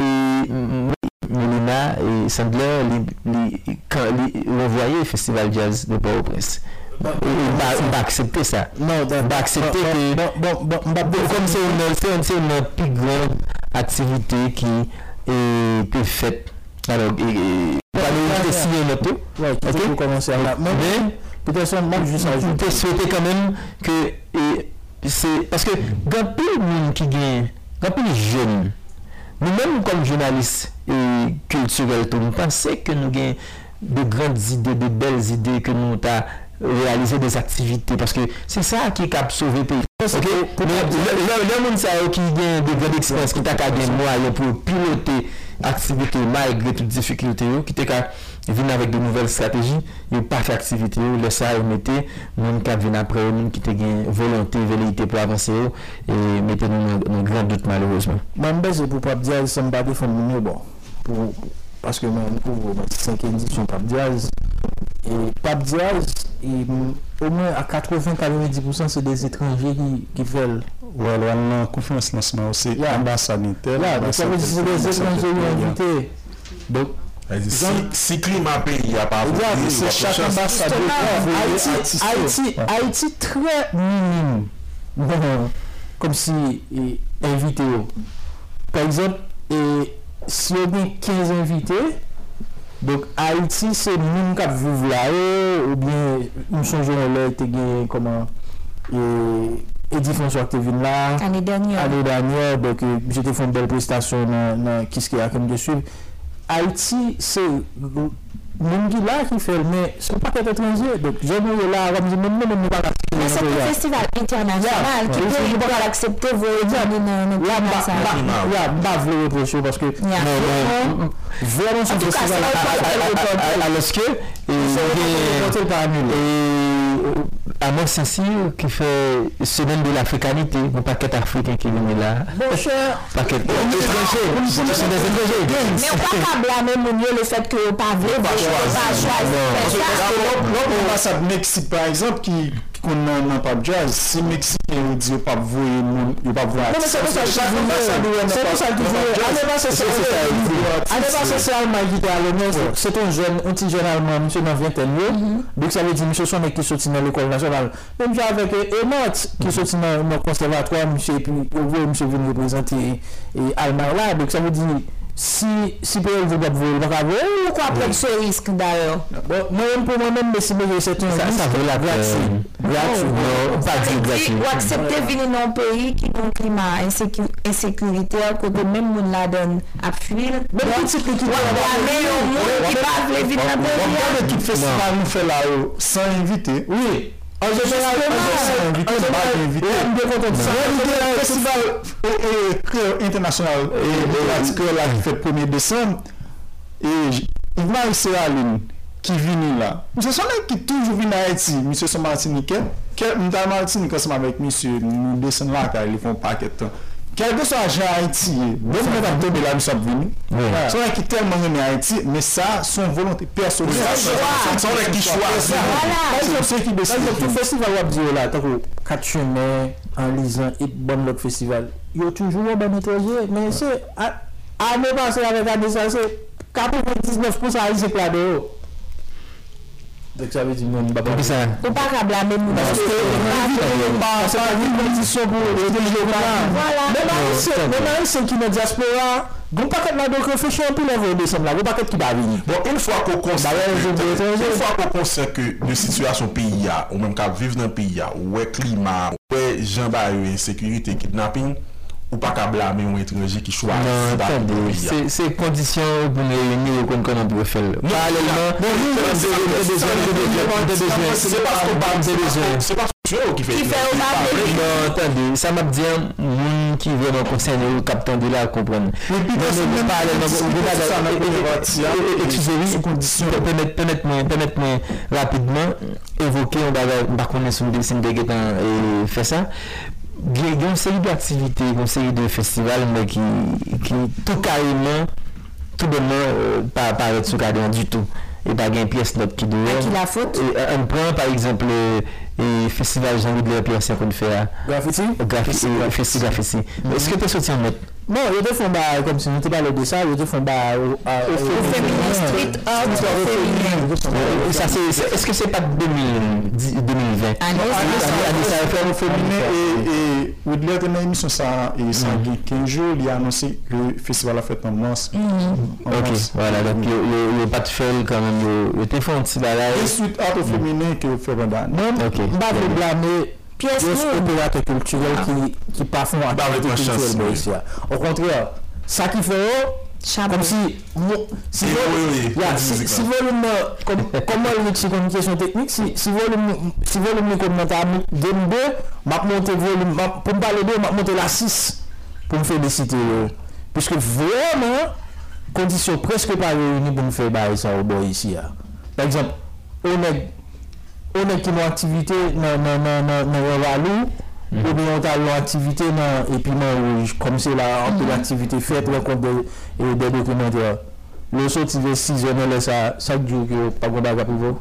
Mélina et Sandler, quand ils envoyaient le Festival Jazz de Port-au-Prince. Il va accepter ça. Non, il va accepter que. Comme c'est une plus grande activité qui est faite. Alors, il va signer notre. Oui, pour commencer à la. Mais, peut-être même juste à ajouter. Je souhaiter quand même que. C'est. Parce que, dans plus de monde qui gagne, dans plus de jeunes, nous-mêmes comme journalistes et culturels, nous pensons que nous avons de grandes idées, de belles idées que nous avons réaliser des activités parce que c'est ça qui a sauvé le pays. Okay? Le monde qui a de grandes expériences, qui a des moyens pour piloter l'activité malgré toutes les difficultés, qui a venir avec de nouvelles stratégies, il n'a pas fait activité, il laisse ça, il mettait, le monde qui a venu après, le monde qui a une volonté, velléité pour avancer, et mettez nous dans un grand doute malheureusement. Moi, je ne peux pas dire que ça me bat de fond, bon, parce que moi, je couvre ma cinquième édition Pape Diaz. Et Pape Diaz, et, au moins à quatre-vingts à quatre-vingt-dix pour cent c'est des étrangers qui, qui veulent. Ouais, là, on a confiance lancement aussi, yeah. ambassade interne. Yeah, donc ça veut dire que c'est des étrangers invités. Donc, si, si climat pays, il n'y a pas de c'est chaque ambassadeur. Haïti, Haïti, Haïti très minime. Bon, comme si et, invité. Par exemple, et, si on a quinze invités, donc Haïti c'est nous qui vivons là ou bien nous sommes là était comment et Eddie François qui vient là l'année dernière l'année dernière donc j'étais fait une belle prestation dans qu'est-ce qu'il y a comme de suivre. Haïti c'est nous qui là qui fait mais c'est pas qu'être étranger donc j'ai nous là comme même même pas c'est un festival international qui peut pas l'accepter, vous dire non non là ça. Là, pas vous reprocher parce que vraiment ce festival alors que et pas annulé. À mon sens, qui fait semaine de l'africanité, mon paquet africain qui vient là. Bon cher. Paquet étranger. C'est des étrangers. Mais on pas qu'à blâmer mon mieux le fait que pas vrai, pas choisir. Parce que Mexique par exemple qui qu'on n'a pas de jazz, si Mexicain dit pas voir il pas voir. Non mais c'est pour ça que c'est pour ça que allez pas c'est Allemagne qui est à l'honneur, c'est un jeune un petit jeune allemand monsieur dans vingtaine. Donc ça veut dire monsieur son mec qui sorti dans l'école nationale. Même avec Emot qui sorti dans le conservatoire monsieur et puis monsieur vient représenter Allemagne là, donc ça veut dire si si peut vous pas vous pas voir pourquoi prendre ce risque d'ailleurs. Bon moi même pour moi même mais si c'est un risque ça vaut la gratuit gratuit pas dit gratuit ou accepter venir dans un pays qui a un climat insécuritaire côté même monde là donne à fuir même petit qui qui pas veut venir dans le pays. Tout festival nous fait là sans inviter. Oui. En général, le festival international qui fait premier décembre et Yves Serraline qui vient là. Monsieur son qui toujours vient à Haïti, monsieur son Martiniquais, que nous dans Martinique ensemble avec monsieur nous descendons là car ils font paquet de temps. Quel que soit agent Haïti, bon nous avons tomber là nous sommes venus. Son qui tellement aimé Haïti, mais ça son volonté personnelle. Son qui choisit. Voilà. C'est qui décide. Tout festival wap dire là, tant que quatre chemins en lisant et bon l'autre festival. Il y a toujours un bon étranger, mais c'est à ne passer avec un dessin, c'est quatre-vingt-dix-neuf pour cent Haïti là dehors. Donc ça veut dire non pas comme ça. Faut pas qu'à blâmer nous parce que c'est pas une compétition pour les gens. Voilà. Même ceux qui dans diaspora, bon paquet là donc réfléchir un peu les décembre là, bon paquet qui va venir. Bon, une fois qu'on constate une fois qu'on constate que de situation pays a ou même qu'à vivre dans pays a ouais climat, ouais gens ba insécurité, kidnapping ou pas qu'à blâmer un étranger qui choisit non c'est c'est conditions pour nous réunir qu'on qu'on peut faire parallèlement c'est parce qu'on parle de besoin c'est pas ce qui fait qui fait non attendez ça m'a dit monde qui vraiment concerné au capitaine de là comprendre mais parallèlement excusez-moi sous condition permettre permettre moi permettre moi rapidement évoquer on va pas connaître son dessin de et faire ça. Il y a une série d'activités, une série de festivals mais qui, qui tout carrément, tout bonnement, euh, pas apparaître sur cadre du tout. Et pas une pièce note qui doit. Qui la faute? On prend par exemple le festival Jean-Louis de la Pierre qu'on fait à Graffiti? Graffiti, festival Graffiti. Est-ce que tu es sorti en note? Non, ils te font bah, comme si on n'était pas le dessin, ils te font bah, au féminin, street art, féminin. Ça, c'est, est-ce que c'est pas deux mille vingt? Ah non, ça fait au féminin et au-delà de l'émission, ça a quinze jours, il a annoncé que le festival a fait en mars. Ok, voilà, donc il n'y a pas de fait quand même, il te fait un petit bagage. Et street art au féminin que fait pendant. Non, pas de blâmer. Pièce opérateur culturel qui qui pas font activité culturelle ici. Au contraire, ça qui fait comme si si si si volume comme comment le c'est une question technique si si volume si volume comme mental deux m'a monter volume pour me parler de m'a monter la six pour me féliciter puisque vraiment conditions presque pas réunies pour me faire bailler ça au boy ici. Par exemple, on est on est qui une activité dans dans dans dans Valou ou bien on a une activité dans Épinal Rouge comme c'est là entre l'activité faite rencontre des des documentaires le sorti de six heures là ça chaque jour que pas bon bagarre pour vous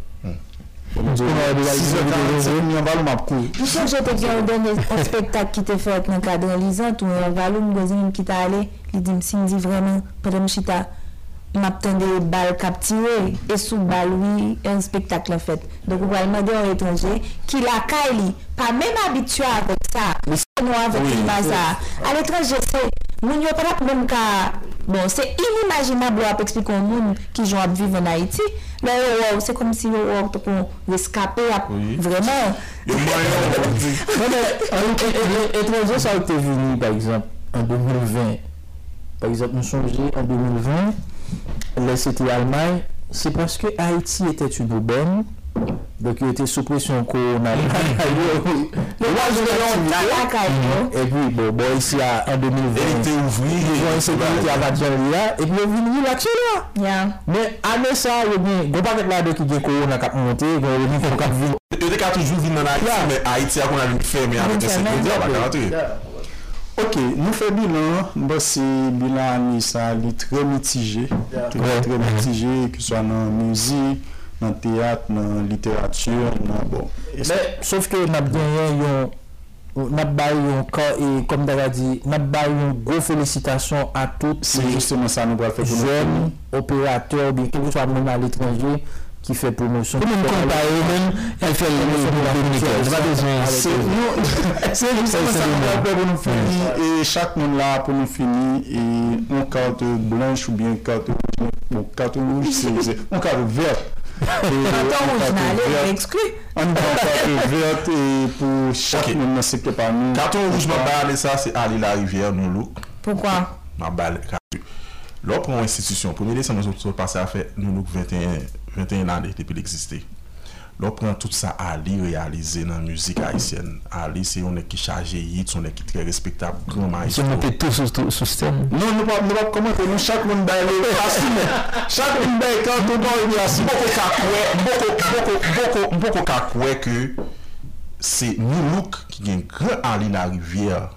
je sais que j'étais dit un spectacle qui était fait dans le cadre de l'Isante ou un Valou un qui t'a allé il dit me dit vraiment pendant chita m'attendais balles capturées et sous balle oui un spectacle en fait donc on va demander à un étranger qui la caille pas même habitué avec ça nous avec oui, ça à l'étranger c'est moun yo pas même cas bon c'est inimaginable à expliquer au monde qui joue à vivre en Haïti là wow, c'est comme si on qu'on rescapé vraiment étranger ça a été venu par exemple en deux mille vingt par exemple nous sommes en deux mille vingt là c'était Allemagne c'est parce que Haïti était une aubaine Donc il était sous pression corona. Et puis bon, bon ici en deux mille vingt. Il était ouvrier. Ils ont sécurité à Vadjan et puis ils ont venu relaxer là. Mais année ça, il y a bien, pas de là de qui est corona qui a monté, il y a venu pour cap vivre. Il était toujours venu dans Haïti, mais Haïti a qu'on a fermé avec les sécurités, on va rentrer. Ok, nous faisons bilan, bon, c'est bilan ça est très mitigé, très, très mitigé, que ce soit dans la musique, dans le théâtre, dans la littérature, dans, bon. Mais sauf que nous avons gagné n'a pas eu comme tu as dit, n'a pas eu une grosse félicitation à tous c'est justement ça nous va faire pour jeunes opérateurs, bien quel que soit même à l'étranger qui fait promotion. Comme on compare même, elle fait le pas besoin. C'est justement ça nous va faire pour nous finir et chaque monde là pour nous finir et une carte blanche ou bien une carte rouge, bon carte rouge c'est une carte verte. Carton rouge, n'allez exclu. On va carte verte et pour chaque monde c'est que pas nous. Carton rouge m'a balé ça c'est aller la rivière nous look. Pourquoi? M'a balé là pour une institution premier décembre nous sommes passé à faire nous look vingt et un vingt et un ans depuis l'exister. Là prend tout ça à aller réaliser dans la musique haïtienne. Ali c'est on est qui chargé hit, on est qui très respectable grand maïs. On monte tout sur sur scène. Non, nous pas nous pas commenter nous chaque monde bailler chaque monde bailler quand on doit il y a beaucoup beaucoup beaucoup beaucoup beaucoup que c'est nous look qui gagne grand Ali la rivière.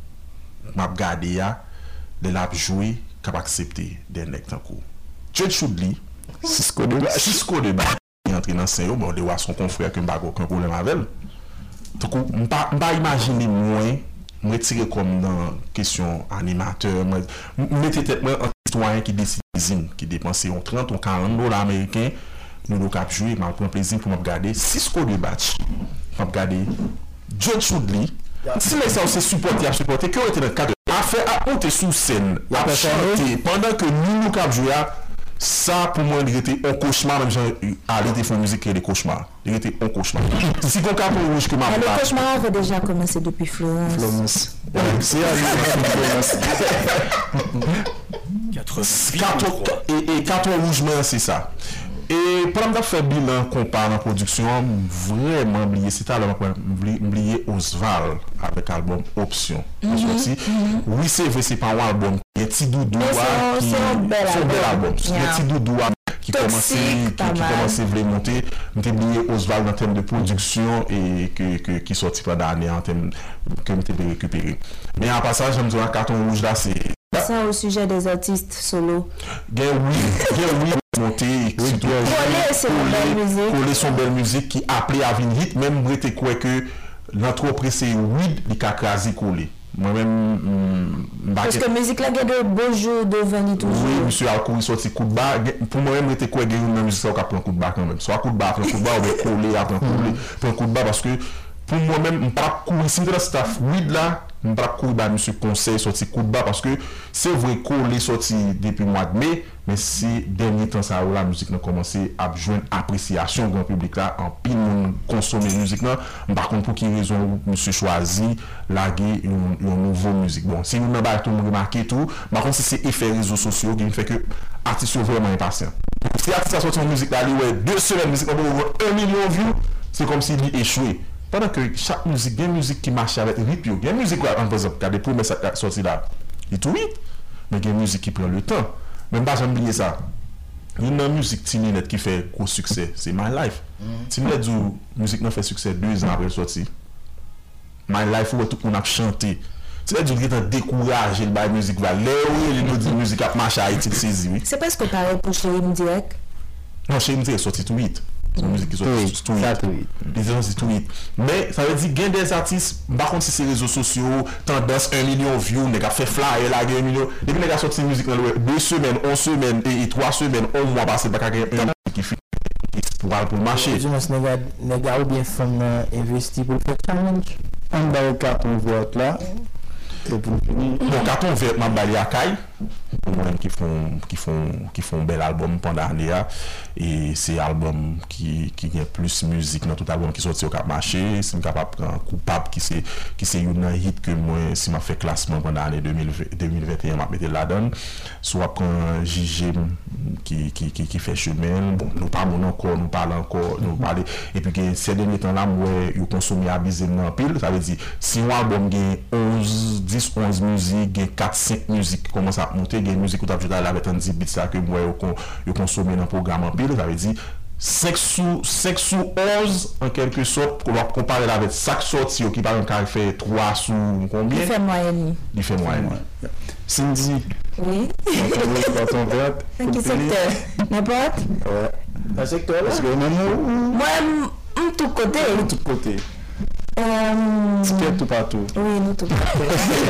M'a regardé ya de la jouer capable accepter des nèg tant coup. Judge Choudli Cisco de Cisco de entrer dans Saint-Yo, bon de voir son confrère que m'pa aucun problème avec. Donc m'pa m'pa imaginer moins me retirer comme dans question animateur, mettre tête moi un citoyen qui décide qui dépenser trente ou quarante dollars américains nous le cap jouer, m'a prend plaisir pour me regarder Cisco de batch. M'a regarder Judge Choudli. Si les ça c'est supporter à supporter que était dans le cadre affaire à monter sous scène, à chanter pendant que nous nous cap jouer ça pour moi il était un cauchemar même à l'été font musique et des cauchemars il était un cauchemar si qu'on cap rouge que m'a le cauchemar avait déjà commencé depuis Florence Florence c'est Florence et et carton rouge c'est ça et pendant que faire bilan comparé en production vraiment oublié c'était alors oublié Osval avec album Option sorti oui c'est vrai c'est pas un album il y a petit doudou qui c'est un bel album il y a petit doudou qui commençait qui commençait à monter m'était oublié Osval en termes de production et que que qui sorti pendant l'année en termes que m'était récupéré mais en passage j'aime dire carton rouge là c'est ça au sujet des artistes solo bien oui bien oui monter coller c'est une belle musique coller son belle musique qui appelé à venir hit même brete quoi que l'entreprise c'est weed li ka crasé coller moi même parce que musique là gagne de beaux jours de venir toujours oui monsieur a couru sorti coup de barre pour moi même brete quoi gagne une musique ça ka prend coup de barre quand même soit coup de barre prend coup de barre ou coller après coller prend coup de barre parce que pour moi même pas courir si dans staff weed là m'pas courir ba monsieur conseil sorti coup de barre parce que c'est vrai coller sorti depuis mois de mai mais si dernier temps ça la musique n'a commencé à joindre appréciation grand public là en pile monde consommer musique là par contre pour qui raison monsieur choisi laguer une nouveau musique bon si nous n'a pas tout remarquer tout par contre c'est effet réseaux sociaux qui fait que artistes sont vraiment impatients si artiste sorti une musique là ouais deux semaines musique un million de views c'est comme s'il échoué pendant que chaque musique, il y a une musique qui marche avec rythme, il y a une musique, par exemple, qui a des promesses sorties là, il est tout vite, mais il y a une musique qui prend le temps. Même pas, j'aime oublier ça. Il y a une musique Timinette qui fait gros succès, c'est My Life. Timinette, la musique n'a fait succès deux ans après le sortie. My Life, où tout le monde a chanté. C'est là que tu as découragé la musique, là, les musique a marché à Haïti, saisi. C'est presque pareil pour Chérie Direct. Non, Chérie Direct est sorti tout vite. C'est une musique qui sorti tout vite. Les gens c'est tout vite. Mais ça veut dire qu'il y a des artistes, par contre si c'est les réseaux sociaux, tendance un million de views, les gars fait flyer là, un million. Depuis les gars sorti musique dans le deux semaines, onze semaines et trois semaines, un mois passé, pas qu'à un qui fait pour pour le marché. Je pense que les gars ou bien femmes investi pour faire challenge. On va au carton vert là. Bon carton vert m'a balé à caille. pour moi qui font qui font qui font un bel album pendant l'année et c'est album qui qui a plus musique dans tout album qui sorti au cap marché, c'est capable prendre coupable qui c'est qui c'est une hit que moi si m'a fait classement pendant l'année deux mille vingt et un m'a mettre là-dedans, soit prend J G qui qui qui qui fait chemin, bon nous parlons encore, nous parlons encore, nous parler et puis que ces derniers temps là moi yo consommé abusivement pile, ça veut dire si un album gagne onze dix onze musiques, gagne quatre cinq musiques qui commencent à monter, gagne musique ou t'as joué avec un dix bits ça que moi yo consommé dans programme en pile, ça veut dire cinq sous cinq sous onze en quelque sorte pour comparer avec chaque sortie qui par exemple fait trois sous combien? Il fait moyenne. Il fait moyenne. Cindy. Oui. Dans ton vote. Dans quel secteur? N'importe? Ouais. Dans le secteur là? Parce que même moi, de tout côté. De tout côté. Euh... Ticket tout partout. Oui, nous tout partout.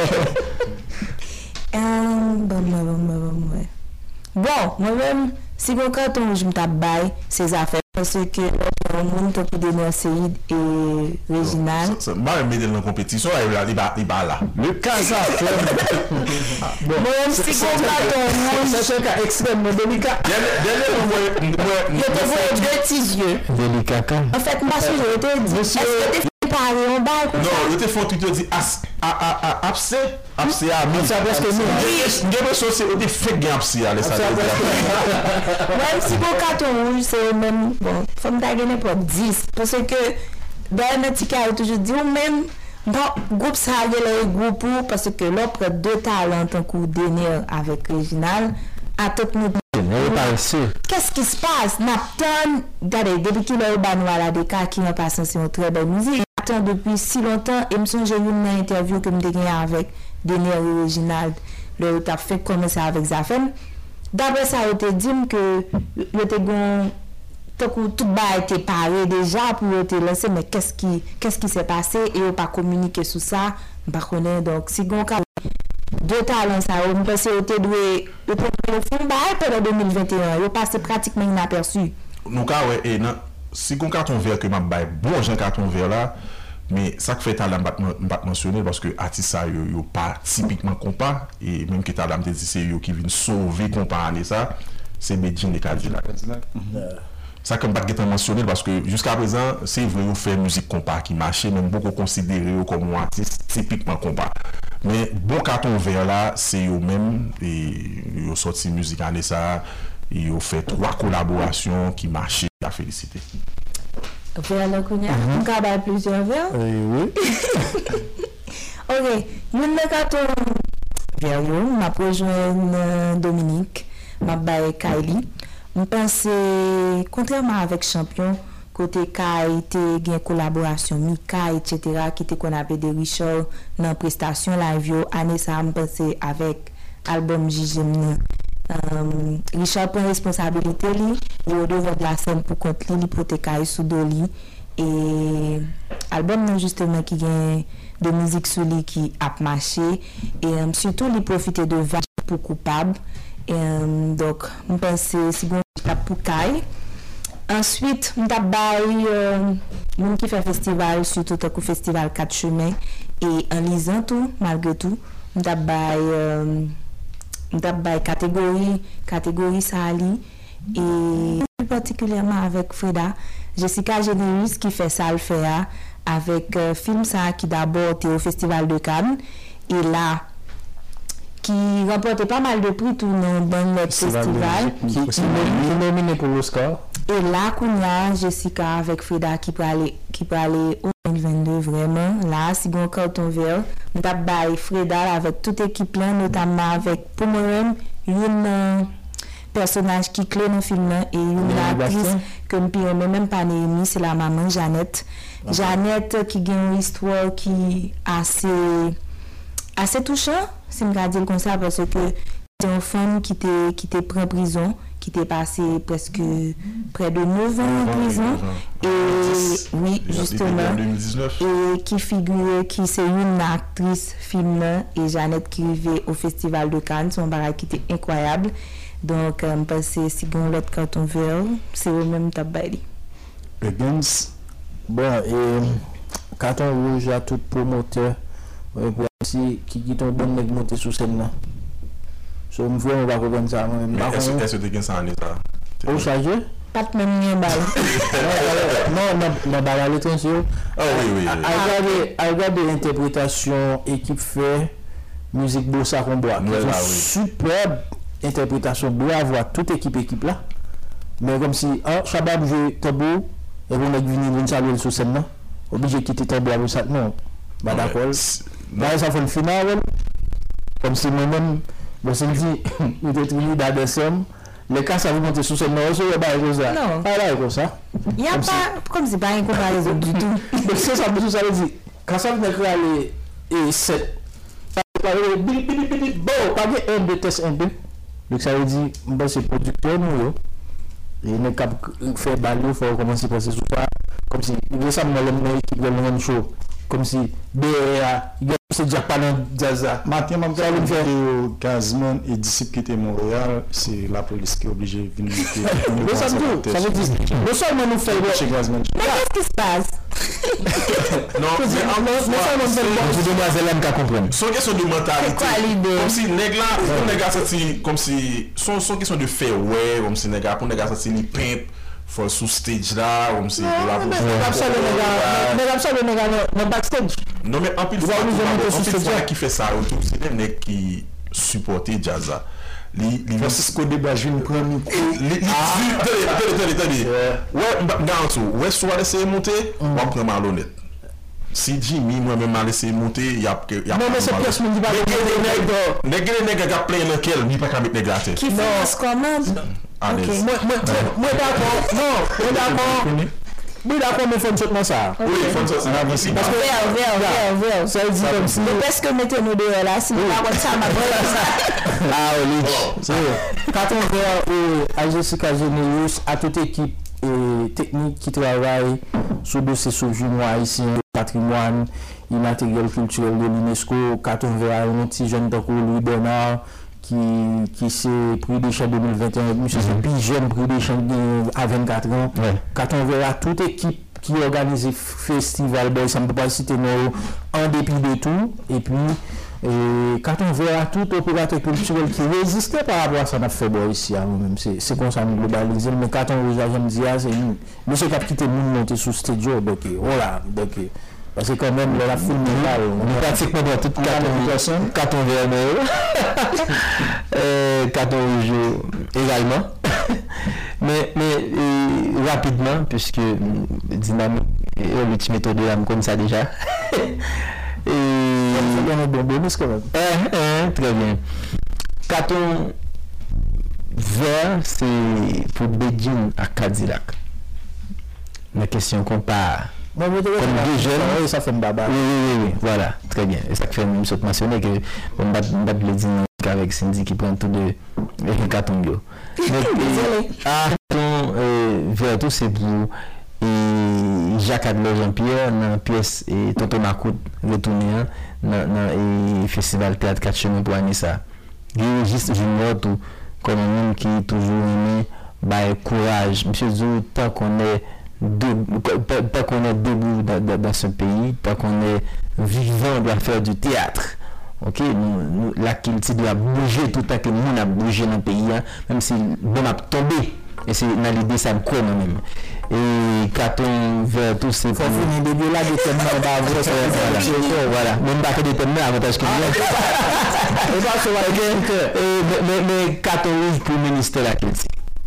euh, bon, bon, bon, bon, bon. Bon, moi-même, si vous carton je me tape bail, ces affaires, parce que le monde qui donne Seyd et Réginal. Moi, je mets dans la compétition, il va là. Le cas ça moi-même, si vous carton c'est un cas extrêmement délicat. Il te faut deux petits yeux. Délicat quand? En fait, moi, je te dis, est-ce que tu parler en bas? Non, le téléphone, tu te dis, abcès, abcès à mille. C'est presque mille. J'ai l'impression que c'est des fake gains abcès à l'essai. Même si mon carton rouge, c'est même, bon, il faut me gagner pour dix. Parce que, dans un petit cas, toujours dit, ou même, bon, groupe ça, il y a le groupe, parce que l'autre, deux talents, en coup dernier avec Réginal, à tout le monde. Qu'est-ce qui se passe? Napton, regardez, depuis qu'il a eu Banois des cas qui ont passé, c'est une très belle musique. Napton depuis si longtemps, et me j'ai vu une interview que me gagné avec Denier Original, le t'as fait commencer avec Zafem. D'après ça, il te dit que le tegon tout bas été paré déjà pour te lancer, mais qu'est-ce qui qu'est-ce qui s'est passé et on pas communiqué sur ça, pas connaît donc si gon deux talents ça on pense que tu doit le film pendant deux mille vingt et un il passé pratiquement inaperçu. Nous cas ouais et non si gon carton vert que m'a bail bon Jean carton vert là mais ça que fait talent m'a mentionné parce que artiste ça yo, yo pas typiquement compas et même que talent te dit c'est yo qui vient sauver comparer ça c'est Medjin et Cadillac. Ça comme pas être mentionné parce que jusqu'à présent c'est vrai on fait musique compas qui marchait même beaucoup considéré comme un artiste typiquement compas. Mais bon carton vert là, c'est eux même et ils ont sorti musique année ça, ils ont fait trois collaborations qui marchaient à féliciter. Vers le Kounia, on a plusieurs vers. Oui, oui. Ok, le carton vert, on a rejoint Dominique, m'a baillé Kylie. On pense contrairement avec Champion, côté Kai était une collaboration Mika et cetera qui était qu'on appelle des Richard dans prestation live année ça me pensé avec album J G M. Euh, Richard prend responsabilité li il devant de la scène pour compte li pour te Kai sous doli et album justement qui gagne de musique sous lui qui a marché et euh, surtout il profiter de vache pour coupable et euh, donc on pense c'est bon pour Kai. Ensuite, on a bail euh, monde qui fait festival surtout le festival quatre chemins et en lisant tout malgré tout, on a bail euh, on a bail catégorie catégorie Sali et plus particulièrement avec Freda, Jessica Générus qui fait ça le faire avec euh, film ça qui d'abord était au festival de Cannes et là qui remportait pas mal de prix tout dans le festival qui est nominé pour l'Oscar. Et là, qu'on a Jessica avec Freda qui peut aller, qui peut aller au deux mille vingt-deux, vraiment. Là, si on carton vert, on a baillé Freda avec toute l'équipe là, notamment avec, pour moi-même, une euh, personnage qui est clé dans le film et une actrice que je ne peux même pas Néhémie, c'est la maman Jeannette. Okay. Jeannette qui a une histoire qui est assez, assez touchante, si je dire comme ça, parce que c'est une femme qui était, qui était pris en prison. Qui était passé presque près de neuf ans en prison et oui justement et qui figurait qui c'est une actrice film et Jeannette qui vivait au festival de Cannes son barrage qui était incroyable donc euh, parce que si on l'autre carton vert c'est le même tabac Games bon et carton rouge à tout promoteur pour aussi qui qui ton bon monter sur scène là So, je ne vais pas comprendre ça. Est-ce que tu as ça en état? Au chargé? Pas de même lien balle. Non, non, non, balle à l'étranger. Ah oui, oui. À regarder l'interprétation équipe fait, musique bossa qu'on boit. Superbe interprétation, bravo à toute équipe équipe là. Mais comme si, ah, Chabab joue tambour, et vous n'êtes venu une salle sur scène là, obligé de quitter tambour pour ça. Non, bah d'accord. Là, ça fait une finale. Comme si moi-même, bon, c'est dit, il était venu dans des sommes. Les cas, ça vous monter sous ce nom, il n'y a pas comme ça. Non. Pas là, comme ça. Il n'y a pas, comme c'est pas un comparaison du tout. Donc, c'est ça, ça veut dire, quand ça veut dire aller et sept, ça veut dire, bon, pas de un, deux, test un, deux. Donc, ça veut dire, bon, c'est producteur, nous, et nous avons fait baller, il faut commencer à passer sur ça. Comme si, il ça, moi, l'équipe de l'Union Show. Comme si, B R A, il y a c'est déjà pas dans Diaza. Maintenant, je vais faire Gazman et d'ici quitter Montréal, c'est la police qui est obligée de venir. Mais ça veut dire, ça veut dire, non seulement nous faisons chez Gazman. Mais qu'est-ce qui se passe? Non, mais en non seulement nous faisons des demoiselles qui comprennent. C'est une question de mentalité. C'est quoi l'idée? Comme si les gars, les gars sorti, comme si, sont sont question de faire ouais, comme si les gars, pour les gars sorti ni pimp. Faut sous stage là, comme si la mais ça le nègre dans backstage. Non mais en plus c'est ça qui fait ça autour, c'est des nègres qui supportaient Jazza. Li li Francisco Debajou nous prend micro. Li attendez attendez attendez. Ouais, garanto, ouais soit laisser monter, on va prendre malhonnête. Si Jimmy moi-même m'a laissé monter, il y a il y a non mais c'est plus me dit pas nègre nègre nègre qui a plein dans quel, ni pas qu'à mettre nègre à terre. Qui fait commande? Ok, moi, moi, moi d'accord, non, moi d'accord, moi d'accord, mais il faut une ça. Oui, il faut une chose, parce que, vert, vert, vert, vert, ça dit comme si. Mais est-ce que mettez-nous dehors là, si nous pas ça, ma bonne. Ah, oui, c'est vrai. Quand on vient à Jessica Généus, à toute équipe technique qui travaille sur le dossier sauvetage haïtien, patrimoine immatériel culturel de l'UNESCO, quand on vient à un petit jeune docteur Louis Bernard, qui qui c'est prix des champs deux mille vingt et un, monsieur c'est plus jeune prix des champs à vingt-quatre ans. Quand on verra toute équipe qui organise le festival, ben, ça ne peut pas citer nous en dépit de tout. Et puis, et quand on verra tout opérateur culturel qui résistait par rapport à ça, on a fait bon ici à nous-mêmes. C'est comme ça nous globaliser. Mais quand on regarde, je me dis, c'est nous. Monsieur qui a quitté nous monter sous studio, donc voilà. Donc, parce que quand même, la foule mentale, on est pratiquement dans toutes les personnes. Quand on vient quand on joue également. mais mais et, rapidement, puisque dynamique et l'ultime méthode de l'âme comme ça déjà. et on est bon bonus quand même. Eh, eh, très bien. Quand on vert, c'est pour Beijing à Cadillac. La question qu'on part. Bon, comme deux jeunes, ça fait un baba. Oui, oui, oui, voilà, très bien. Et ça fait même chose mentionner que on va le dire avec Cindy qui prend tout de Katongo. Ah, ton Vertu, c'est pour Jacques Adler Jean-Pierre dans la pièce et Tonton Macoute retourné dans le festival Théâtre quatre Chemins pour Anissa. Il y a juste Junior tout comme un homme qui toujours aimé bah courage. Monsieur Zou, tant qu'on est pas qu'on est debout dans, dans, dans ce pays, pas qu'on est vivant doit faire du théâtre. Ok, nous, nous, la culture doit bouger tout à que nous a bougé dans le pays, hein, même si bon a tombé. Et c'est dans l'idée ça me croit même. Et quand on veut tout c'est pour finir de là de tellement bah voilà, même pas que de tellement avantage que et pas sur la mais mais carton rouge pour le ministère de la culture.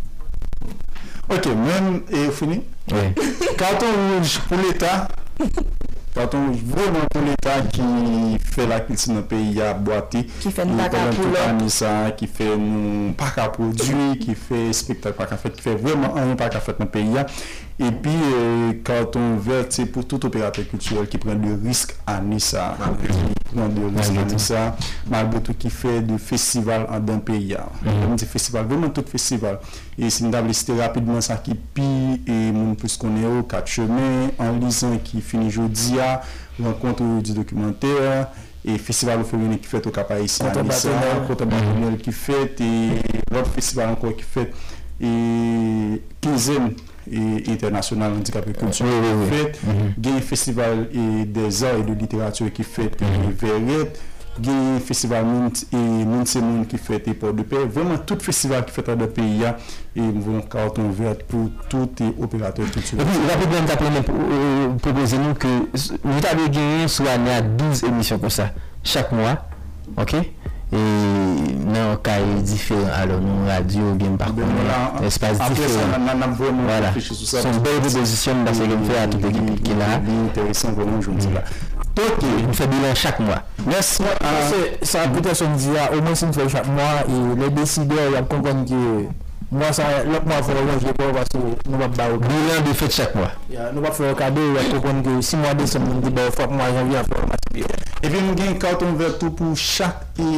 Ok, même et fini. Oui. Carton rouge pour l'État. Carton rouge vraiment pour l'État qui fait la culture dans le pays à boiter. Qui fait une paca pour ça, qui fait un paca produit, qui fait spectacle paca fait, qui fait vraiment un paca fait dans le pays. Et puis, euh, carton vert, c'est pour tout opérateur culturel qui prend le risque à Nissa, qui prend le risque à Nissa, malgré tout qui fait du festival dans le pays. Mm-hmm. C'est festival, vraiment tout festival. Et c'est une listé rapidement ça qui pille et mon plus qu'on est au quatre chemins, en lisant qui finit jeudi, rencontre du documentaire. Et festival au féminin qui fait au Cap Haïtien, côté Bâtonnel qui fait, et l'autre festival encore qui fait, et quinzaine et international handicapé culture oui, oui, qui fait, il y a un festival et des arts et de littérature qui fait, mm-hmm. Verret, Gain festival monde et monde c'est monde qui fait et port de paix. Vraiment tout festival qui fait dans le pays et nous voulons carton vert pour tous les opérateurs culturels. Et puis rapidement t'appeler proposer nous que vous avez gagné soit année à douze émissions comme ça chaque mois. OK? Et dans un cas différent, alors nous radio bien par contre espace différent. Voilà. C'est une belle proposition parce que me fait à toute l'équipe qui est là. Intéressant vraiment je dis là. OK, nous fait bilan chaque mois. Merci. Ça peut-être on dit au moins c'est une fois chaque mois et les décideurs ils comprennent que moi ça l'autre mois faut je pas parce que nous va pas bilan de fait chaque mois. Nous va faire cadeau ils comprennent que six mois décembre nous dit faut mois janvier faire. Et puis nous gagne carton vert tout pour chaque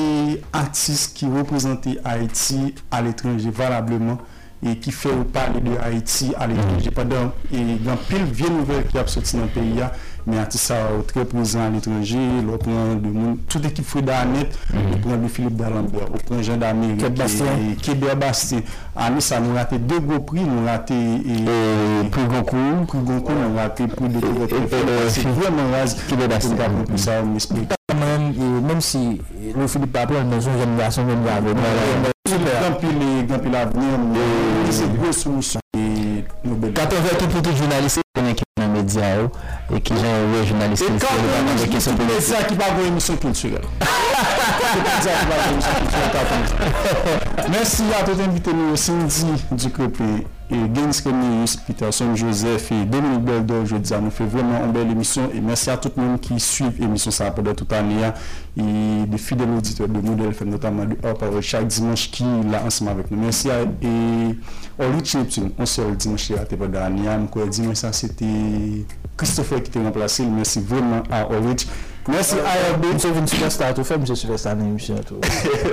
artiste qui représente Haïti à l'étranger valablement et qui fait parler de Haïti à l'étranger pendant et grand pile vieille nouvelle qui a sorti dans le pays mais artiste ça très présent à l'étranger l'on prend de monde toute équipe Frida Net on prend de Philippe D'Alembert on prend Jean d'Amérique et Kébert Bastien année ça nous raté deux gros prix nous raté et prix Goncourt prix Goncourt nous raté prix de c'est vraiment rase Kébert Bastien pour ça on m'explique même si le Philippe Papel mais son génération même là grand pile grand pile avenir c'est une grosse solution et Nobel quand on veut tout pour tout journaliste qui dans les médias et qui genre ouais journaliste et quand on dit que c'est ça qui va avoir une émission culturelle c'est ça qui va avoir une émission culturelle merci à tous les invités nous Cindy Ducrepé et Gaines Cornelius, Peterson Joseph et Dominique Beldor aujourd'hui nous fait vraiment une belle émission et merci à tout le monde qui suit l'émission ça pendant toute l'année et des fidèles auditeurs de Modèle F M notamment de Hors Parole chaque dimanche qui là ensemble avec nous merci à et Orlich Neptune on se le dimanche à pendant l'année encore dimanche ça c'était Christopher qui t'a remplacé merci vraiment à Orlich. Merci à R B. Monsieur une superstar, tout fait, monsieur superstar dans l'émission. R B,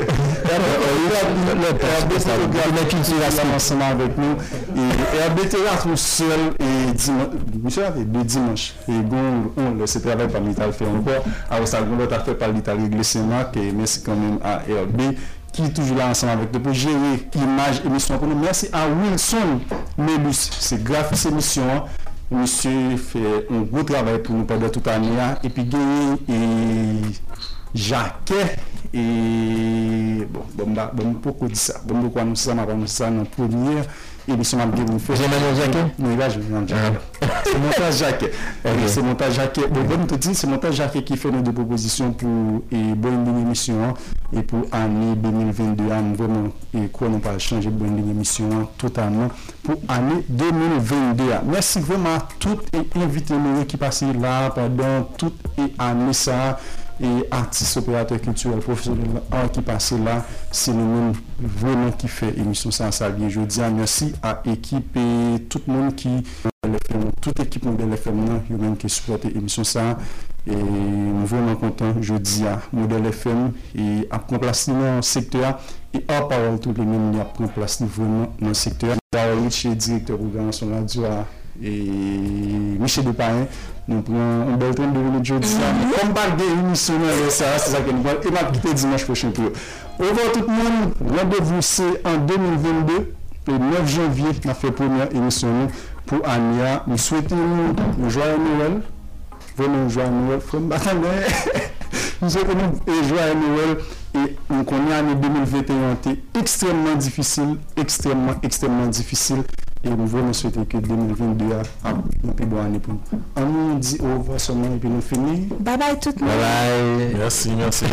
c'est le gars qui est ensemble avec nous. Et R B Théâtre seul et dimanche. Monsieur, le dimanche. Et bon, on se travaille par l'Italie fait encore. Alors, ça, on va faire par l'Italie Glissement. Et merci quand même à R B qui est toujours là ensemble avec nous pour gérer l'image émission pour nous. Merci à Wilson Melus, c'est graphique émission. Monsieur fait un gros travail pour nous pendant toute l'année et puis gagner et Jacquet et bon bon bon pourquoi dire ça bon pourquoi nous ça m'a pas ça dans première émission m'a bien fait j'ai même Jacquet non là je viens Jacquet c'est montage Jacquet c'est montage Jacquet bon bon te dire c'est montage Jacquet qui fait nos deux propositions pour et bonne émission et pour année deux mille vingt-deux vraiment et quoi nous pas changer bonne émission totalement pour année deux mille vingt-deux merci vraiment à toutes les invités qui passent là pendant toute année ça et artistes opérateurs culturels professionnels qui passent là c'est nous-mêmes vraiment qui fait émission ça ça bien je dis merci à l'équipe et tout le monde qui toute équipe Modèle F M yo même qui supporte émission ça et nous vraiment content je dis à Modèle F M et à remplacer dans le secteur et Hors Parole tout les mêmes à remplacer vraiment dans le secteur Daoud chez directeur programmation radio et Michel Depain nous prenons un bel temps de minutes jeudi ça comme pas de émission ça c'est ça que nous et m'a quitté dimanche prochain pour au revoir tout le monde rendez-vous c'est en deux mille vingt-deux le neuf janvier on a fait première émission pour Ania nous souhaitons un joyeux Noël vraiment joyeux Noël from Batane nous souhaitons un joyeux Noël et nous connaissons l'année deux mille vingt et un extrêmement difficile extrêmement extrêmement difficile et nous voulons souhaiter que deux mille vingt-deux a une plus bonne année pour nous. On nous dit au revoir seulement et puis nous finissons. Bye bye tout le monde. Bye bye. Merci, merci.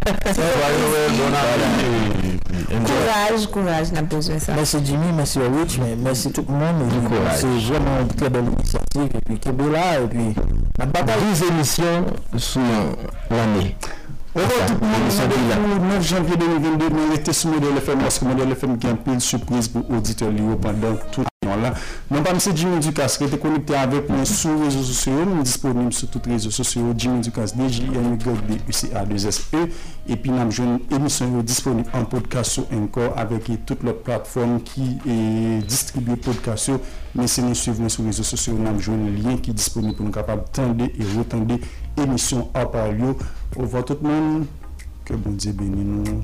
Courage, courage, n'a besoin de ça. Merci Jimmy, merci Rich, merci tout le monde. C'est vraiment une très belle initiative. Et puis Kébéla, et puis la bataille des émissions sur l'année. Au revoir tout le monde, le neuf janvier deux mille vingt-deux, nous restons sur Modèle F M parce que Modèle F M qui a un peu de surprise pour auditeurs pendant tout le temps là. Non pas M. Jimmy Ducasse qui est connecté avec nous sur les réseaux sociaux, nous sommes disponibles sur tous les réseaux sociaux, Jimmy Ducasse, D J M Y D U C A deux S E et puis nous avons une émission disponible en podcast sur Encore avec toute l'autre plateforme qui est distribuée podcast. Mais si nous suivons sur les réseaux sociaux, nous avons un lien qui est disponible pour nous capables d'entendre et retendre émission Hors Parole. Au revoir tout le monde, que bon Dieu bénisse nous.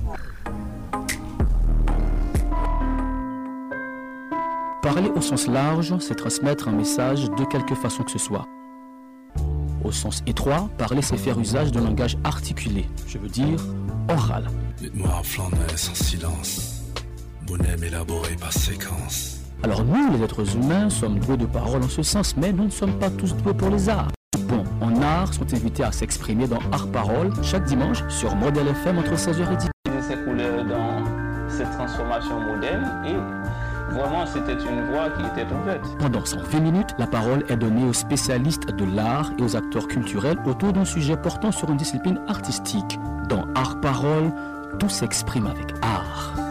Parler au sens large, c'est transmettre un message de quelque façon que ce soit. Au sens étroit, parler c'est faire usage d'un langage articulé, je veux dire oral. Mémoire flannaise en silence, bonhomme élaboré par séquence. Alors nous, les êtres humains, sommes doués de parole en ce sens, mais nous ne sommes pas tous doués pour les arts. Bon, en art sont invités à s'exprimer dans Art Parole chaque dimanche sur Modèle F M entre seize heures et dix heures. Ses couleurs dans cette transformation moderne et vraiment c'était une voie qui était ouverte. Pendant cent vingt minutes, la parole est donnée aux spécialistes de l'art et aux acteurs culturels autour d'un sujet portant sur une discipline artistique. Dans Art Parole, tout s'exprime avec art.